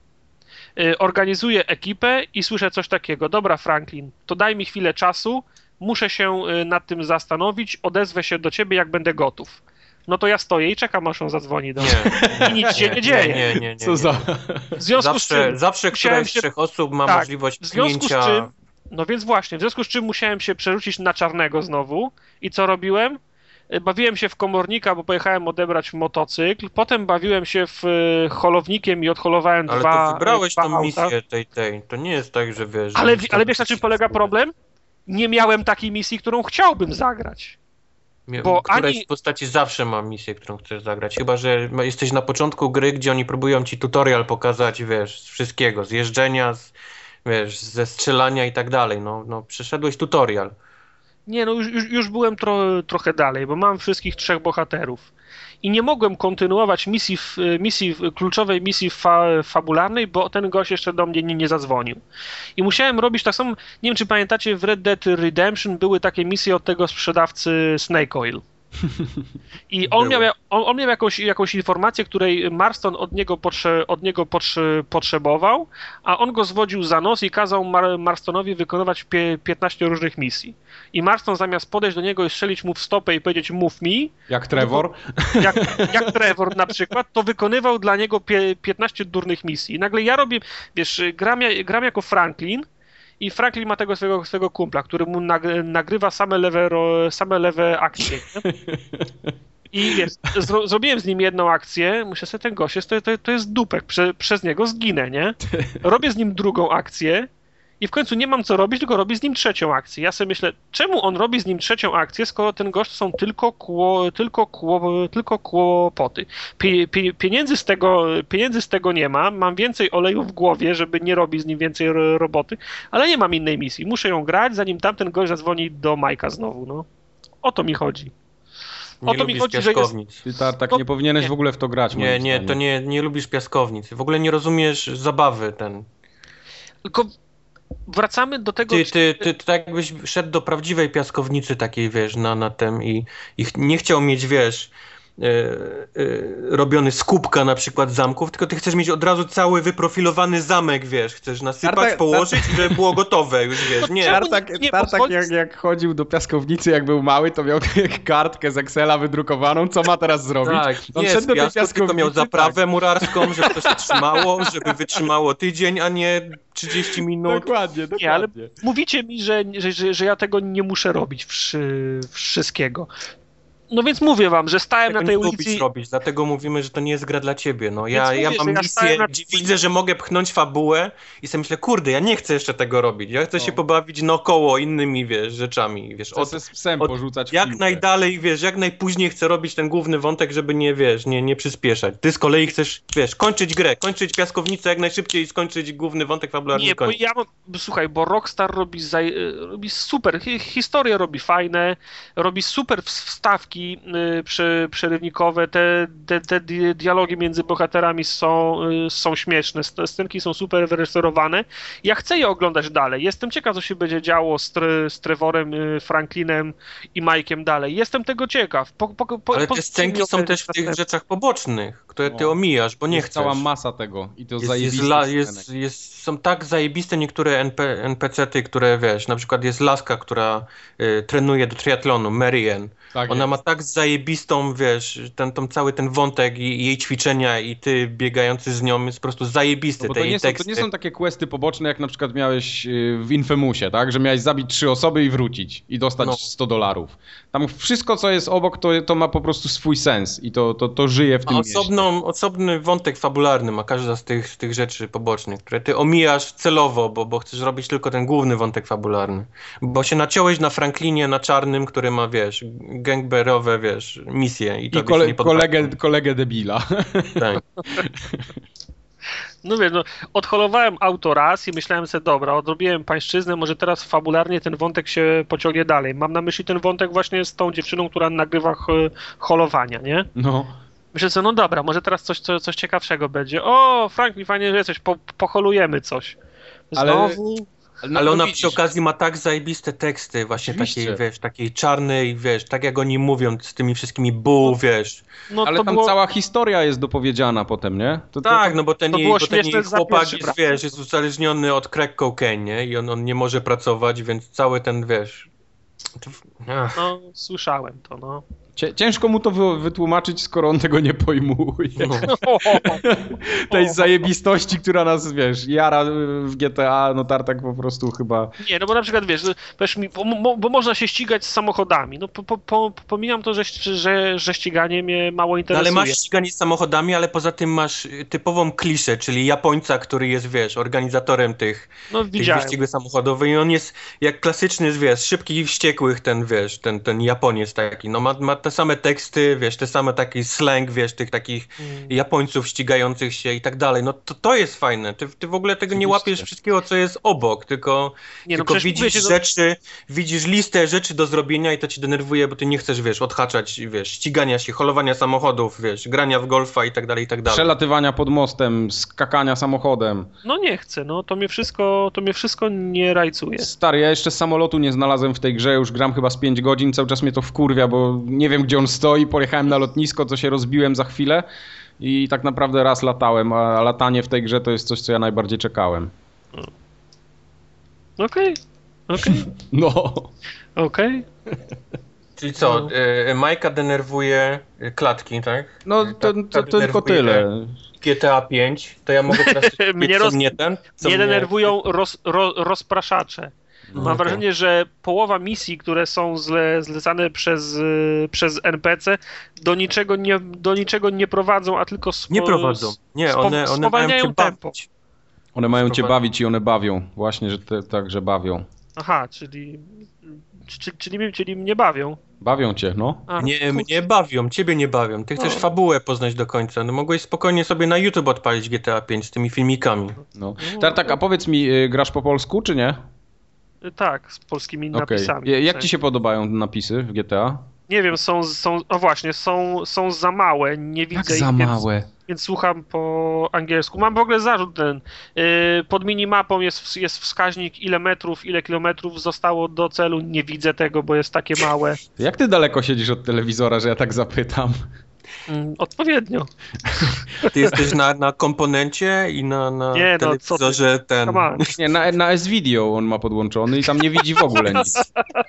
Organizuję ekipę i słyszę coś takiego. Dobra, Franklin, to daj mi chwilę czasu, muszę się nad tym zastanowić, odezwę się do ciebie, jak będę gotów. No to ja stoję i czekam, aż on zadzwoni do mnie. I nic się nie, nie dzieje. Nie, nie, nie, nie, Co za... W związku zawsze, z czym... Zawsze któraś z się... trzech osób ma tak, możliwość w związku pchnięcia... z czym... No więc właśnie, w związku z czym musiałem się przerzucić na czarnego znowu. I co robiłem? Bawiłem się w komornika, bo pojechałem odebrać motocykl. Potem bawiłem się w holownikiem i odholowałem ale dwa Ale to wybrałeś dwa tą auta. misję tej, tej. To nie jest tak, że wiesz... Ale, że ale wiesz, na czym polega problem? Nie miałem takiej misji, którą chciałbym zagrać. Bo któraś ani... z postaci zawsze ma misję, którą chcesz zagrać. Chyba że jesteś na początku gry, gdzie oni próbują ci tutorial pokazać, wiesz, z wszystkiego. Z jeżdżenia, z, wiesz, ze strzelania i tak dalej. No, no, przeszedłeś tutorial. Nie, no już, już, już byłem tro, trochę dalej, bo mam wszystkich trzech bohaterów. I nie mogłem kontynuować misji, misji kluczowej misji fa, fabularnej, bo ten gość jeszcze do mnie nie, nie zadzwonił. I musiałem robić tak samo, nie wiem czy pamiętacie, w Red Dead Redemption były takie misje od tego sprzedawcy Snake Oil. I on miał, on, on miał jakąś, jakąś informację, której Marston od niego, potrze, od niego potrze, potrzebował, a on go zwodził za nos i kazał Mar, Marstonowi wykonywać pie, piętnaście różnych misji. I Marston zamiast podejść do niego i strzelić mu w stopę i powiedzieć mów mi... Jak Trevor? To, jak, jak Trevor na przykład, to wykonywał dla niego pie, piętnaście durnych misji. I nagle ja robię, wiesz, gram, gram jako Franklin, i Franklin ma tego swojego, swojego kumpla, który mu nagrywa same lewe, same lewe akcje. Nie? I wiesz, zro, zrobiłem z nim jedną akcję, myślę sobie, ten gość jest, to, to, to jest dupek, Prze, przez niego zginę, nie? Robię z nim drugą akcję i w końcu nie mam co robić, tylko robię z nim trzecią akcję. Ja sobie myślę, czemu on robi z nim trzecią akcję, skoro ten gość są tylko, kło, tylko, kło, tylko kłopoty. Pie, pie, pieniędzy, z tego, pieniędzy z tego nie mam, mam więcej oleju w głowie, żeby nie robić z nim więcej roboty, ale nie mam innej misji. Muszę ją grać, zanim tamten gość zadzwoni do Majka znowu, no. O to mi chodzi. Nie o to mi chodzi, piaskownic. Że jest... Ty tak, tak no, nie powinieneś nie. w ogóle w to grać. Nie, nie, to nie, nie lubisz piaskownic. W ogóle nie rozumiesz zabawy ten. Tylko wracamy do tego... Ty, ty, ty, ty tak jakbyś szedł do prawdziwej piaskownicy takiej, wiesz, na, na tem i, i nie chciał mieć, wiesz, e, e, robiony z kubka na przykład zamków, tylko ty chcesz mieć od razu cały wyprofilowany zamek, wiesz, chcesz nasypać, Tartak, położyć, Tartak. żeby było gotowe już, wiesz, nie. Tartak, nie Tartak jak, jak chodził do piaskownicy, jak był mały, to miał kartkę z Excela wydrukowaną, co ma teraz zrobić? Tak, on nie, szedł do tej piaskownicy, tylko miał zaprawę tak. murarską, żeby to się trzymało, żeby wytrzymało tydzień, a nie trzydzieści minut. Dokładnie, dokładnie. Nie, ale mówicie mi, że, że, że, że ja tego nie muszę robić wszy, wszystkiego. No więc mówię wam, że stałem tego na tej nie ulicy... lubisz robić, dlatego mówimy, że to nie jest gra dla ciebie. No, ja, mówię, ja mam ja misję, na... gdzie widzę, że mogę pchnąć fabułę i sobie myślę, kurde, ja nie chcę jeszcze tego robić. Ja chcę no. się pobawić naokoło innymi, wiesz, rzeczami. Wiesz, od, z psem od, porzucać jak piłkę. najdalej, wiesz, jak najpóźniej chcę robić ten główny wątek, żeby nie, wiesz, nie, nie przyspieszać. Ty z kolei chcesz, wiesz, kończyć grę, kończyć piaskownicę jak najszybciej i skończyć główny wątek fabularny. Nie, bo ja mam, słuchaj, bo Rockstar robi, za, robi super, historię robi fajne, robi super wstawki yy, przy, przerywnikowe, te, te, te dialogi między bohaterami są, są śmieszne, scenki są super wyreżyserowane. Ja chcę je oglądać dalej. Jestem ciekaw, co się będzie działo z, z Trevorem, Franklinem i Mike'iem dalej. Jestem tego ciekaw. Po, po, po, Ale te scenki są też w tych rzeczach pobocznych, które ty omijasz, bo nie jest chcesz. cała masa tego i to jest, zajebiste jest, la, jest, jest, są tak zajebiste niektóre en pe ce ty, które wiesz, na przykład jest laska, która y, trenuje do triatlonu, Marianne. Tak Ona jest. ma tak zajebistą, wiesz, ten, ten cały ten wątek i, i jej ćwiczenia i ty biegający z nią jest po prostu zajebisty. No te to, nie jej są, teksty. to nie są takie questy poboczne, jak na przykład miałeś w Infamousie, tak? Że miałeś zabić trzy osoby i wrócić i dostać no. sto dolarów. Tam wszystko, co jest obok, to, to ma po prostu swój sens i to, to, to żyje w tym mieście. Osobną, osobny wątek fabularny ma każda z tych, z tych rzeczy pobocznych, które ty omijasz celowo, bo, bo chcesz robić tylko ten główny wątek fabularny. Bo się naciąłeś na Franklinie, na czarnym, który ma, wiesz, gangberowe, wiesz, misje. I, I kole, nie kolegę, kolegę debila. Tak. No wiesz, no, odholowałem auto raz i myślałem sobie, dobra, odrobiłem pańszczyznę, może teraz fabularnie ten wątek się pociągnie dalej. Mam na myśli ten wątek właśnie z tą dziewczyną, która nagrywa holowania, nie? No. Myślę sobie, no dobra, może teraz coś, coś, coś ciekawszego będzie. O, Franklin, fajnie, że jesteś, po, poholujemy coś. Znowu... Ale... No, ale ona przy okazji ma tak zajebiste teksty, właśnie Oczywiście. takiej, wiesz, takiej czarnej, wiesz, tak jak oni mówią z tymi wszystkimi bu, wiesz. No, ale tam było... cała historia jest dopowiedziana potem, nie? To, to, tak, to, no bo ten, jej, bo ten jej chłopak jest, wiesz, jest uzależniony od crack cocaine, nie? I on, on nie może pracować, więc cały ten, wiesz... To... No, słyszałem to, no. Ciężko mu to wytłumaczyć, skoro on tego nie pojmuje. No. Tej zajebistości, która nas, wiesz, jara w G T A, no Tartak po prostu chyba... Nie, no bo na przykład, wiesz, wiesz mi, bo, bo można się ścigać z samochodami. No po, po, po, pomijam to, że, że, że ściganie mnie mało interesuje. No, ale masz ściganie z samochodami, ale poza tym masz typową kliszę, czyli Japońca, który jest, wiesz, organizatorem tych, no, tych wyścigów samochodowych i on jest jak klasyczny, wiesz, szybkich i wściekłych ten, wiesz, ten, ten Japoniec taki, no ma, ma te same teksty, wiesz, te same taki slang, wiesz, tych takich mm. Japońców ścigających się i tak dalej. No to, to jest fajne. Ty, ty w ogóle tego Oczywiście. nie łapiesz wszystkiego, co jest obok, tylko, nie, no tylko widzisz się, rzeczy, no... widzisz listę rzeczy do zrobienia i to ci denerwuje, bo ty nie chcesz, wiesz, odhaczać, wiesz, ścigania się, holowania samochodów, wiesz, grania w golfa i tak dalej, i tak dalej. Przelatywania pod mostem, skakania samochodem. No nie chcę, no to mnie wszystko, to mnie wszystko nie rajcuje. Stary, ja jeszcze samolotu nie znalazłem w tej grze, już gram chyba z pięć godzin, cały czas mnie to wkurwia, bo nie wiem, gdzie on stoi, pojechałem na lotnisko, co się rozbiłem za chwilę i tak naprawdę raz latałem, a latanie w tej grze to jest coś, co ja najbardziej czekałem. Okej, okay. okej. Okay. No. Okej. Okay. Czyli co, no. y, Majka denerwuje klatki, tak? No to, to, to tylko tyle. G T A pięć, to ja mogę teraz mnie, roz... mnie ten? Co mnie denerwują roz, ro, rozpraszacze. No, Mam okay. wrażenie, że połowa misji, które są zle, zlecane przez, przez N P C, do niczego nie, do niczego nie prowadzą, a tylko spo, nie prowadzą. Nie, one, one spowalniają mają cię tempo. Bawić. One mają cię bawić i one bawią. Właśnie, że te, tak, że bawią. Aha, czyli, czyli, czyli, czyli mnie bawią. Bawią cię, no. A, nie, mnie bawią, ciebie nie bawią. Ty chcesz no. fabułę poznać do końca. No mogłeś spokojnie sobie na YouTube odpalić G T A pięć z tymi filmikami. No. Tak, tak, a powiedz mi, y, grasz po polsku, czy nie? Tak, z polskimi okay. napisami. Jak ci się podobają napisy w G T A? Nie wiem, są, są o właśnie, są, są za małe, nie widzę Jak za ich, małe? Więc, więc słucham po angielsku. Mam w ogóle zarzut ten, yy, pod minimapą jest, jest wskaźnik, ile metrów, ile kilometrów zostało do celu, nie widzę tego, bo jest takie małe. Jak ty daleko siedzisz od telewizora, że ja tak zapytam? Mm, odpowiednio. Ty jesteś na, na komponencie i na, na nie, no, telewizorze ten... Nie, na, na S-Video on ma podłączony i tam nie widzi w ogóle nic.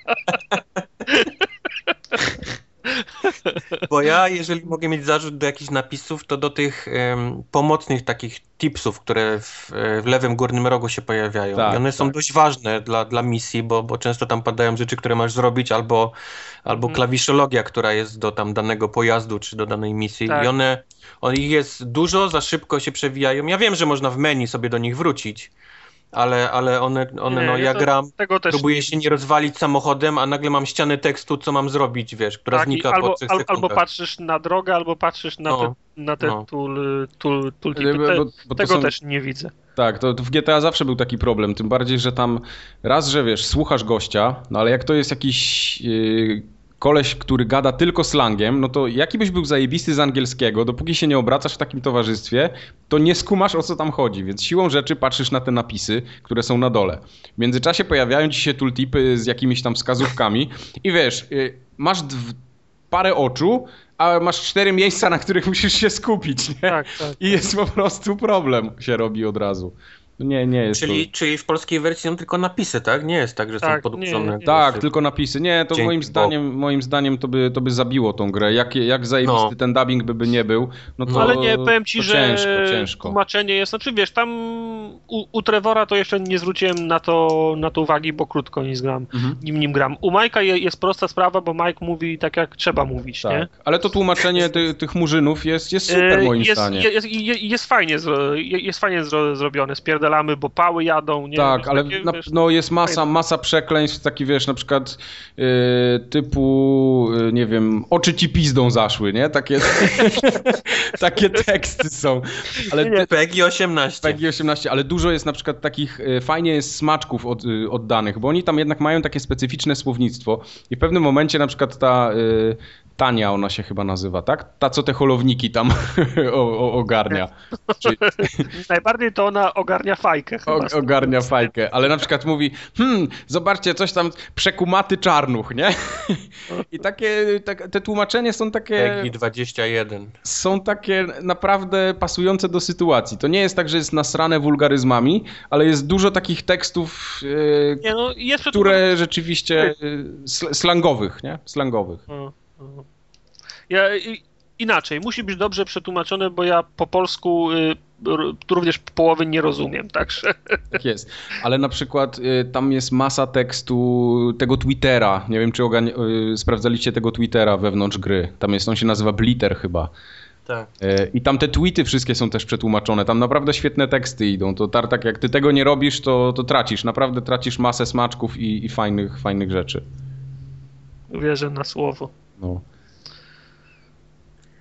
Bo ja, jeżeli mogę mieć zarzut do jakichś napisów, to do tych um, pomocnych takich tipsów, które w, w lewym górnym rogu się pojawiają. Tak, I one tak. są dość ważne dla, dla misji, bo, bo często tam padają rzeczy, które masz zrobić, albo, albo hmm. klawiszologia, która jest do tam danego pojazdu, czy do danej misji. Tak. I one, on ich jest dużo, za szybko się przewijają. Ja wiem, że można w menu sobie do nich wrócić, ale, ale one, one nie, no ja gram, próbuję nie... się nie rozwalić samochodem, a nagle mam ścianę tekstu, co mam zrobić, wiesz, która tak, znika albo, po trzech al, sekundach. Albo patrzysz na drogę, albo patrzysz na no, te, na te no. tool, tool, tool tipy. Te, bo, bo tego są... też nie widzę. Tak, to, to w G T A zawsze był taki problem, tym bardziej, że tam raz, że wiesz, słuchasz gościa, no ale jak to jest jakiś... Yy... koleś, który gada tylko slangiem, no to jaki byś był zajebisty z angielskiego, dopóki się nie obracasz w takim towarzystwie, to nie skumasz, o co tam chodzi, więc siłą rzeczy patrzysz na te napisy, które są na dole. W międzyczasie pojawiają ci się tooltipy z jakimiś tam wskazówkami i wiesz, masz dw- parę oczu, a masz cztery miejsca, na których musisz się skupić, nie? Tak, tak. I jest po prostu problem, się robi od razu. Nie, nie jest czyli, to... czyli w polskiej wersji są tylko napisy, tak? Nie jest tak, że tak, są podłączone. Tak, tylko napisy. Nie, to moim zdaniem, moim zdaniem to by, to by zabiło tą grę. Jak, jak zajebisty no. ten dubbing by, by nie był, no to no, ale nie, powiem ci, że ciężko, ciężko. Tłumaczenie jest, znaczy wiesz, tam u, u Trevora to jeszcze nie zwróciłem na to, na to uwagi, bo krótko nim gram, mhm. nim, nim gram. U Majka je, jest prosta sprawa, bo Mike mówi tak, jak trzeba mówić, tak. nie? Ale to tłumaczenie ty, tych murzynów jest, jest super moim jest, zdaniem. Jest, jest, jest fajnie, zro, jest fajnie zro, zrobione. Spierdalamy, bo pały jadą, nie? Tak, wiesz, ale takie, na, wiesz, no jest masa, masa przekleństw, taki wiesz, na przykład yy, typu, yy, nie wiem, oczy ci pizdą zaszły, nie? Takie, takie teksty są. Ale nie, PEGI osiemnaście. PEGI osiemnaście, ale dużo jest na przykład takich, yy, fajnie jest smaczków od, yy, oddanych, bo oni tam jednak mają takie specyficzne słownictwo i w pewnym momencie na przykład ta... Yy, Tania ona się chyba nazywa, tak? Ta, co te holowniki tam o, o, ogarnia. Czyli... Najbardziej to ona ogarnia fajkę chyba. O, ogarnia fajkę, ale na przykład mówi, hmm, zobaczcie, coś tam, przekumaty czarnuch, nie? I takie, tak, te tłumaczenie są takie... PEGI dwadzieścia jeden. Są takie naprawdę pasujące do sytuacji. To nie jest tak, że jest nasrane wulgaryzmami, ale jest dużo takich tekstów, yy, nie, no, jest które rzeczywiście yy, slangowych, nie? Slangowych. Hmm. Ja, inaczej, musi być dobrze przetłumaczone, bo ja po polsku y, również połowy nie rozumiem, także... Tak jest, ale na przykład y, tam jest masa tekstu tego Twittera, nie wiem czy ogani- y, sprawdzaliście tego Twittera wewnątrz gry, tam jest, on się nazywa Blitter chyba. Tak. Y, I tam te tweety wszystkie są też przetłumaczone, tam naprawdę świetne teksty idą, to Tartak, jak ty tego nie robisz, to, to tracisz, naprawdę tracisz masę smaczków i, i fajnych, fajnych rzeczy. Wierzę na słowo. No.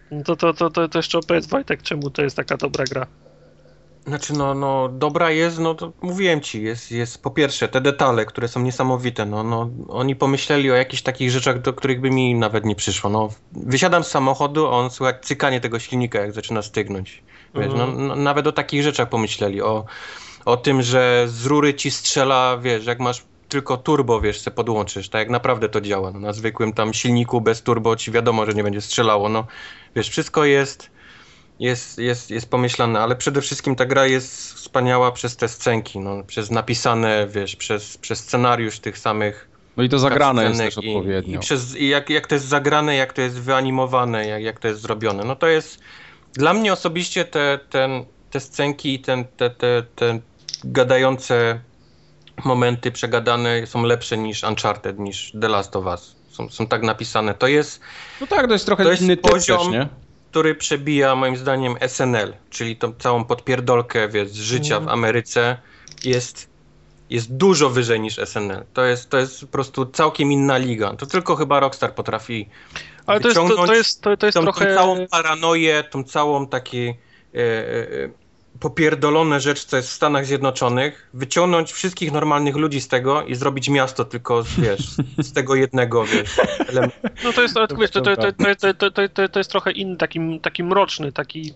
No to, to, to, to, to jeszcze opowiedz, Wojtek, czemu to jest taka dobra gra. Znaczy, no, no dobra jest, no to mówiłem ci, jest, jest po pierwsze te detale, które są niesamowite, no, no oni pomyśleli o jakichś takich rzeczach, do których by mi nawet nie przyszło, no wysiadam z samochodu, on słychać cykanie tego silnika, jak zaczyna stygnąć, wiesz, no, no nawet o takich rzeczach pomyśleli, o, o tym, że z rury ci strzela, wiesz, jak masz tylko turbo, wiesz, se podłączysz, tak jak naprawdę to działa, no, na zwykłym tam silniku bez turbo ci wiadomo, że nie będzie strzelało, no, wiesz, wszystko jest... Jest, jest, jest pomyślane, ale przede wszystkim ta gra jest wspaniała przez te scenki, no, przez napisane, wiesz, przez, przez scenariusz tych samych. No i to zagrane jest też odpowiednio. I, i przez, i jak, jak to jest zagrane, jak to jest wyanimowane, jak, jak to jest zrobione. No to jest, dla mnie osobiście te, ten, te scenki i ten, te, te, te gadające momenty przegadane są lepsze niż Uncharted, niż The Last of Us. Są, są tak napisane. To jest... No tak, to jest trochę to jest inny poziom, też, nie? który przebija moim zdaniem S N L, czyli tą całą podpierdolkę, wiesz, życia mm. w Ameryce, jest, jest dużo wyżej niż S N L. To jest, to jest po prostu całkiem inna liga. To tylko chyba Rockstar potrafi Ale to jest, to, to jest, to, to jest tą, trochę... tą całą paranoję, tą całą takie e, e, popierdolone rzecz, co jest w Stanach Zjednoczonych, wyciągnąć wszystkich normalnych ludzi z tego i zrobić miasto tylko, wiesz, z tego jednego, wiesz, elementu. No to jest, to, wiesz, to, to, to, to, to, to, to, to jest trochę inny, taki, taki mroczny, taki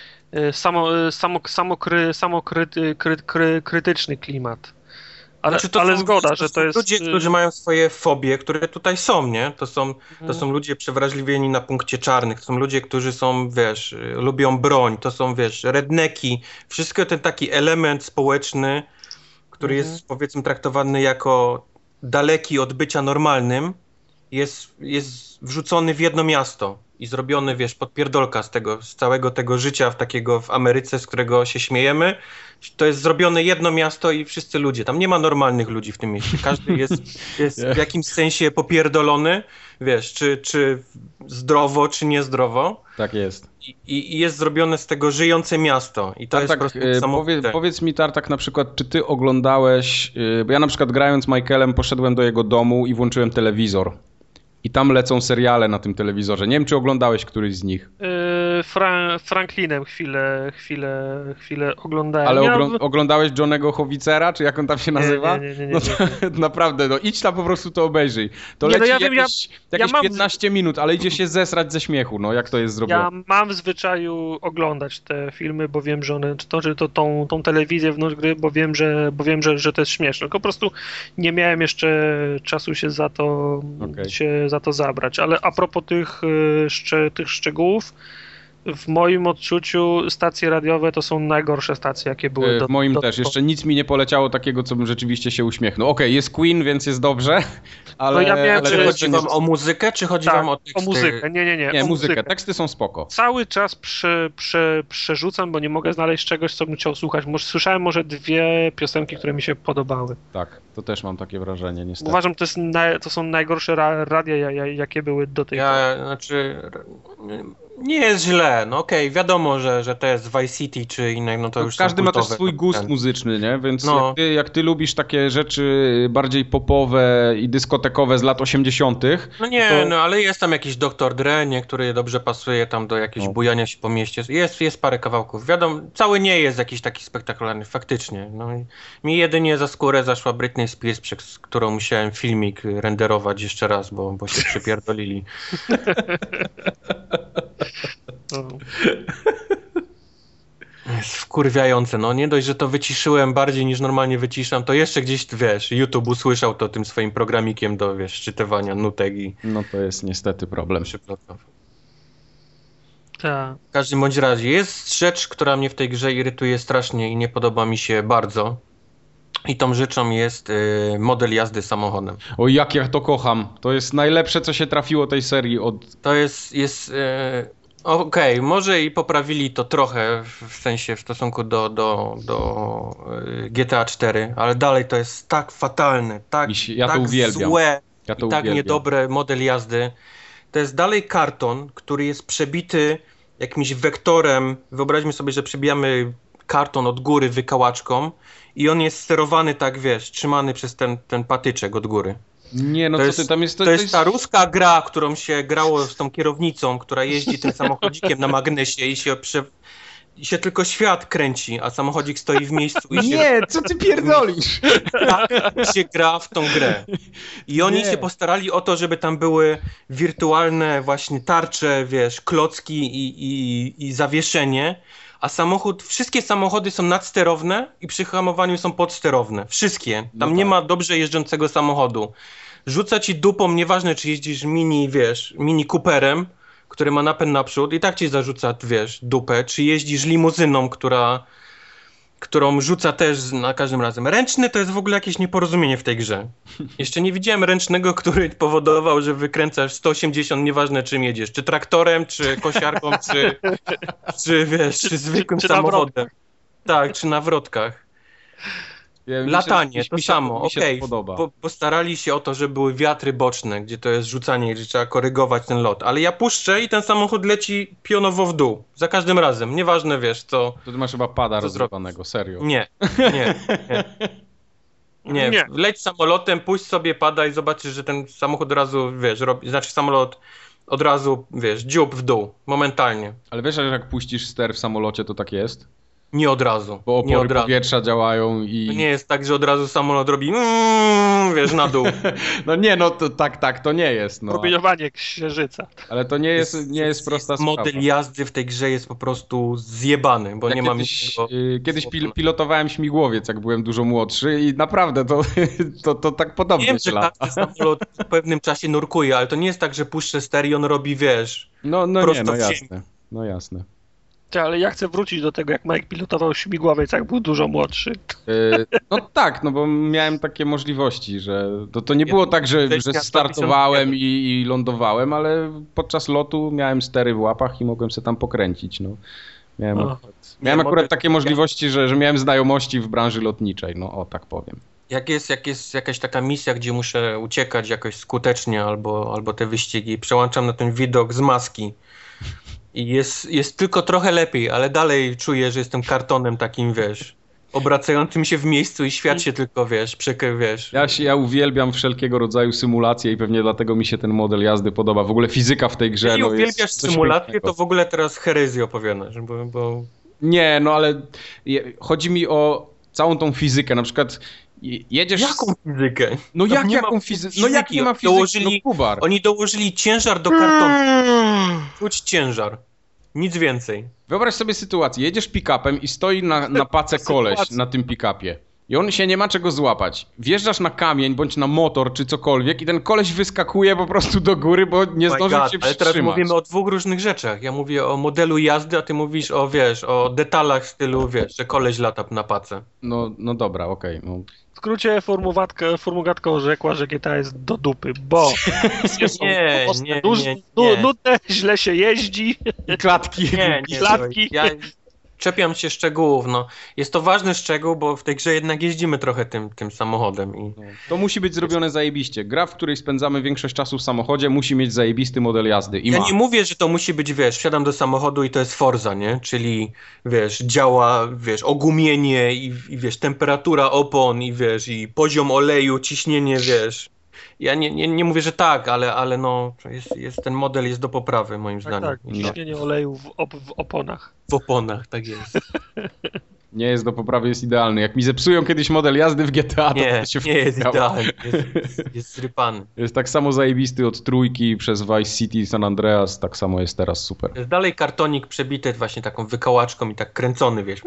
samo, samo, samokry, samokryty, kry, kry, krytyczny klimat. Ale, znaczy to ale są, zgoda, to że są to jest... ludzie, którzy mają swoje fobie, które tutaj są, nie? To są, to hmm. są ludzie przewrażliwieni na punkcie czarnych, to są ludzie, którzy są, wiesz, lubią broń, to są, wiesz, redneki. Wszystko ten taki element społeczny, który hmm. jest, powiedzmy, traktowany jako daleki od bycia normalnym, jest, jest wrzucony w jedno miasto i zrobiony, wiesz, podpierdolka z tego, z całego tego życia w takiego w Ameryce, z którego się śmiejemy. To jest zrobione jedno miasto i wszyscy ludzie. Tam nie ma normalnych ludzi w tym mieście. Każdy jest, jest w jakimś sensie popierdolony, wiesz, czy, czy zdrowo, czy niezdrowo. Tak jest. I, i jest zrobione z tego żyjące miasto. I to Tartak, jest po prostu powie, powiedz mi, Tartak, na przykład, czy ty oglądałeś, bo ja na przykład grając Michaelem poszedłem do jego domu i włączyłem telewizor. I tam lecą seriale na tym telewizorze. Nie wiem, czy oglądałeś któryś z nich. Yy, Fra Franklinem chwilę, chwilę, chwilę oglądałem. Ale ja... oglądałeś Johnego Howicera, czy jak on tam się nazywa? Nie, nie, nie, nie, no to, nie, nie. Naprawdę, no idź tam po prostu to obejrzyj. To nie, leci no ja wiem, jakieś, ja, jakieś ja mam... piętnaście minut, ale idzie się zesrać ze śmiechu, no jak to jest zrobione. Ja mam w zwyczaju oglądać te filmy, bo wiem, że one, to, że to tą, tą telewizję wnątrz gry, bo wiem, że, bo wiem że, że to jest śmieszne. Tylko po prostu nie miałem jeszcze czasu się za to, okay. się za to zabrać. Ale a propos tych, szcze, tych szczegółów, w moim odczuciu stacje radiowe to są najgorsze stacje, jakie były. W do, moim do, też. do... Jeszcze nic mi nie poleciało takiego, co bym rzeczywiście się uśmiechnął. Okej, okay, jest Queen, więc jest dobrze, ale... No ja wiem, ale czy chodzi wam o muzykę, czy chodzi tak, wam o teksty? o muzykę. Nie, nie, nie. Nie, o muzykę. muzykę. Teksty są spoko. Cały czas prze, prze, przerzucam, bo nie mogę znaleźć czegoś, co bym chciał słuchać. Może, słyszałem może dwie piosenki, które mi się podobały. Tak, to też mam takie wrażenie, niestety. Uważam, to, jest na, to są najgorsze ra, radia, jakie były do tej ja, pory. Znaczy... Nie jest źle, no okej, okay, wiadomo, że, że to jest Vice City czy inne, no to no, już każdy ma też swój ten. gust muzyczny, nie? Więc no. jak, ty, jak ty lubisz takie rzeczy bardziej popowe i dyskotekowe z lat osiemdziesiątych. No nie, to... no ale jest tam jakiś doktor Dre, nie, który dobrze pasuje tam do jakiegoś no. bujania się po mieście. Jest, jest parę kawałków. Wiadomo, cały nie jest jakiś taki spektakularny, faktycznie. No, mi jedynie za skórę zaszła Britney Spears, przez którą musiałem filmik renderować jeszcze raz, bo, bo się przypierdolili. Jest wkurwiające, no nie dość, że to wyciszyłem bardziej niż normalnie wyciszam, to jeszcze gdzieś, wiesz, YouTube usłyszał to tym swoim programikiem do, wiesz, szczytywania nutek i... No to jest niestety problem. Tak. W każdym bądź razie jest rzecz, która mnie w tej grze irytuje strasznie i nie podoba mi się bardzo. I tą rzeczą jest y, model jazdy samochodem. O, jak ja to kocham. To jest najlepsze, co się trafiło tej serii od... To jest... jest y, Okej, okay, może i poprawili to trochę, w sensie w stosunku do, do, do G T A cztery, ale dalej to jest tak fatalne, tak, się, ja tak to uwielbiam. złe ja to i tak uwielbiam. Niedobre model jazdy. To jest dalej karton, który jest przebity jakimś wektorem. Wyobraźmy sobie, że przebijamy karton od góry wykałaczką i on jest sterowany tak, wiesz, trzymany przez ten, ten patyczek od góry. Nie, no to co jest, ty, tam jest... To, to, to jest jest ta ruska gra, którą się grało z tą kierownicą, która jeździ tym samochodzikiem na magnesie i się, prze... i się tylko świat kręci, a samochodzik stoi w miejscu i się... Nie, co ty pierdolisz? Tak się gra w tą grę. I oni Nie. się postarali o to, żeby tam były wirtualne właśnie tarcze, wiesz, klocki i, i, i zawieszenie, a samochód, wszystkie samochody są nadsterowne i przy hamowaniu są podsterowne. Wszystkie. Tam No nie tak. ma dobrze jeżdżącego samochodu. Rzuca ci dupą, nieważne czy jeździsz mini, wiesz, mini Cooperem, który ma napęd naprzód i tak ci zarzuca, wiesz, dupę, czy jeździsz limuzyną, która, którą rzuca też na każdym razem. Ręczny to jest w ogóle jakieś nieporozumienie w tej grze. Jeszcze nie widziałem ręcznego, który powodował, że wykręcasz sto osiemdziesiąt, nieważne czym jedziesz, czy traktorem, czy kosiarką, czy, czy wiesz, czy, czy zwykłym czy, czy samochodem. Tak, czy na wrotkach. Ja, mi się- Latanie, mi to się- samo, mi się okej, to podoba. po, postarali się o to, żeby były wiatry boczne, gdzie to jest rzucanie, gdzie trzeba korygować ten lot, ale ja puszczę i ten samochód leci pionowo w dół, za każdym razem, nieważne wiesz co, To ty masz chyba pada Co rozrywanego, serio. nie, nie, nie, nie, Nie. leć samolotem, puść sobie, pada i zobaczysz, że ten samochód od razu, wiesz, robi, znaczy samolot od razu, wiesz, dziób w dół, momentalnie, Ale wiesz, że jak puścisz ster w samolocie, to tak jest? nie od razu, Bo nie opory od razu. powietrza działają i... To nie jest tak, że od razu samolot robi, mm, wiesz, na dół. No nie, no to tak, tak, to nie jest, no. Promieniowanie księżyca. Ale to nie jest, nie jest prosta Model sprawa. jazdy w tej grze jest po prostu zjebany, bo Ja nie mam kiedyś, niczego... y, kiedyś pil, pilotowałem śmigłowiec, jak byłem dużo młodszy i naprawdę to, to, to tak podobnie Wiem, się że lata. każdy samolot w pewnym czasie nurkuje, ale to nie jest tak, że puszczę ster i on robi, wiesz... No, no nie, prosto no w ziemię. jasne. No jasne. Ty, ale ja chcę wrócić do tego, jak Mike pilotował śmigłowiec, jak był dużo młodszy. Y, No tak, no bo miałem takie możliwości, że to, to nie było tak, że, że startowałem i, i lądowałem, ale podczas lotu miałem stery w łapach i mogłem się tam pokręcić, no. Miałem, O. miałem Nie, akurat model- takie możliwości, że, że miałem znajomości w branży lotniczej, no o tak powiem. Jak jest, jak jest jakaś taka misja, gdzie muszę uciekać jakoś skutecznie albo, albo te wyścigi, przełączam na ten widok z maski i jest, jest tylko trochę lepiej, ale dalej czuję, że jestem kartonem takim, wiesz, obracającym się w miejscu i świat się tylko, wiesz, przekry, wiesz. Ja, się, ja uwielbiam wszelkiego rodzaju symulacje i pewnie dlatego mi się ten model jazdy podoba. W ogóle fizyka w tej grze Jeżeli no, uwielbiasz jest coś symulację, pięknego. to w ogóle teraz herezję opowiadasz, bo... bo... Nie, no ale je- chodzi mi o całą tą fizykę, na przykład je- jedziesz... Jaką fizykę? No Tam jak nie ma jaką fizykę? No jak nie ma fizyki? Dołożyli, No Kubar. oni dołożyli ciężar do kartonu. Czuć ciężar. Nic więcej. Wyobraź sobie sytuację, jedziesz pick-upem i stoi na, na pace koleś Sytuacja. na tym pick-upie. I on się nie ma czego złapać. Wjeżdżasz na kamień, bądź na motor, czy cokolwiek i ten koleś wyskakuje po prostu do góry, bo nie My zdążył God, się ale teraz przytrzymać. mówimy o dwóch różnych rzeczach. Ja mówię o modelu jazdy, a ty mówisz o, wiesz, o detalach w stylu, wiesz, że koleś lata na pace. No, no dobra, okej. No. W skrócie formułatka, formułatka orzekła, że G T A jest do dupy, bo jest Nie, mocne, nie, duż- nie, nu- nie. nudne, źle się jeździ. I klatki. Nie, nie, Klatki. słuchaj, ja czepiam się szczegółów, no. Jest to ważny szczegół, bo w tej grze jednak jeździmy trochę tym, tym samochodem i... To musi być zrobione zajebiście. Gra, w której spędzamy większość czasu w samochodzie, musi mieć zajebisty model jazdy. I Ja ma. nie mówię, że to musi być, wiesz, wsiadam do samochodu i to jest Forza, nie? Czyli, wiesz, działa, wiesz, ogumienie i, i wiesz, temperatura opon i, wiesz, i poziom oleju, ciśnienie, wiesz. Ja nie, nie, nie mówię, że tak, ale, ale no, jest, jest, ten model jest do poprawy, moim Tak, zdaniem. tak, ciśnienie oleju w, op w oponach. W oponach, tak jest. Nie jest do poprawy, jest idealny. Jak mi zepsują kiedyś model jazdy w G T A, to Nie, będę się nie jest wkurwiał. idealny, jest, jest, jest zrypany. Jest tak samo zajebisty od trójki przez Vice City, San Andreas, tak samo jest teraz super. Jest dalej kartonik przebity właśnie taką wykałaczką i tak kręcony, wiesz.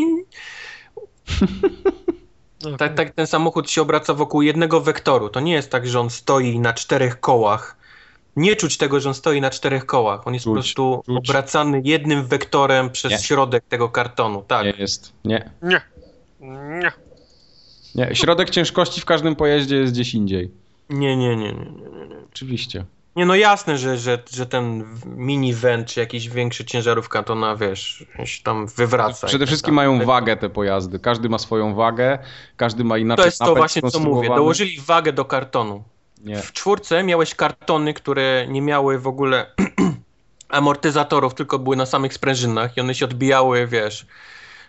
Okay. Tak, tak ten samochód się obraca wokół jednego wektoru. To nie jest tak, że on stoi na czterech kołach. Nie czuć tego, że on stoi na czterech kołach. On jest Czuć, po prostu czuć. obracany jednym wektorem przez Nie. środek tego kartonu. Tak. Nie jest. Nie. Nie. Nie. Nie. Środek ciężkości w każdym pojeździe jest gdzieś indziej. Nie, nie, nie, nie, nie, nie. Oczywiście. Nie, no jasne, że, że, że ten minivan czy jakiś większy ciężarówka to na, wiesz, się tam wywraca. Przede i tak wszystkim dalej. mają wagę te pojazdy. Każdy ma swoją wagę, każdy ma inaczej To jest to napęd właśnie, co mówię. skonstruowany. Dołożyli wagę do kartonu. Nie. W czwórce miałeś kartony, które nie miały w ogóle amortyzatorów, tylko były na samych sprężynach i one się odbijały, wiesz,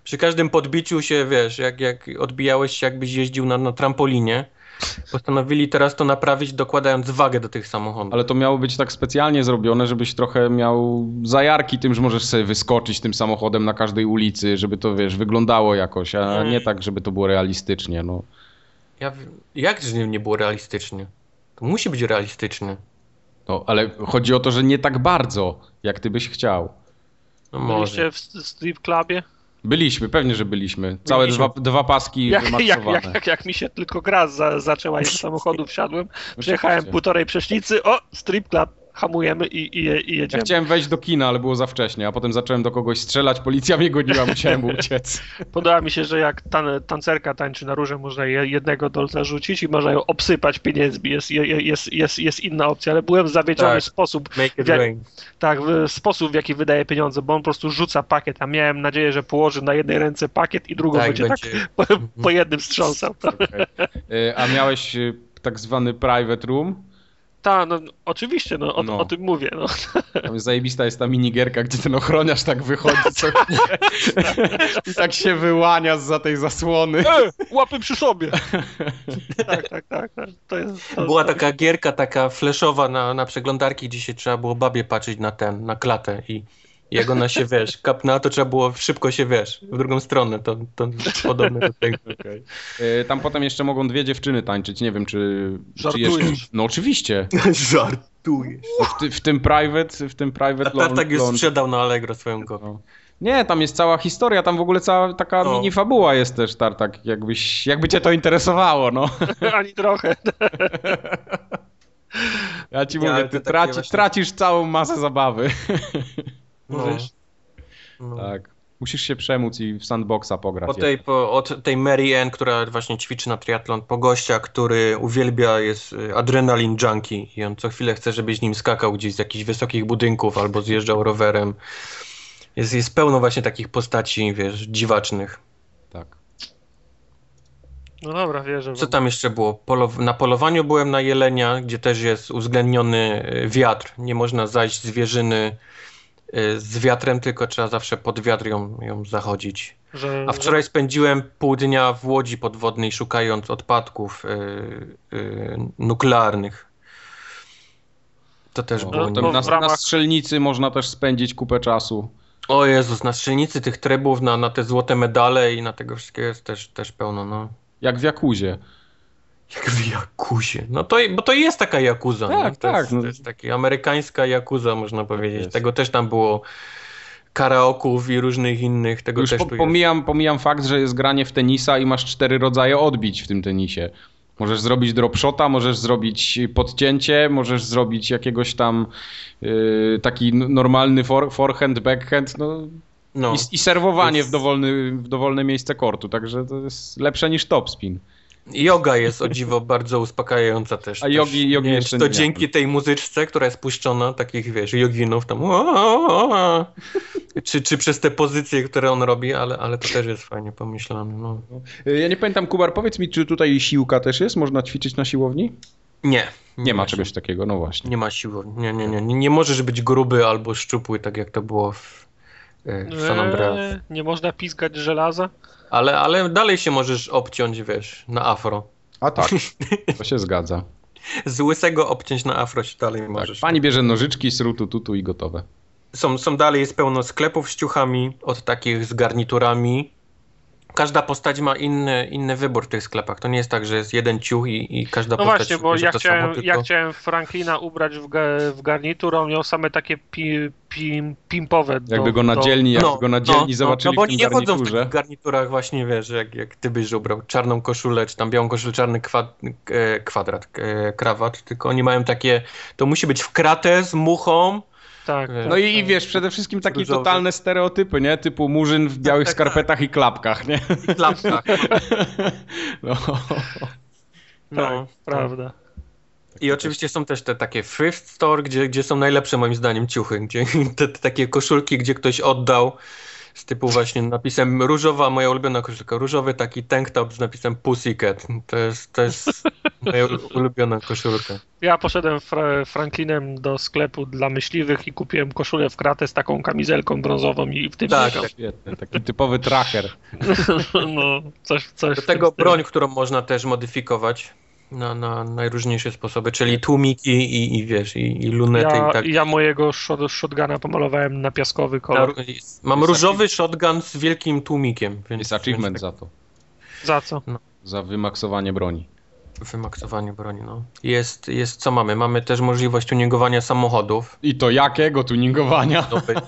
przy każdym podbiciu się, wiesz, jak, jak odbijałeś się, jakbyś jeździł na, na trampolinie, postanowili teraz to naprawić, dokładając wagę do tych samochodów. Ale to miało być tak specjalnie zrobione, żebyś trochę miał zajarki tym, że możesz sobie wyskoczyć tym samochodem na każdej ulicy, żeby to, wiesz, wyglądało jakoś, a nie tak, żeby to było realistycznie, no. Ja, jak że nie było realistycznie? To musi być realistyczne. No, ale chodzi o to, że nie tak bardzo, jak ty byś chciał. No Byliście może. w strip clubie? Byliśmy, pewnie, że byliśmy. Całe Byliśmy. dwa, dwa paski Jak, jak, wymaksowane. jak, jak, jak mi się tylko gra za, zaczęła i z samochodu wsiadłem, przejechałem Oczywiście. półtorej przecznicy, o, strip club, hamujemy i, i, i Ja jedziemy. chciałem wejść do kina, ale było za wcześnie, a potem zacząłem do kogoś strzelać, policja mnie goniła, musiałem uciec. Podoba mi się, że jak tan tancerka tańczy na róże, można je jednego dolca rzucić i można ją obsypać pieniędzmi. Jest, je- jest, jest, jest inna opcja, ale byłem zawiedziony Tak. w sposób, Make it w jak- rain. tak, w sposób, w jaki wydaje pieniądze, bo on po prostu rzuca pakiet, a miałem nadzieję, że położy na jednej ręce pakiet i drugą Tak, będzie, będzie- tak po, po jednym strząsał. Okay. A miałeś y, tak zwany private room? Tak, no oczywiście, no, o, No. o tym mówię. No. Tam jest zajebista jest ta minigierka, gdzie ten ochroniarz tak wychodzi sobie i tak się wyłania zza tej zasłony. E, łapy przy sobie! tak, tak, tak, tak. To jest, to, Była to, taka gierka, taka flashowa na, na przeglądarki, gdzie się trzeba było babie patrzeć na ten, na klatę i jak ona się, wiesz, kapnęła, to trzeba było szybko się, wiesz, w drugą stronę, to, to podobne do tego. Okay. Y, Tam potem jeszcze mogą dwie dziewczyny tańczyć, nie wiem czy... Żartujesz. Czy jeszcze... No oczywiście. Żartujesz. No, w, ty, w tym private, w tym private A tak już launch- sprzedał na Allegro swoją kopię. No. Nie, tam jest cała historia, tam w ogóle cała taka No. mini fabuła jest też, Tartak, jakbyś, jakby cię to interesowało, no. ani trochę. Ja ci Nie, ale mówię, to ty takie traci, właśnie- tracisz całą masę zabawy. No. Wiesz? No. Tak. Musisz się przemóc i w sandboxa pograć. Po tej, po, od tej Mary Ann, która właśnie ćwiczy na triatlon, po gościa, który uwielbia, jest y, adrenalin junkie i on co chwilę chce, żebyś z nim skakał gdzieś z jakichś wysokich budynków albo zjeżdżał rowerem. Jest, jest pełno właśnie takich postaci, wiesz, dziwacznych. Tak. No dobra, wierzę. Co tam jeszcze było? Polow na polowaniu byłem na jelenia, gdzie też jest uwzględniony y, wiatr. Nie można zajść z wieżyny y, z wiatrem, tylko trzeba zawsze pod wiatr ją, ją zachodzić. Że, A wczoraj spędziłem pół dnia w łodzi podwodnej szukając odpadków y, y, nuklearnych. To też No, było potem nie... na, w ramach- na strzelnicy można też spędzić kupę czasu. O Jezus, na strzelnicy tych trebów, na, na te złote medale i na tego wszystkiego jest też, też pełno, no. Jak w Jakuzie. Jak w Jakuzie. No to, bo to jest taka Jakuza. Tak, nie? To tak, Jest, no. to jest taka amerykańska Jakuza, można powiedzieć. jest. Tego też tam było karaoków i różnych innych. Tego Już też po, tu jest. pomijam, pomijam fakt, że jest granie w tenisa i masz cztery rodzaje odbić w tym tenisie. Możesz zrobić drop shota, możesz zrobić podcięcie, możesz zrobić jakiegoś tam yy, taki n- normalny for, forehand, backhand, no, No. i, i serwowanie Jest- w, dowolny, w dowolne miejsce kortu, także to jest lepsze niż topspin. Yoga jest o dziwo bardzo uspokajająca też. A jogi- też, jogi nie wiem, jeszcze czy to nie dzięki miałem. tej muzyczce, która jest puszczona, takich wiesz, joginów tam czy, czy przez te pozycje, które on robi, ale, ale to też jest fajnie pomyślane. No. Yy, Ja nie pamiętam, Kubar, powiedz mi, czy tutaj siłka też jest? Można ćwiczyć na siłowni? Nie. Nie ma czegoś takiego, no właśnie. Nie ma siłowni. Nie, nie, nie, nie. Nie możesz być gruby albo szczupły, tak jak to było w, e, w San Andreas. Eee, nie można pizgać żelaza? Ale, ale dalej się możesz obciąć, wiesz, na afro. A tak, to się zgadza. Z łysego obciąć na afro się dalej Tak, możesz. pani bierze nożyczki, srutu, tutu i gotowe. Są, są dalej, jest pełno sklepów z ciuchami, od takich z garniturami. Każda postać ma inny, inny wybór w tych sklepach. To nie jest tak, że jest jeden ciuch i, i każda No postać właśnie, bo bierze ja to chciałem, samo, tylko... ja chciałem Franklina ubrać w, ga, w garnitur, a on miał same takie pi, pi, pimpowe. Do, Jakby go na do, dzielni, jakby go na dzielni zobaczyli no, bo w tym oni nie chodzą w garniturze. takich garniturach właśnie, wiesz, jak, jak ty byś ubrał czarną koszulę, czy tam białą koszulę, czarny kwad, e, kwadrat, e, krawat, tylko oni mają takie, to musi być w kratę z muchą. Tak, No tak, No i tak. wiesz, przede wszystkim takie Różowy. totalne stereotypy, nie? Typu murzyn w białych tak, tak. skarpetach i klapkach, nie? I klapkach. No. No, Tak, prawda. I oczywiście są też te takie thrift store, gdzie, gdzie są najlepsze moim zdaniem ciuchy, gdzie te, te takie koszulki, gdzie ktoś oddał z typu właśnie napisem różowa, moja ulubiona koszulka, różowy taki tank top z napisem Pussycat. To jest, to jest moja ulubiona koszulka. Ja poszedłem fra Franklinem do sklepu dla myśliwych i kupiłem koszulę w kratę z taką kamizelką brązową i w tym tak, tak, świetny, taki typowy tracker. No, coś, coś do tego broń, którą można też modyfikować na, na najróżniejsze sposoby, czyli tłumiki i, i wiesz, i, i lunety ja, i tak. Ja mojego shot, shotguna pomalowałem na piaskowy kolor. Na, mam jest różowy shotgun z wielkim tłumikiem. Więc, jest achievement więc tak. za to. Za co? No. Za wymaksowanie broni. Wymaksowanie broni, no. Jest, jest, co mamy? Mamy też możliwość tuningowania samochodów. I to jakiego tuningowania?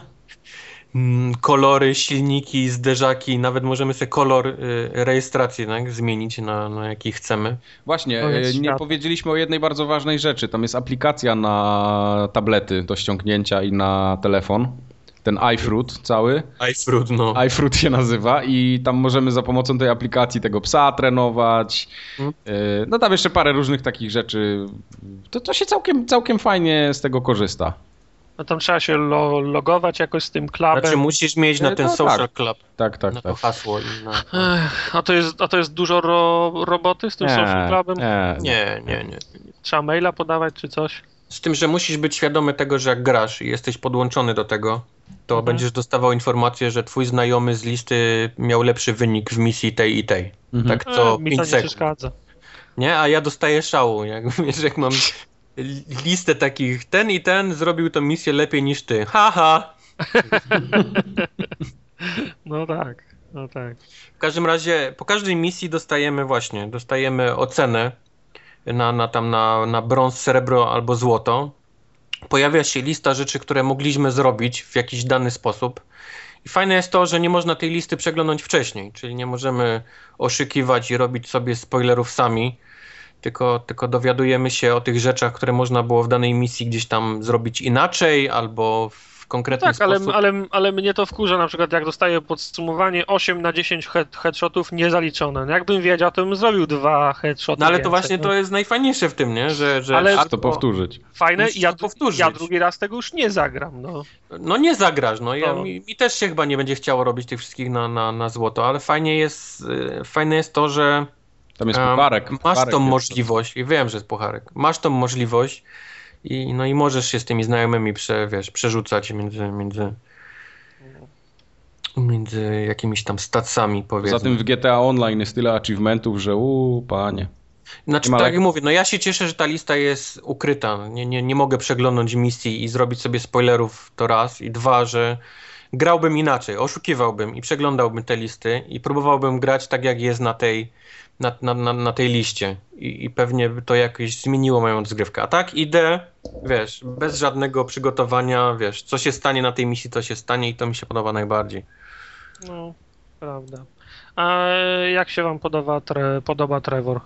Kolory, silniki, zderzaki, nawet możemy sobie kolor y, rejestracji tak, zmienić na, na jaki chcemy. Właśnie, nie świat. powiedzieliśmy o jednej bardzo ważnej rzeczy. Tam jest aplikacja na tablety do ściągnięcia i na telefon. Ten iFruit cały. iFruit, no. iFruit się nazywa i tam możemy za pomocą tej aplikacji tego psa trenować. Hmm. No tam jeszcze parę różnych takich rzeczy. To, to się całkiem, całkiem fajnie z tego korzysta. No tam trzeba się lo logować jakoś z tym klubem. Znaczy musisz mieć na ten no, social tak. club. Tak, tak, na tak. to hasło. I na... Ech, a, to jest, a to jest dużo ro roboty z tym nie, social clubem? Nie, nie, nie, nie. Trzeba maila podawać czy coś? Z tym, że musisz być świadomy tego, że jak grasz i jesteś podłączony do tego, to mhm. będziesz dostawał informację, że twój znajomy z listy miał lepszy wynik w misji tej i tej. Mhm. Tak co e, mi to nie sekund. przeszkadza. Nie, a ja dostaję szału. Jak, wiesz, jak mam listę takich, ten i ten zrobił tę misję lepiej niż ty. Haha! No tak, no tak. W każdym razie, po każdej misji dostajemy właśnie, dostajemy ocenę na, na, tam na, na brąz, srebro albo złoto. Pojawia się lista rzeczy, które mogliśmy zrobić w jakiś dany sposób. I fajne jest to, że nie można tej listy przeglądać wcześniej, czyli nie możemy oszukiwać i robić sobie spoilerów sami, tylko, tylko dowiadujemy się o tych rzeczach, które można było w danej misji gdzieś tam zrobić inaczej albo w konkretny tak, sposób. Tak, ale, ale, ale mnie to wkurza, na przykład jak dostaję podsumowanie osiem na dziesięć head, headshotów niezaliczone. Jakbym wiedział, to bym zrobił dwa headshoty. No ale to więcej, właśnie no. to jest najfajniejsze w tym, nie? Że, że ale warto powtórzyć. Fajne i ja, powtórzyć. ja drugi raz tego już nie zagram. No, no nie zagrasz, no. Ja, no. mi, mi też się chyba nie będzie chciało robić tych wszystkich na, na, na złoto, ale fajnie jest, fajne jest to, że tam jest pucharek. Masz pucharek tą jest możliwość, to. I wiem, że jest pucharek, masz tą możliwość i, no i możesz się z tymi znajomymi prze, wiesz, przerzucać między, między, między jakimiś tam stacjami, powiedzmy. Za tym w G T A Online jest tyle achievementów, że uuu, panie. Znaczy tak jak mówię, no ja się cieszę, że ta lista jest ukryta. Nie, nie, nie mogę przeglądnąć misji i zrobić sobie spoilerów, to raz. I dwa, że grałbym inaczej, oszukiwałbym i przeglądałbym te listy i próbowałbym grać tak, jak jest na tej, na, na, na, na tej liście. I, I pewnie by to jakoś zmieniło moją rozgrywkę. A tak idę, wiesz, bez żadnego przygotowania, wiesz, co się stanie na tej misji, to się stanie i to mi się podoba najbardziej. No, prawda. A jak się wam podoba, tre, podoba Trevor?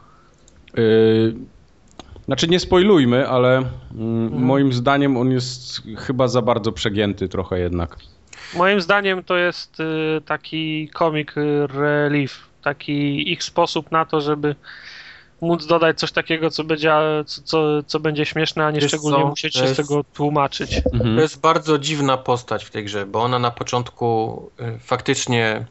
Yy, znaczy nie spoilujmy, ale mm, mhm. moim zdaniem on jest chyba za bardzo przegięty trochę jednak. Moim zdaniem to jest y, taki comic relief, taki ich sposób na to, żeby móc dodać coś takiego, co będzie, co, co, co będzie śmieszne, a nie Wiesz szczególnie co? musieć się jest, z tego tłumaczyć. Mhm. To jest bardzo dziwna postać w tej grze, bo ona na początku y, faktycznie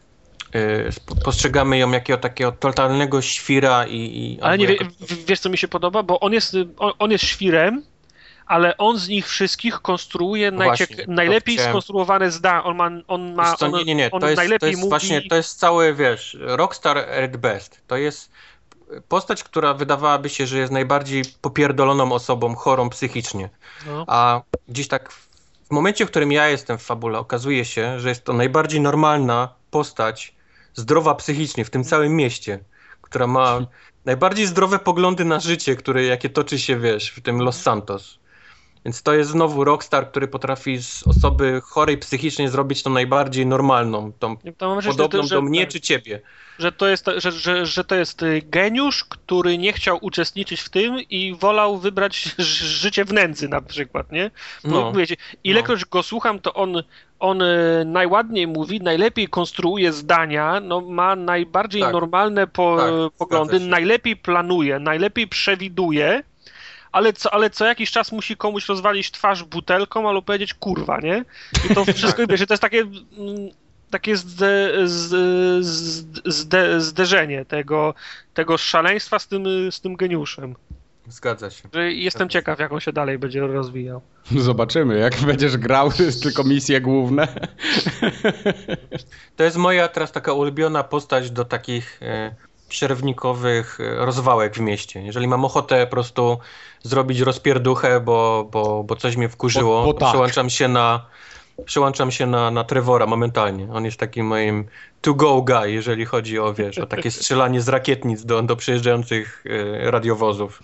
y, postrzegamy ją jakiego takiego totalnego świra i... i ale nie jako... wiesz, co mi się podoba? Bo on jest, on, on jest świrem, ale on z nich wszystkich konstruuje właśnie, najlepiej chciałem... skonstruowane zdania. On ma, on ma, co, nie, nie, nie. on to jest, najlepiej to jest mówi... Właśnie, to jest cały, wiesz, Rockstar at best. To jest postać, która wydawałaby się, że jest najbardziej popierdoloną osobą, chorą psychicznie. No. A gdzieś tak w momencie, w którym ja jestem w fabule, okazuje się, że jest to najbardziej normalna postać, zdrowa psychicznie w tym całym mieście, która ma najbardziej zdrowe poglądy na życie, które, jakie toczy się, wiesz, w tym Los Santos. Więc to jest znowu Rockstar, który potrafi z osoby chorej psychicznie zrobić tą najbardziej normalną, tą podobną że, do mnie że, czy ciebie. Że to, jest, że, że, że to jest geniusz, który nie chciał uczestniczyć w tym i wolał wybrać życie w nędzy na przykład, nie? No, wiecie, ilekroć no. go słucham, to on, on najładniej mówi, najlepiej konstruuje zdania, no, ma najbardziej tak. normalne po, tak, poglądy, najlepiej planuje, najlepiej przewiduje, ale co, ale co jakiś czas musi komuś rozwalić twarz butelką albo powiedzieć kurwa, nie? I to wszystko, wiesz, to jest takie... takie zde, z, z, zde, zderzenie tego, tego szaleństwa z tym, z tym geniuszem. Zgadza się. Że jestem ciekaw, jak on się dalej będzie rozwijał. Zobaczymy, jak będziesz grał, to jest tylko misje główne. To jest moja teraz taka ulubiona postać do takich e, przerwnikowych rozwałek w mieście. Jeżeli mam ochotę po prostu zrobić rozpierduchę, bo, bo, bo coś mnie wkurzyło, bo, bo tak. przełączam się na przełączam się na, na Trevora momentalnie. On jest takim moim to-go guy, jeżeli chodzi o, wiesz, o takie strzelanie z rakietnic do, do przejeżdżających e, radiowozów.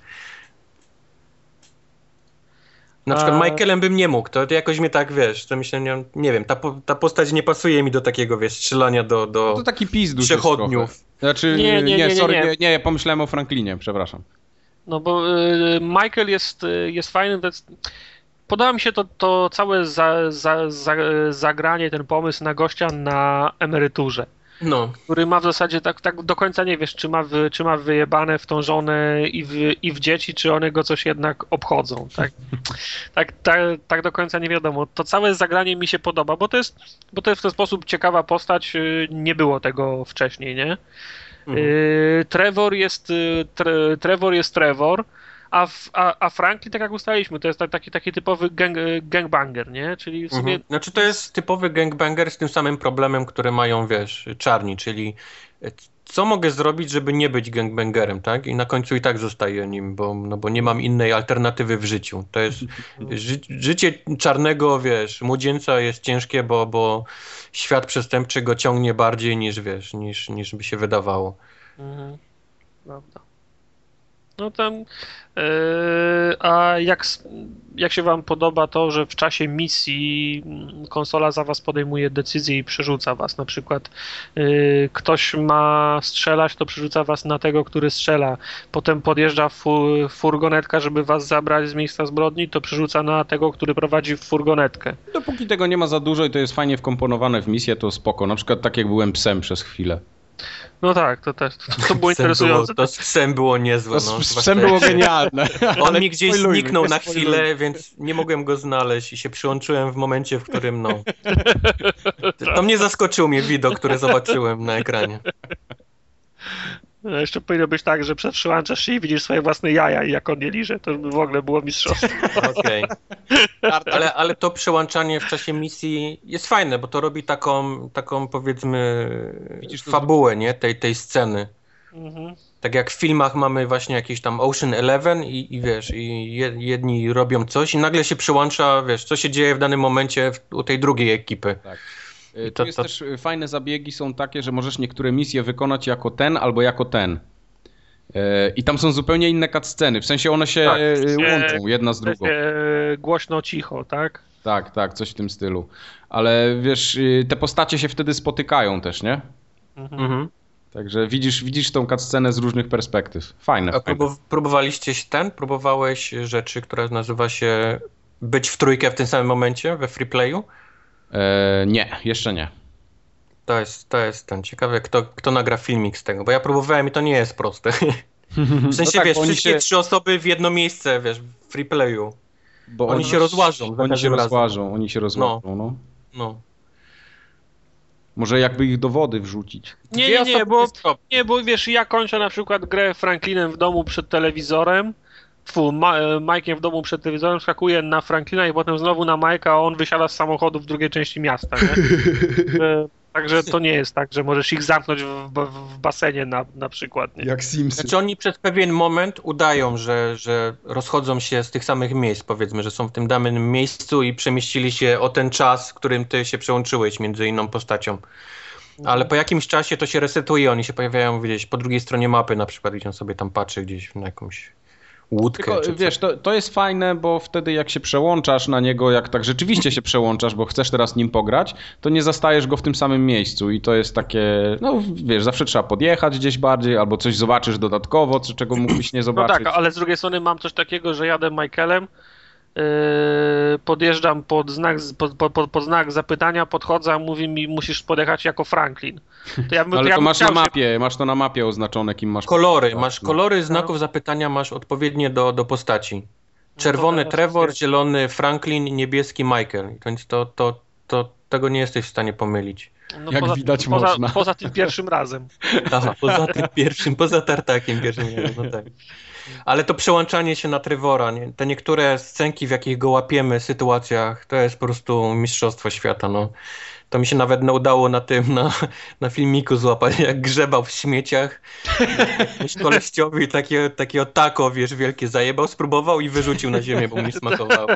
Na przykład A... Michaelem bym nie mógł, to, to jakoś mnie tak, wiesz, to myślę, nie, nie wiem, ta, ta postać nie pasuje mi do takiego, wiesz, strzelania do, do no to taki pizduś przechodniów. Znaczy, nie, nie, nie, nie, sorry, nie, nie, nie, pomyślałem o Franklinie, przepraszam. No bo y, Michael jest, jest fajny, to jest... Podoba mi się to, to całe za, za, za, zagranie, ten pomysł na gościa na emeryturze. No. Który ma w zasadzie tak, tak do końca nie wiesz, czy ma, wy, czy ma wyjebane w tą żonę i w, i w dzieci, czy one go coś jednak obchodzą. Tak, tak, tak, tak do końca nie wiadomo. To całe zagranie mi się podoba, bo to jest, bo to jest w ten sposób ciekawa postać. Nie było tego wcześniej, nie? Mhm. Trevor jest tre, Trevor jest Trevor. A, a, a Franklin, tak jak ustaliliśmy, to jest taki, taki typowy gang, gangbanger, nie? Czyli w sumie... Mhm. Znaczy to jest typowy gangbanger z tym samym problemem, który mają, wiesz, czarni, czyli co mogę zrobić, żeby nie być gangbangerem, tak? I na końcu i tak zostaję nim, bo, no bo nie mam innej alternatywy w życiu. To jest... Ży, życie czarnego, wiesz, młodzieńca jest ciężkie, bo, bo świat przestępczy go ciągnie bardziej niż, wiesz, niż, niż by się wydawało. Mhm. Prawda. No tam, yy, a jak, jak się wam podoba to, że w czasie misji konsola za was podejmuje decyzję i przerzuca was, na przykład yy, ktoś ma strzelać, to przerzuca was na tego, który strzela, potem podjeżdża fu, furgonetka, żeby was zabrać z miejsca zbrodni, to przerzuca na tego, który prowadzi furgonetkę. Dopóki tego nie ma za dużo i to jest fajnie wkomponowane w misję, to spoko, na przykład tak jak byłem psem przez chwilę. No tak, to też. To, to było interesujące. Było, to z psem było niezłe. To no, z psem było genialne. On mi gdzieś zniknął na chwilę, więc nie mogłem go znaleźć i się przyłączyłem w momencie, w którym no... To mnie zaskoczył mnie widok, który zobaczyłem na ekranie. No, jeszcze powinno być tak, że przyłączasz się i widzisz swoje własne jaja i jak on je liże, to by w ogóle było mistrzostwo. Okej. Okay. Ale, ale to przełączanie w czasie misji jest fajne, bo to robi taką, taką powiedzmy widzisz, fabułę, nie? Tej, tej sceny. Mhm. Tak jak w filmach mamy właśnie jakiś tam Ocean Eleven i, i wiesz, i jedni robią coś i nagle się przyłącza, wiesz, co się dzieje w danym momencie w, u tej drugiej ekipy. Tak. Tu to, jest to... też fajne zabiegi są takie, że możesz niektóre misje wykonać jako ten albo jako ten. I tam są zupełnie inne cutsceny, w sensie one się tak, łączą jedna z drugą. Głośno, cicho, tak? Tak, tak, coś w tym stylu. Ale wiesz, te postacie się wtedy spotykają też, nie? Mhm. Także widzisz, widzisz tą cutscenę z różnych perspektyw. Fajne. A fajne. Próbowaliście ten? Próbowałeś rzeczy, która nazywa się być w trójkę w tym samym momencie we free playu? Eee, nie, jeszcze nie. To jest, to jest ten ciekawy, kto, kto nagra filmik z tego, bo ja próbowałem i to nie jest proste. W sensie, no tak, wiesz, wszystkie się... trzy osoby w jedno miejsce, wiesz, w free playu. Bo oni, oni się rozłażą. Oni się rozłażą, oni się rozłażą, no. no. no. Może jakby ich do wody wrzucić. Nie, nie, nie, bo, nie, bo wiesz, ja kończę na przykład grę Franklinem w domu przed telewizorem, Fu, Ma, Mike'iem w domu przed telewizorem, skakuję na Franklina i potem znowu na Mike'a, a on wysiada z samochodu w drugiej części miasta, nie? Także to nie jest tak, że możesz ich zamknąć w, w basenie na, na przykład. Nie? Jak Simsy. Znaczy oni przez pewien moment udają, że, że rozchodzą się z tych samych miejsc, powiedzmy, że są w tym danym miejscu i przemieścili się o ten czas, w którym ty się przełączyłeś między inną postacią. Ale po jakimś czasie to się resetuje, oni się pojawiają gdzieś po drugiej stronie mapy na przykład, gdzie on sobie tam patrzy gdzieś na jakąś łódkę. Tylko, czy wiesz, to, to jest fajne, bo wtedy jak się przełączasz na niego, jak tak rzeczywiście się przełączasz, bo chcesz teraz nim pograć, to nie zastajesz go w tym samym miejscu i to jest takie, no wiesz, zawsze trzeba podjechać gdzieś bardziej, albo coś zobaczysz dodatkowo, co, czego mógłbyś nie zobaczyć. No tak, ale z drugiej strony mam coś takiego, że jadę Michaelem, Yy, podjeżdżam pod znak, pod, pod, pod znak zapytania, podchodzę, a mówi mi, musisz podjechać jako Franklin. To ja, to ale ja to masz na mapie, się... masz to na mapie oznaczone, kim masz... Kolory, podjechać. Masz kolory znaków no. zapytania, masz odpowiednie do, do postaci. Czerwony no Trevor, zielony Franklin, niebieski Michael. Więc to, to, to tego nie jesteś w stanie pomylić. No Jak poza, widać poza, można. Poza tym pierwszym razem. Aha, poza tym pierwszym, poza tartakiem pierwszym, no tak. Ale to przełączanie się na Trevora, nie? Te niektóre scenki, w jakich go łapiemy, sytuacjach, to jest po prostu mistrzostwo świata, no. To mi się nawet no, udało na tym, na, na filmiku złapać, jak grzebał w śmieciach. Jakiemuś koleściowi takie, takiego taco, wiesz, wielkie zajebał, spróbował i wyrzucił na ziemię, bo mu nie smakowało.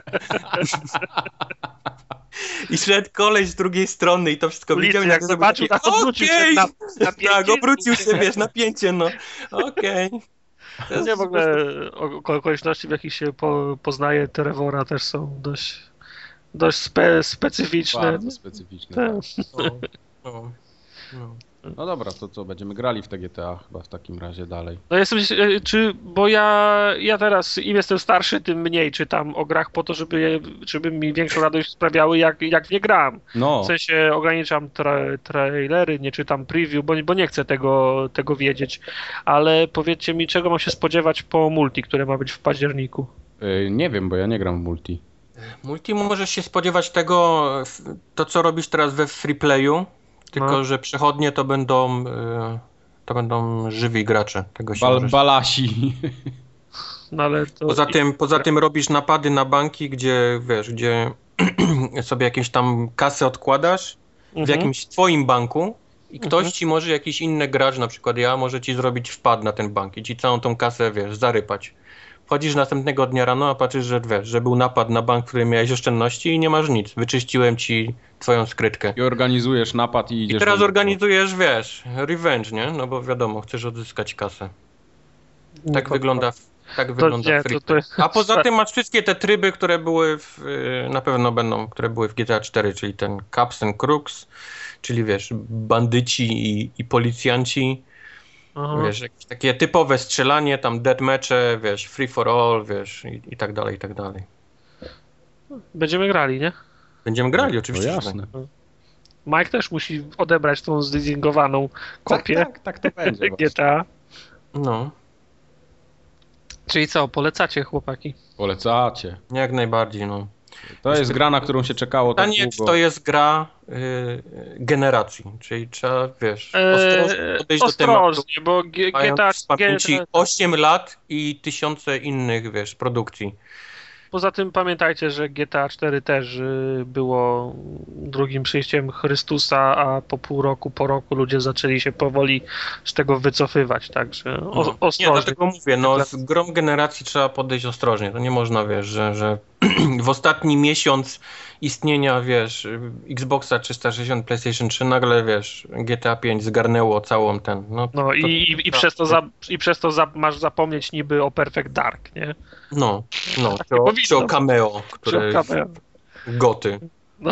I szedł koleś z drugiej strony i to wszystko Ulicy, widział. Jak zobaczył, tak obrócił się okay. na, napięcie. Tak, obrócił się, wiesz, napięcie, no. Okej. Okay. Nie, w ogóle okoliczności, w jakich się po, poznaje Trevora, też są dość, dość spe, specyficzne. Bardzo specyficzne. Tak. No, no, no. No dobra, to co, będziemy grali w te G T A chyba w takim razie dalej. No jestem, czy, bo ja, ja teraz im jestem starszy, tym mniej czytam o grach po to, żeby, żeby mi większą radość sprawiały, jak, jak w nie gram. No. W sensie ograniczam tra, trailery, nie czytam preview, bo, bo nie chcę tego, tego wiedzieć. Ale powiedzcie mi, czego mam się spodziewać po multi, które ma być w październiku? Yy, nie wiem, bo ja nie gram w multi. Multi możesz się spodziewać tego, to co robisz teraz we freeplayu, tylko no. że przechodnie to będą to będą żywi gracze. Tego się Bal, balasi. No ale to... Poza tym, poza tym robisz napady na banki, gdzie wiesz, gdzie sobie jakieś tam kasę odkładasz mhm. w jakimś twoim banku i ktoś mhm. ci może, jakiś inny gracz, na przykład ja, może ci zrobić wpad na ten bank i ci całą tą kasę, wiesz, zarypać. Wchodzisz następnego dnia rano, a patrzysz, że wiesz, że był napad na bank, w którym miałeś oszczędności i nie masz nic. Wyczyściłem ci twoją skrytkę. I organizujesz napad i idziesz... I teraz organizujesz, wiesz, revenge, nie? No bo wiadomo, chcesz odzyskać kasę. Tak nie wygląda, tak wygląda nie, free. To, to... A poza tym masz wszystkie te tryby, które były w, na pewno będą, które były w G T A cztery, czyli ten Cops and Crooks, czyli wiesz, bandyci i, i policjanci. Aha. Wiesz, jakieś takie typowe strzelanie, tam deathmatche, wiesz, free for all, wiesz, i, i tak dalej, i tak dalej. Będziemy grali, nie? Będziemy grali, oczywiście. No jasne. Mike też musi odebrać tą zdezingowaną kopię tak, tak, tak to będzie G T A. No. Czyli co, polecacie, chłopaki? Polecacie. Jak najbardziej, no. To jest gra, na którą się czekało tak Pytanie, długo. czy to jest gra y, generacji, czyli trzeba, wiesz, ostrożnie podejść eee, do tematu. Ostrożnie, bo G T A... w pamięci osiem lat i tysiące innych, wiesz, produkcji. Poza tym pamiętajcie, że G T A cztery też było drugim przyjściem Chrystusa, a po pół roku, po roku ludzie zaczęli się powoli z tego wycofywać, także o, no. ostrożnie. Nie, dlatego mówię, no z grą generacji trzeba podejść ostrożnie, to nie można, wiesz, że, że w ostatni miesiąc istnienia, wiesz, Xboxa trzysta sześćdziesiąt, PlayStation trzy, nagle, wiesz, G T A pięć zgarnęło całą ten, no. No to, i, i, i, przez to za, i przez to za, masz zapomnieć niby o Perfect Dark, nie? No, no, czy o, czy o cameo, które goty. No.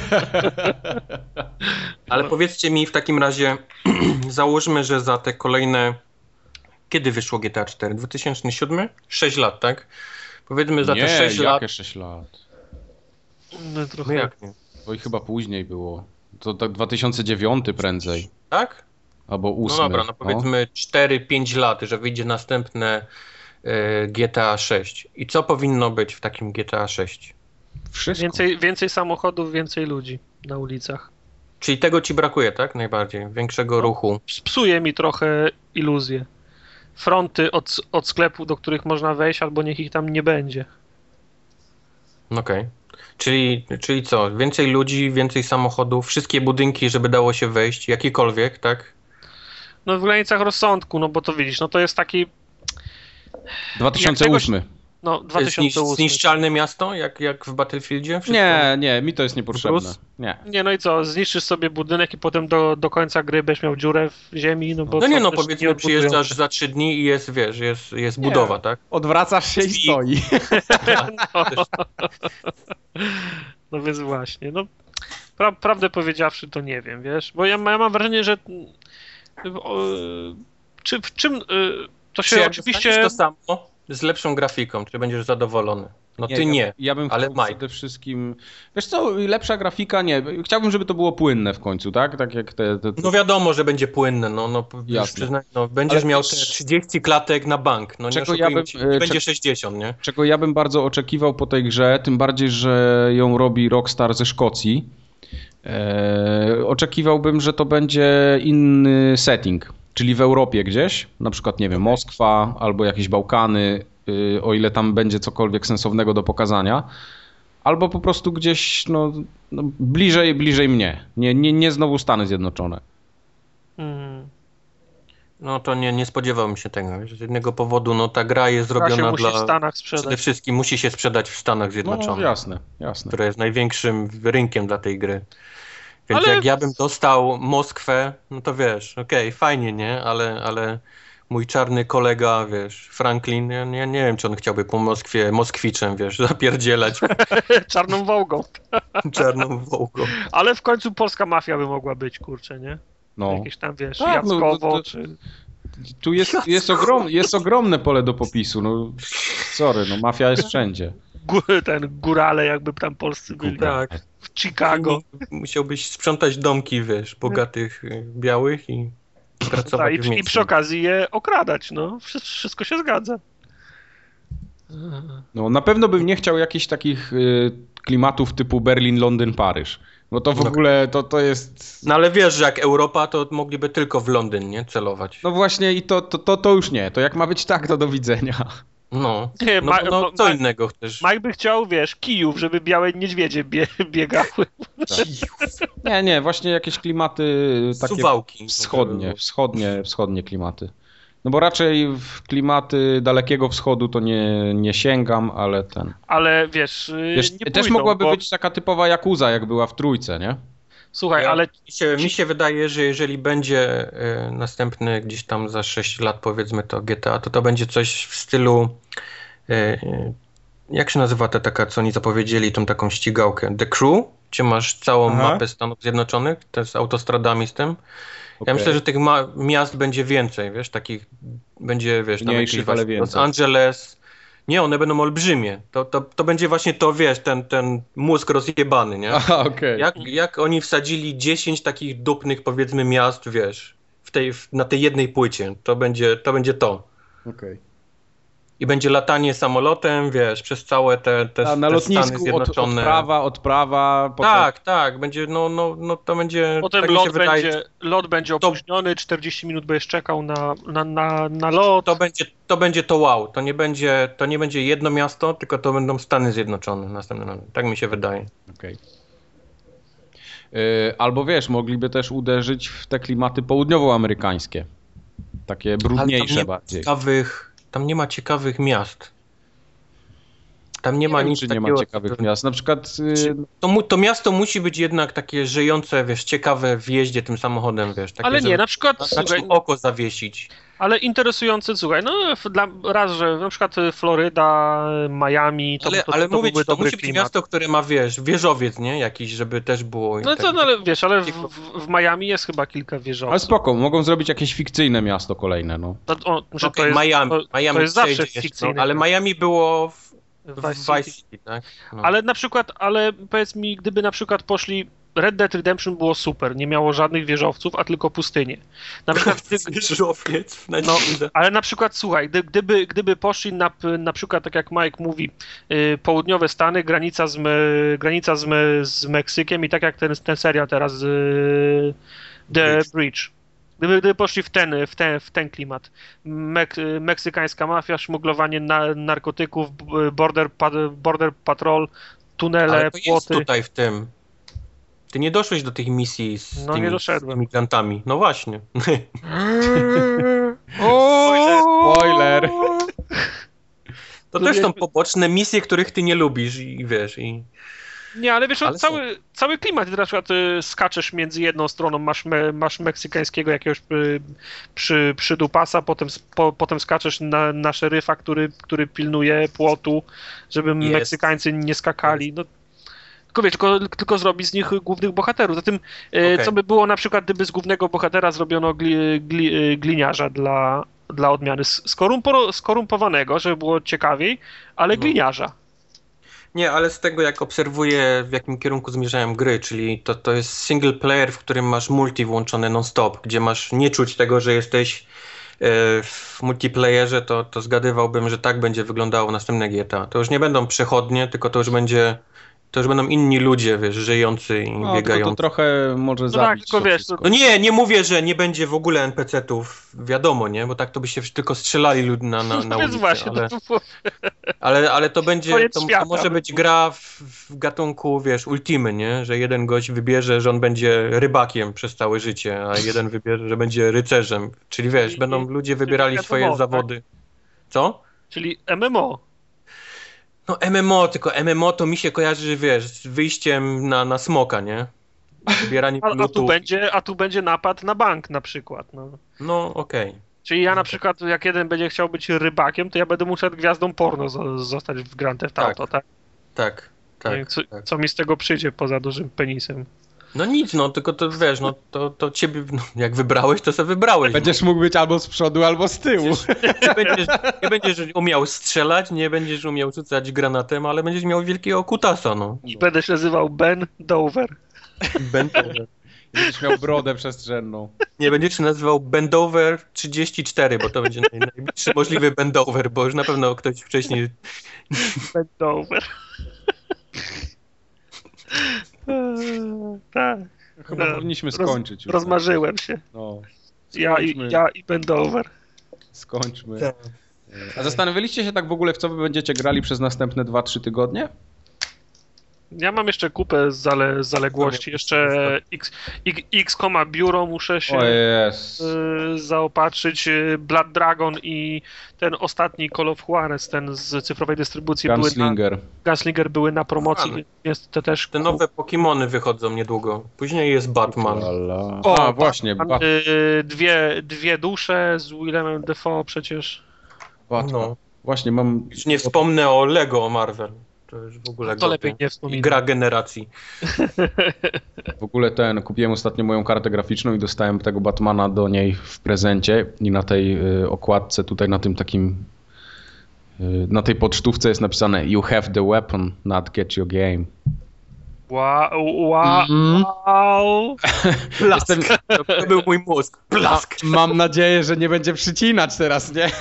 Ale powiedzcie mi w takim razie, załóżmy, że za te kolejne, kiedy wyszło G T A cztery? dwa tysiące siódmy? sześć lat, tak? Powiedzmy za nie, te sześć jakie lat. sześć lat? No, trochę. No jak nie? Bo i chyba później było. To tak dwa tysiące dziewiąty prędzej. Tak? Albo ósmy. No dobra, no powiedzmy cztery pięć lat, że wyjdzie następne y, G T A sześć. I co powinno być w takim G T A sześć? Wszystko. Więcej, więcej samochodów, więcej ludzi na ulicach. Czyli tego ci brakuje, tak? Najbardziej. Większego no, ruchu. Psuje mi trochę iluzję. Fronty od, od sklepu, do których można wejść, albo niech ich tam nie będzie. Okej. Okay. Czyli, czyli co? Więcej ludzi, więcej samochodów, wszystkie budynki, żeby dało się wejść, jakiekolwiek, tak? No w granicach rozsądku, no bo to widzisz, no to jest taki... dwa tysiące ósmy. Czegoś... No, dwa tysiące ósmy. Zniszczalne miasto, jak, jak w Battlefieldzie? Wszystko? Nie, nie, mi to jest niepotrzebne. Nie. Nie, no i co, zniszczysz sobie budynek i potem do, do końca gry będziesz miał dziurę w ziemi, no bo... No nie, no powiedzmy, nie przyjeżdżasz za trzy dni i jest, wiesz, jest, jest budowa, tak? Odwracasz się i stoi. no. no więc właśnie, no pra, prawdę powiedziawszy to nie wiem, wiesz, bo ja, ja mam wrażenie, że o, czy w czym to się czy oczywiście... to samo z lepszą grafiką, czy będziesz zadowolony? No nie, ty nie, ja, ja bym ale chciał Mike. przede wszystkim... Wiesz co, lepsza grafika nie. Chciałbym, żeby to było płynne w końcu, tak? Tak jak te... te, te... No wiadomo, że będzie płynne, no, no przyznaj, no będziesz ale miał te trzydzieści klatek na bank, no nie ja bym, ci, nie będzie sześćdziesiąt, nie? Czego ja bym bardzo oczekiwał po tej grze, tym bardziej, że ją robi Rockstar ze Szkocji, E, oczekiwałbym, że to będzie inny setting, czyli w Europie gdzieś, na przykład, nie wiem, Moskwa albo jakieś Bałkany, y, o ile tam będzie cokolwiek sensownego do pokazania, albo po prostu gdzieś no, no, bliżej, bliżej mnie, nie, nie, nie znowu Stany Zjednoczone. Mm. No to nie, nie spodziewałem się tego. Z jednego powodu, no ta gra jest zrobiona musi dla... w Stanach sprzedać. Przede wszystkim musi się sprzedać w Stanach Zjednoczonych. No jasne, jasne. Które jest największym rynkiem dla tej gry. Więc Ale... jak ja bym dostał Moskwę, no to wiesz, okej, okay, fajnie, nie? Ale, ale mój czarny kolega, wiesz, Franklin, ja nie, nie wiem, czy on chciałby po Moskwie Moskwiczem, wiesz, zapierdzielać. Czarną Wołgą. Czarną Wołgą. Ale w końcu polska mafia by mogła być, kurczę, nie? No. Jakieś tam, wiesz, tak, Jackowo, no, to, czy... Tu jest, jest, ogrom, jest ogromne pole do popisu, no sorry, no mafia jest wszędzie. Ten górale jakby tam polscy byli. Tak. W Chicago. Musiałbyś sprzątać domki, wiesz, bogatych białych i pracować Ta, w i, mieście. I przy okazji je okradać, no. Wszystko się zgadza. No na pewno bym nie chciał jakichś takich y, klimatów typu Berlin, Londyn, Paryż. No to w No. ogóle to, to jest... No ale wiesz, że jak Europa, to mogliby tylko w Londyn, nie? Celować. No właśnie i to, to, to, to już nie. To jak ma być tak, to do widzenia. No, Nie, no, ma, no ma, co ma, innego chcesz? Mike by chciał, wiesz, Kijów, żeby białe niedźwiedzie bie, biegały. Nie, nie, właśnie jakieś klimaty takie Suwałki. wschodnie, wschodnie, wschodnie klimaty. No bo raczej w klimaty Dalekiego Wschodu to nie, nie sięgam, ale ten... Ale wiesz, Wiesz nie też pójdą, mogłaby bo... być taka typowa Yakuza, jak była w Trójce, nie? Słuchaj, Ja, ale... Mi się, mi się wydaje, że jeżeli będzie y, następny gdzieś tam za sześć lat, powiedzmy to G T A, to to będzie coś w stylu... Y, y, jak się nazywa ta taka, co oni zapowiedzieli, tą taką ścigałkę? The Crew? Gdzie masz całą Aha. mapę Stanów Zjednoczonych, to z autostradami z tym. Ja Okay. myślę, że tych ma- miast będzie więcej, wiesz, takich będzie, wiesz, tam Mniejszych, jakieś ale właśnie Los więcej. Angeles. Nie, one będą olbrzymie. To, to, to będzie właśnie to, wiesz, ten, ten mózg rozjebany, nie? Aha, okej. Jak, jak oni wsadzili dziesięć takich dupnych, powiedzmy, miast, wiesz, w tej, w, na tej jednej płycie, to będzie to. Będzie to. Okej. I będzie latanie samolotem, wiesz, przez całe te, te, A na te lotnisku Stany od, Zjednoczone. odprawa, odprawa... Potem... Tak, tak, będzie, no, no, no to będzie... Potem tak mi się lot, wydaje, będzie, lot będzie opóźniony, czterdzieści minut będziesz czekał na, na, na, na lot. To będzie, to będzie to wow, to nie będzie, to nie będzie jedno miasto, tylko to będą Stany Zjednoczone następnym razem. Tak mi się wydaje. Okej. Yy, albo wiesz, mogliby też uderzyć w te klimaty południowoamerykańskie. Takie brudniejsze tam nie bardziej. Ma ciekawych, tam nie ma ciekawych miast. Tam nie, Nie ma wiem, nic czy takiego. nie ma ciekawych miast. Na przykład... Yy... To, mu, to miasto musi być jednak takie żyjące, wiesz, ciekawe w jeździe tym samochodem, wiesz. Takie, Ale nie, żeby na przykład, na, słuchaj, na czym oko zawiesić. ale interesujący, słuchaj, no dla, raz, że na przykład Floryda, Miami, to, Ale, to, ale to mówię byłby ci, to dobry musi być klimat. miasto, które ma, wiesz, wieżowiec, nie? Jakiś, żeby też było... No tak, to, no, ale wiesz, ale w, w, w Miami jest chyba kilka Ale wieżowców. spoko, mogą zrobić jakieś fikcyjne miasto kolejne, no. To, o, że okay, to jest, Miami, to, Miami to jest zawsze przejdzie jeszcze, fikcyjne. no, ale Miami było w, w w Vice Vice City. City, tak? No. Ale na przykład, ale powiedz mi, gdyby na przykład poszli... Red Dead Redemption było super, nie miało żadnych wieżowców, a tylko pustynię. Na przykład, gdy, Wieżowiec na no, dzidę. ale na przykład, słuchaj, gdy, gdyby, gdyby poszli na, na przykład, tak jak Mike mówi, yy, południowe Stany, granica z, me, granica z, me, z Meksykiem i tak jak ten, ten serial teraz, yy, The Bridge. Bridge. Gdyby, gdyby poszli w ten, w ten, w ten klimat. Mek, meksykańska mafia, szmuglowanie na, narkotyków, border, border patrol, tunele, Ale to jest płoty. tutaj w tym. Ty nie doszłeś do tych misji z No, tymi nie doszedłem. z imigrantami. No właśnie. Spoiler! To też są poboczne misje, których ty nie lubisz i wiesz, i... Nie, ale wiesz, Ale cały, cały klimat, ty na przykład y, skaczesz między jedną stroną, masz, me, masz meksykańskiego jakiegoś y, przy, przydupasa, potem, po, potem skaczesz na, na szeryfa, który, który pilnuje płotu, żeby Jest. Meksykańcy nie skakali. No, tylko wiesz, tylko, tylko zrobi z nich głównych bohaterów. Zatem, y, Okej. co by było na przykład, gdyby z głównego bohatera zrobiono gli, gli, y, gliniarza dla, dla odmiany, skorumpo, skorumpowanego, żeby było ciekawiej, ale No. gliniarza. Nie, ale z tego jak obserwuję, w jakim kierunku zmierzają gry, czyli to, to jest single player, w którym masz multi włączone non-stop, gdzie masz nie czuć tego, że jesteś e, w multiplayerze, to, to zgadywałbym, że tak będzie wyglądało następne G T A. To już nie będą przechodnie, tylko to już będzie To już będą inni ludzie, wiesz, żyjący i no, biegają. To trochę może no zabić tak, tylko wiesz, wszystko. No nie, nie mówię, że nie będzie w ogóle en pe ce tów, wiadomo, nie? Bo tak to by się tylko strzelali ludzi na, na, na ulicy, właśnie, ale, to było... ale, ale to będzie, to, świata. to może być gra w, w gatunku, wiesz, Ultimy, nie? Że jeden gość wybierze, że on będzie rybakiem przez całe życie, a jeden wybierze, że będzie rycerzem. Czyli wiesz, I, będą ludzie wybierali wiadomo, swoje tak? zawody. Co? Czyli M M O. No em em o, tylko em em o to mi się kojarzy, wiesz, z wyjściem na, na smoka, nie? Wybieranie A, a, tu pilotów. będzie, a tu będzie napad na bank na przykład. No. No okej. Okay. Czyli ja na przykład, jak jeden będzie chciał być rybakiem, to ja będę musiał gwiazdą porno zo- zostać w Grand Theft Auto, tak? Tak, tak. No co, tak. co mi z tego przyjdzie poza dużym penisem? No nic, no tylko to wiesz, no to, to ciebie, no, jak wybrałeś, to sobie wybrałeś. Będziesz mógł być albo z przodu, albo z tyłu. Nie będziesz, nie będziesz umiał strzelać, nie będziesz umiał rzucać granatem, ale będziesz miał wielkiego kutasa, no. I będę się nazywał Ben Dover. Bendover. Będziesz miał brodę przestrzenną. Nie, będziesz się nazywał Bendover trzydzieści cztery, bo to będzie naj, najbliższy możliwy Bendover, bo już na pewno ktoś wcześniej... Ben Dover. Tak. Chyba No, powinniśmy roz- skończyć już. Rozmarzyłem się. No, Ja i, skończmy. ja i Ben Dover. Skończmy. A zastanawialiście się tak w ogóle, w co wy będziecie grali przez następne dwa trzy tygodnie? Ja mam jeszcze kupę zale, zaległości. Jeszcze X, X, X, biuro muszę się O jest. y, zaopatrzyć. y, Blood Dragon i ten ostatni Call of Juarez, ten z cyfrowej dystrybucji były na, Gunslinger. Gunslinger były na promocji, Fajne. więc to też... Te nowe Pokemony wychodzą niedługo. Później jest Batman. Lala. O, A, właśnie, Batman, Bat- y, dwie, dwie dusze z Willemem Dafoe przecież. Batman. No. Właśnie, mam... Już nie wspomnę o Lego Marvel. To już w ogóle To głupie. lepiej nie I wspominać. gra generacji. W ogóle ten, kupiłem ostatnio moją kartę graficzną i dostałem tego Batmana do niej w prezencie i na tej y, okładce, tutaj na tym takim, y, na tej pocztówce jest napisane You have the weapon, not get your game. Wow, wow, Mhm. wow. Blask. To, to był mój mózg. Blask. Mam nadzieję, że nie będzie przycinać teraz, nie?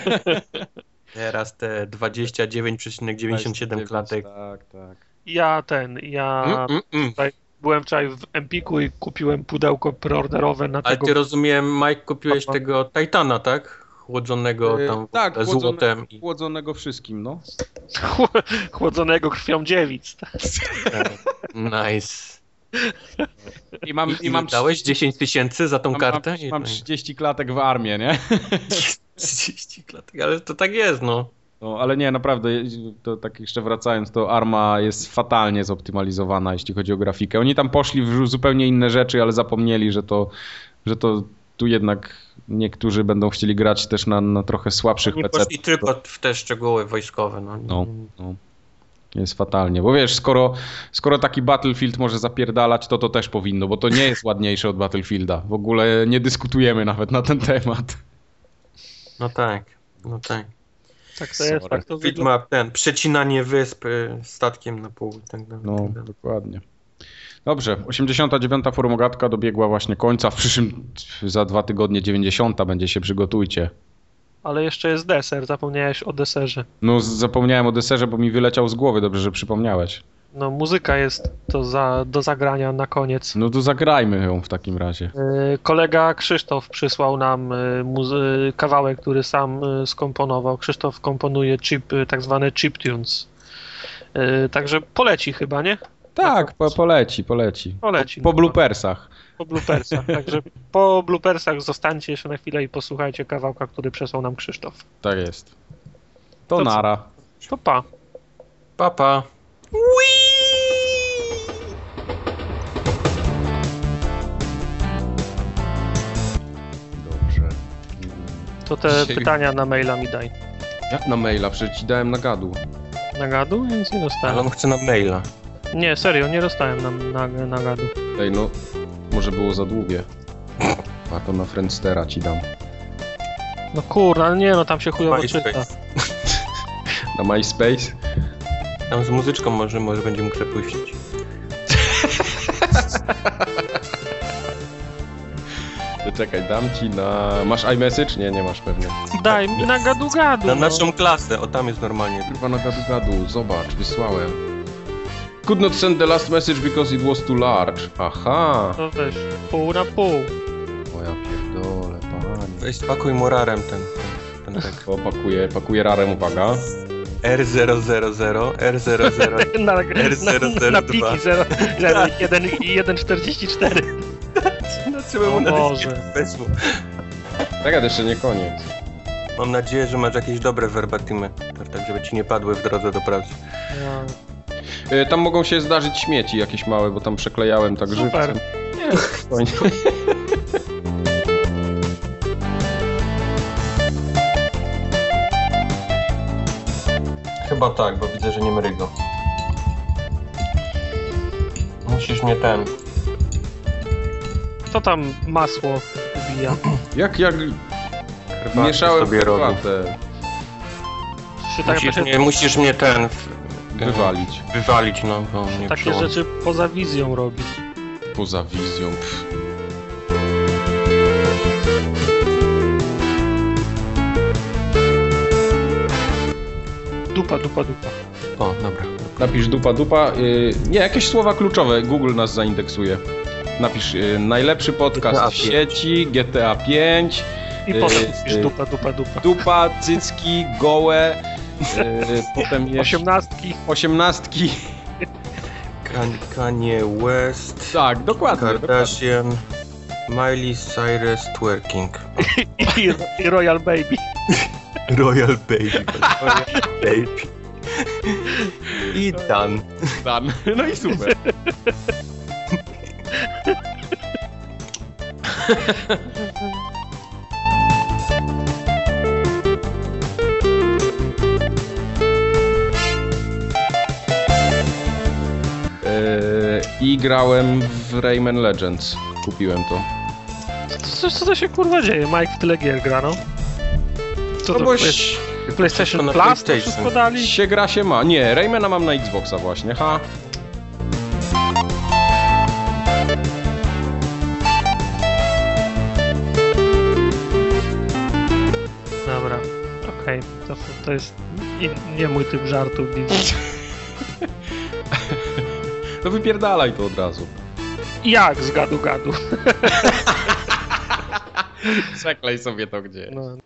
Teraz te dwadzieścia dziewięć przecinek dziewięćdziesiąt siedem klatek. Tak, tak. Ja ten, ja Mm, mm, mm. byłem wczoraj w Empiku i kupiłem pudełko preorderowe na Ale tego... ty rozumiem, Mike, kupiłeś Batman. tego Titana, tak? Chłodzonego Y, tam tak, ze złotem. I... chłodzonego wszystkim, no. chłodzonego krwią dziewic. Nice. I mam, I, i mam, dałeś dziesięć tysięcy za tą mam, kartę? mam, I- mam trzydzieści klatek w armię, nie? trzydzieści klatek, ale to tak jest, no. No, ale nie, naprawdę, to tak jeszcze wracając, to Arma jest fatalnie zoptymalizowana, jeśli chodzi o grafikę. Oni tam poszli w zupełnie inne rzeczy, ale zapomnieli, że to, że to tu jednak niektórzy będą chcieli grać też na, na trochę słabszych Nie pecetach. poszli tylko w te szczegóły wojskowe, no. No, no. Jest fatalnie, bo wiesz, skoro, skoro taki Battlefield może zapierdalać, to to też powinno, bo to nie jest ładniejsze od Battlefielda. W ogóle nie dyskutujemy nawet na ten temat. No tak, no tak. Tak to jest, Sorry. tak to Film wygląda. ma ten, przecinanie wysp y, statkiem na pół i tak dalej. No, tak dalej. dokładnie. Dobrze, osiemdziesiąta dziewiąta Formogatka dobiegła właśnie końca. W przyszłym, za dwa tygodnie dziewięćdziesiąta będzie, się przygotujcie. Ale jeszcze jest deser, zapomniałeś o deserze. No, z- zapomniałem o deserze, bo mi wyleciał z głowy, dobrze, że przypomniałeś. No muzyka jest to za, do zagrania na koniec. No to zagrajmy ją w takim razie. Yy, Kolega Krzysztof przysłał nam yy, muzy- kawałek, który sam yy, skomponował. Krzysztof komponuje chip, yy, tak zwane chiptunes. Yy, Także poleci chyba, nie? Tak, po, poleci, poleci. Poleci. Po no. bloopersach. Po bloopersach. Także po bloopersach zostańcie jeszcze na chwilę i posłuchajcie kawałka, który przesłał nam Krzysztof. Tak jest. To, To co? nara. To pa. Papa. Dobrze. To te Dzisiaj- pytania na maila mi daj. Jak na maila? Przecież ci dałem na gadu. Na gadu? Ja nic nie Ale dostałem. on chce na maila. Nie, serio, nie dostałem na, na, na gadu. Ej, no, może było za długie. A to na Friendstera ci dam. No kurna, ale nie no, tam się chujowo czyta. MySpace. Na MySpace? Tam z muzyczką może, może będzie mógł przepuścić. To czekaj, dam ci na... Masz iMessage? Nie, nie masz pewnie. Daj mi na gadu gadu. Na no. naszą klasę, o tam jest normalnie. Kurwa, na gadu gadu, zobacz, wysłałem. Could not send the last message because it was too large. Aha. To weź, pół na pół. O ja pierdolę, panie. Weź spakuj mu rarem ten, ten, ten tekst. O, pakuję, pakuję rarem, uwaga. R zero zero zero, R zero zero, na, R zero na, zero na dwa. piki zero, zero, jeden i jeden czterdzieści cztery. Znaczymy mu O na Boże. weszło. Tak, to jeszcze nie koniec. Mam nadzieję, że masz jakieś dobre verbatimy, tak żeby ci nie padły w drodze do pracy. No. Y, Tam mogą się zdarzyć śmieci jakieś małe, bo tam przeklejałem tak Super. żywcem. Nie, spokojnie. Chyba tak, bo widzę, że nie mrygo. Musisz mnie ten... Kto tam masło wbija? Jak, jak Herbatę mieszałem sobie robię. herbatę. Się tak, Musisz takie, mnie, musisz mnie ten... w- Wywalić. Wywalić, no, bo mnie takie przyłączy. rzeczy poza wizją robi. Poza wizją. Pff. Dupa, dupa, dupa. O, dobra. Napisz dupa dupa. Y, nie, jakieś słowa kluczowe. Google nas zaindeksuje. Napisz y, najlepszy podcast G T A w sieci, G T A pięć. I y, potem pisz y, dupa, dupa, dupa. Dupa, cycki, gołe. Y, potem jeszcze Osiemnastki. osiemnastki. Kan- Kanye West, Tak, dokładnie. dokładnie. Kardashian, Miley Cyrus twerking. I, I Royal Baby. Royal Baby. Royal Baby. I Dan. Dan. No i super. Yy, I grałem w Rayman Legends. Kupiłem to. Co, co to się kurwa dzieje? Mike w tyle gier gra, no. Co No to bo jest? Wszystko PlayStation na Plus to PlayStation. wszystko dali? się gra się ma. Nie, Raymana mam na Xboxa właśnie, ha. Dobra, okej. To, to jest nie, nie mój typ żartów. No wypierdalaj to od razu. Jak z gadu gadu? Przeklej sobie to gdzie. No.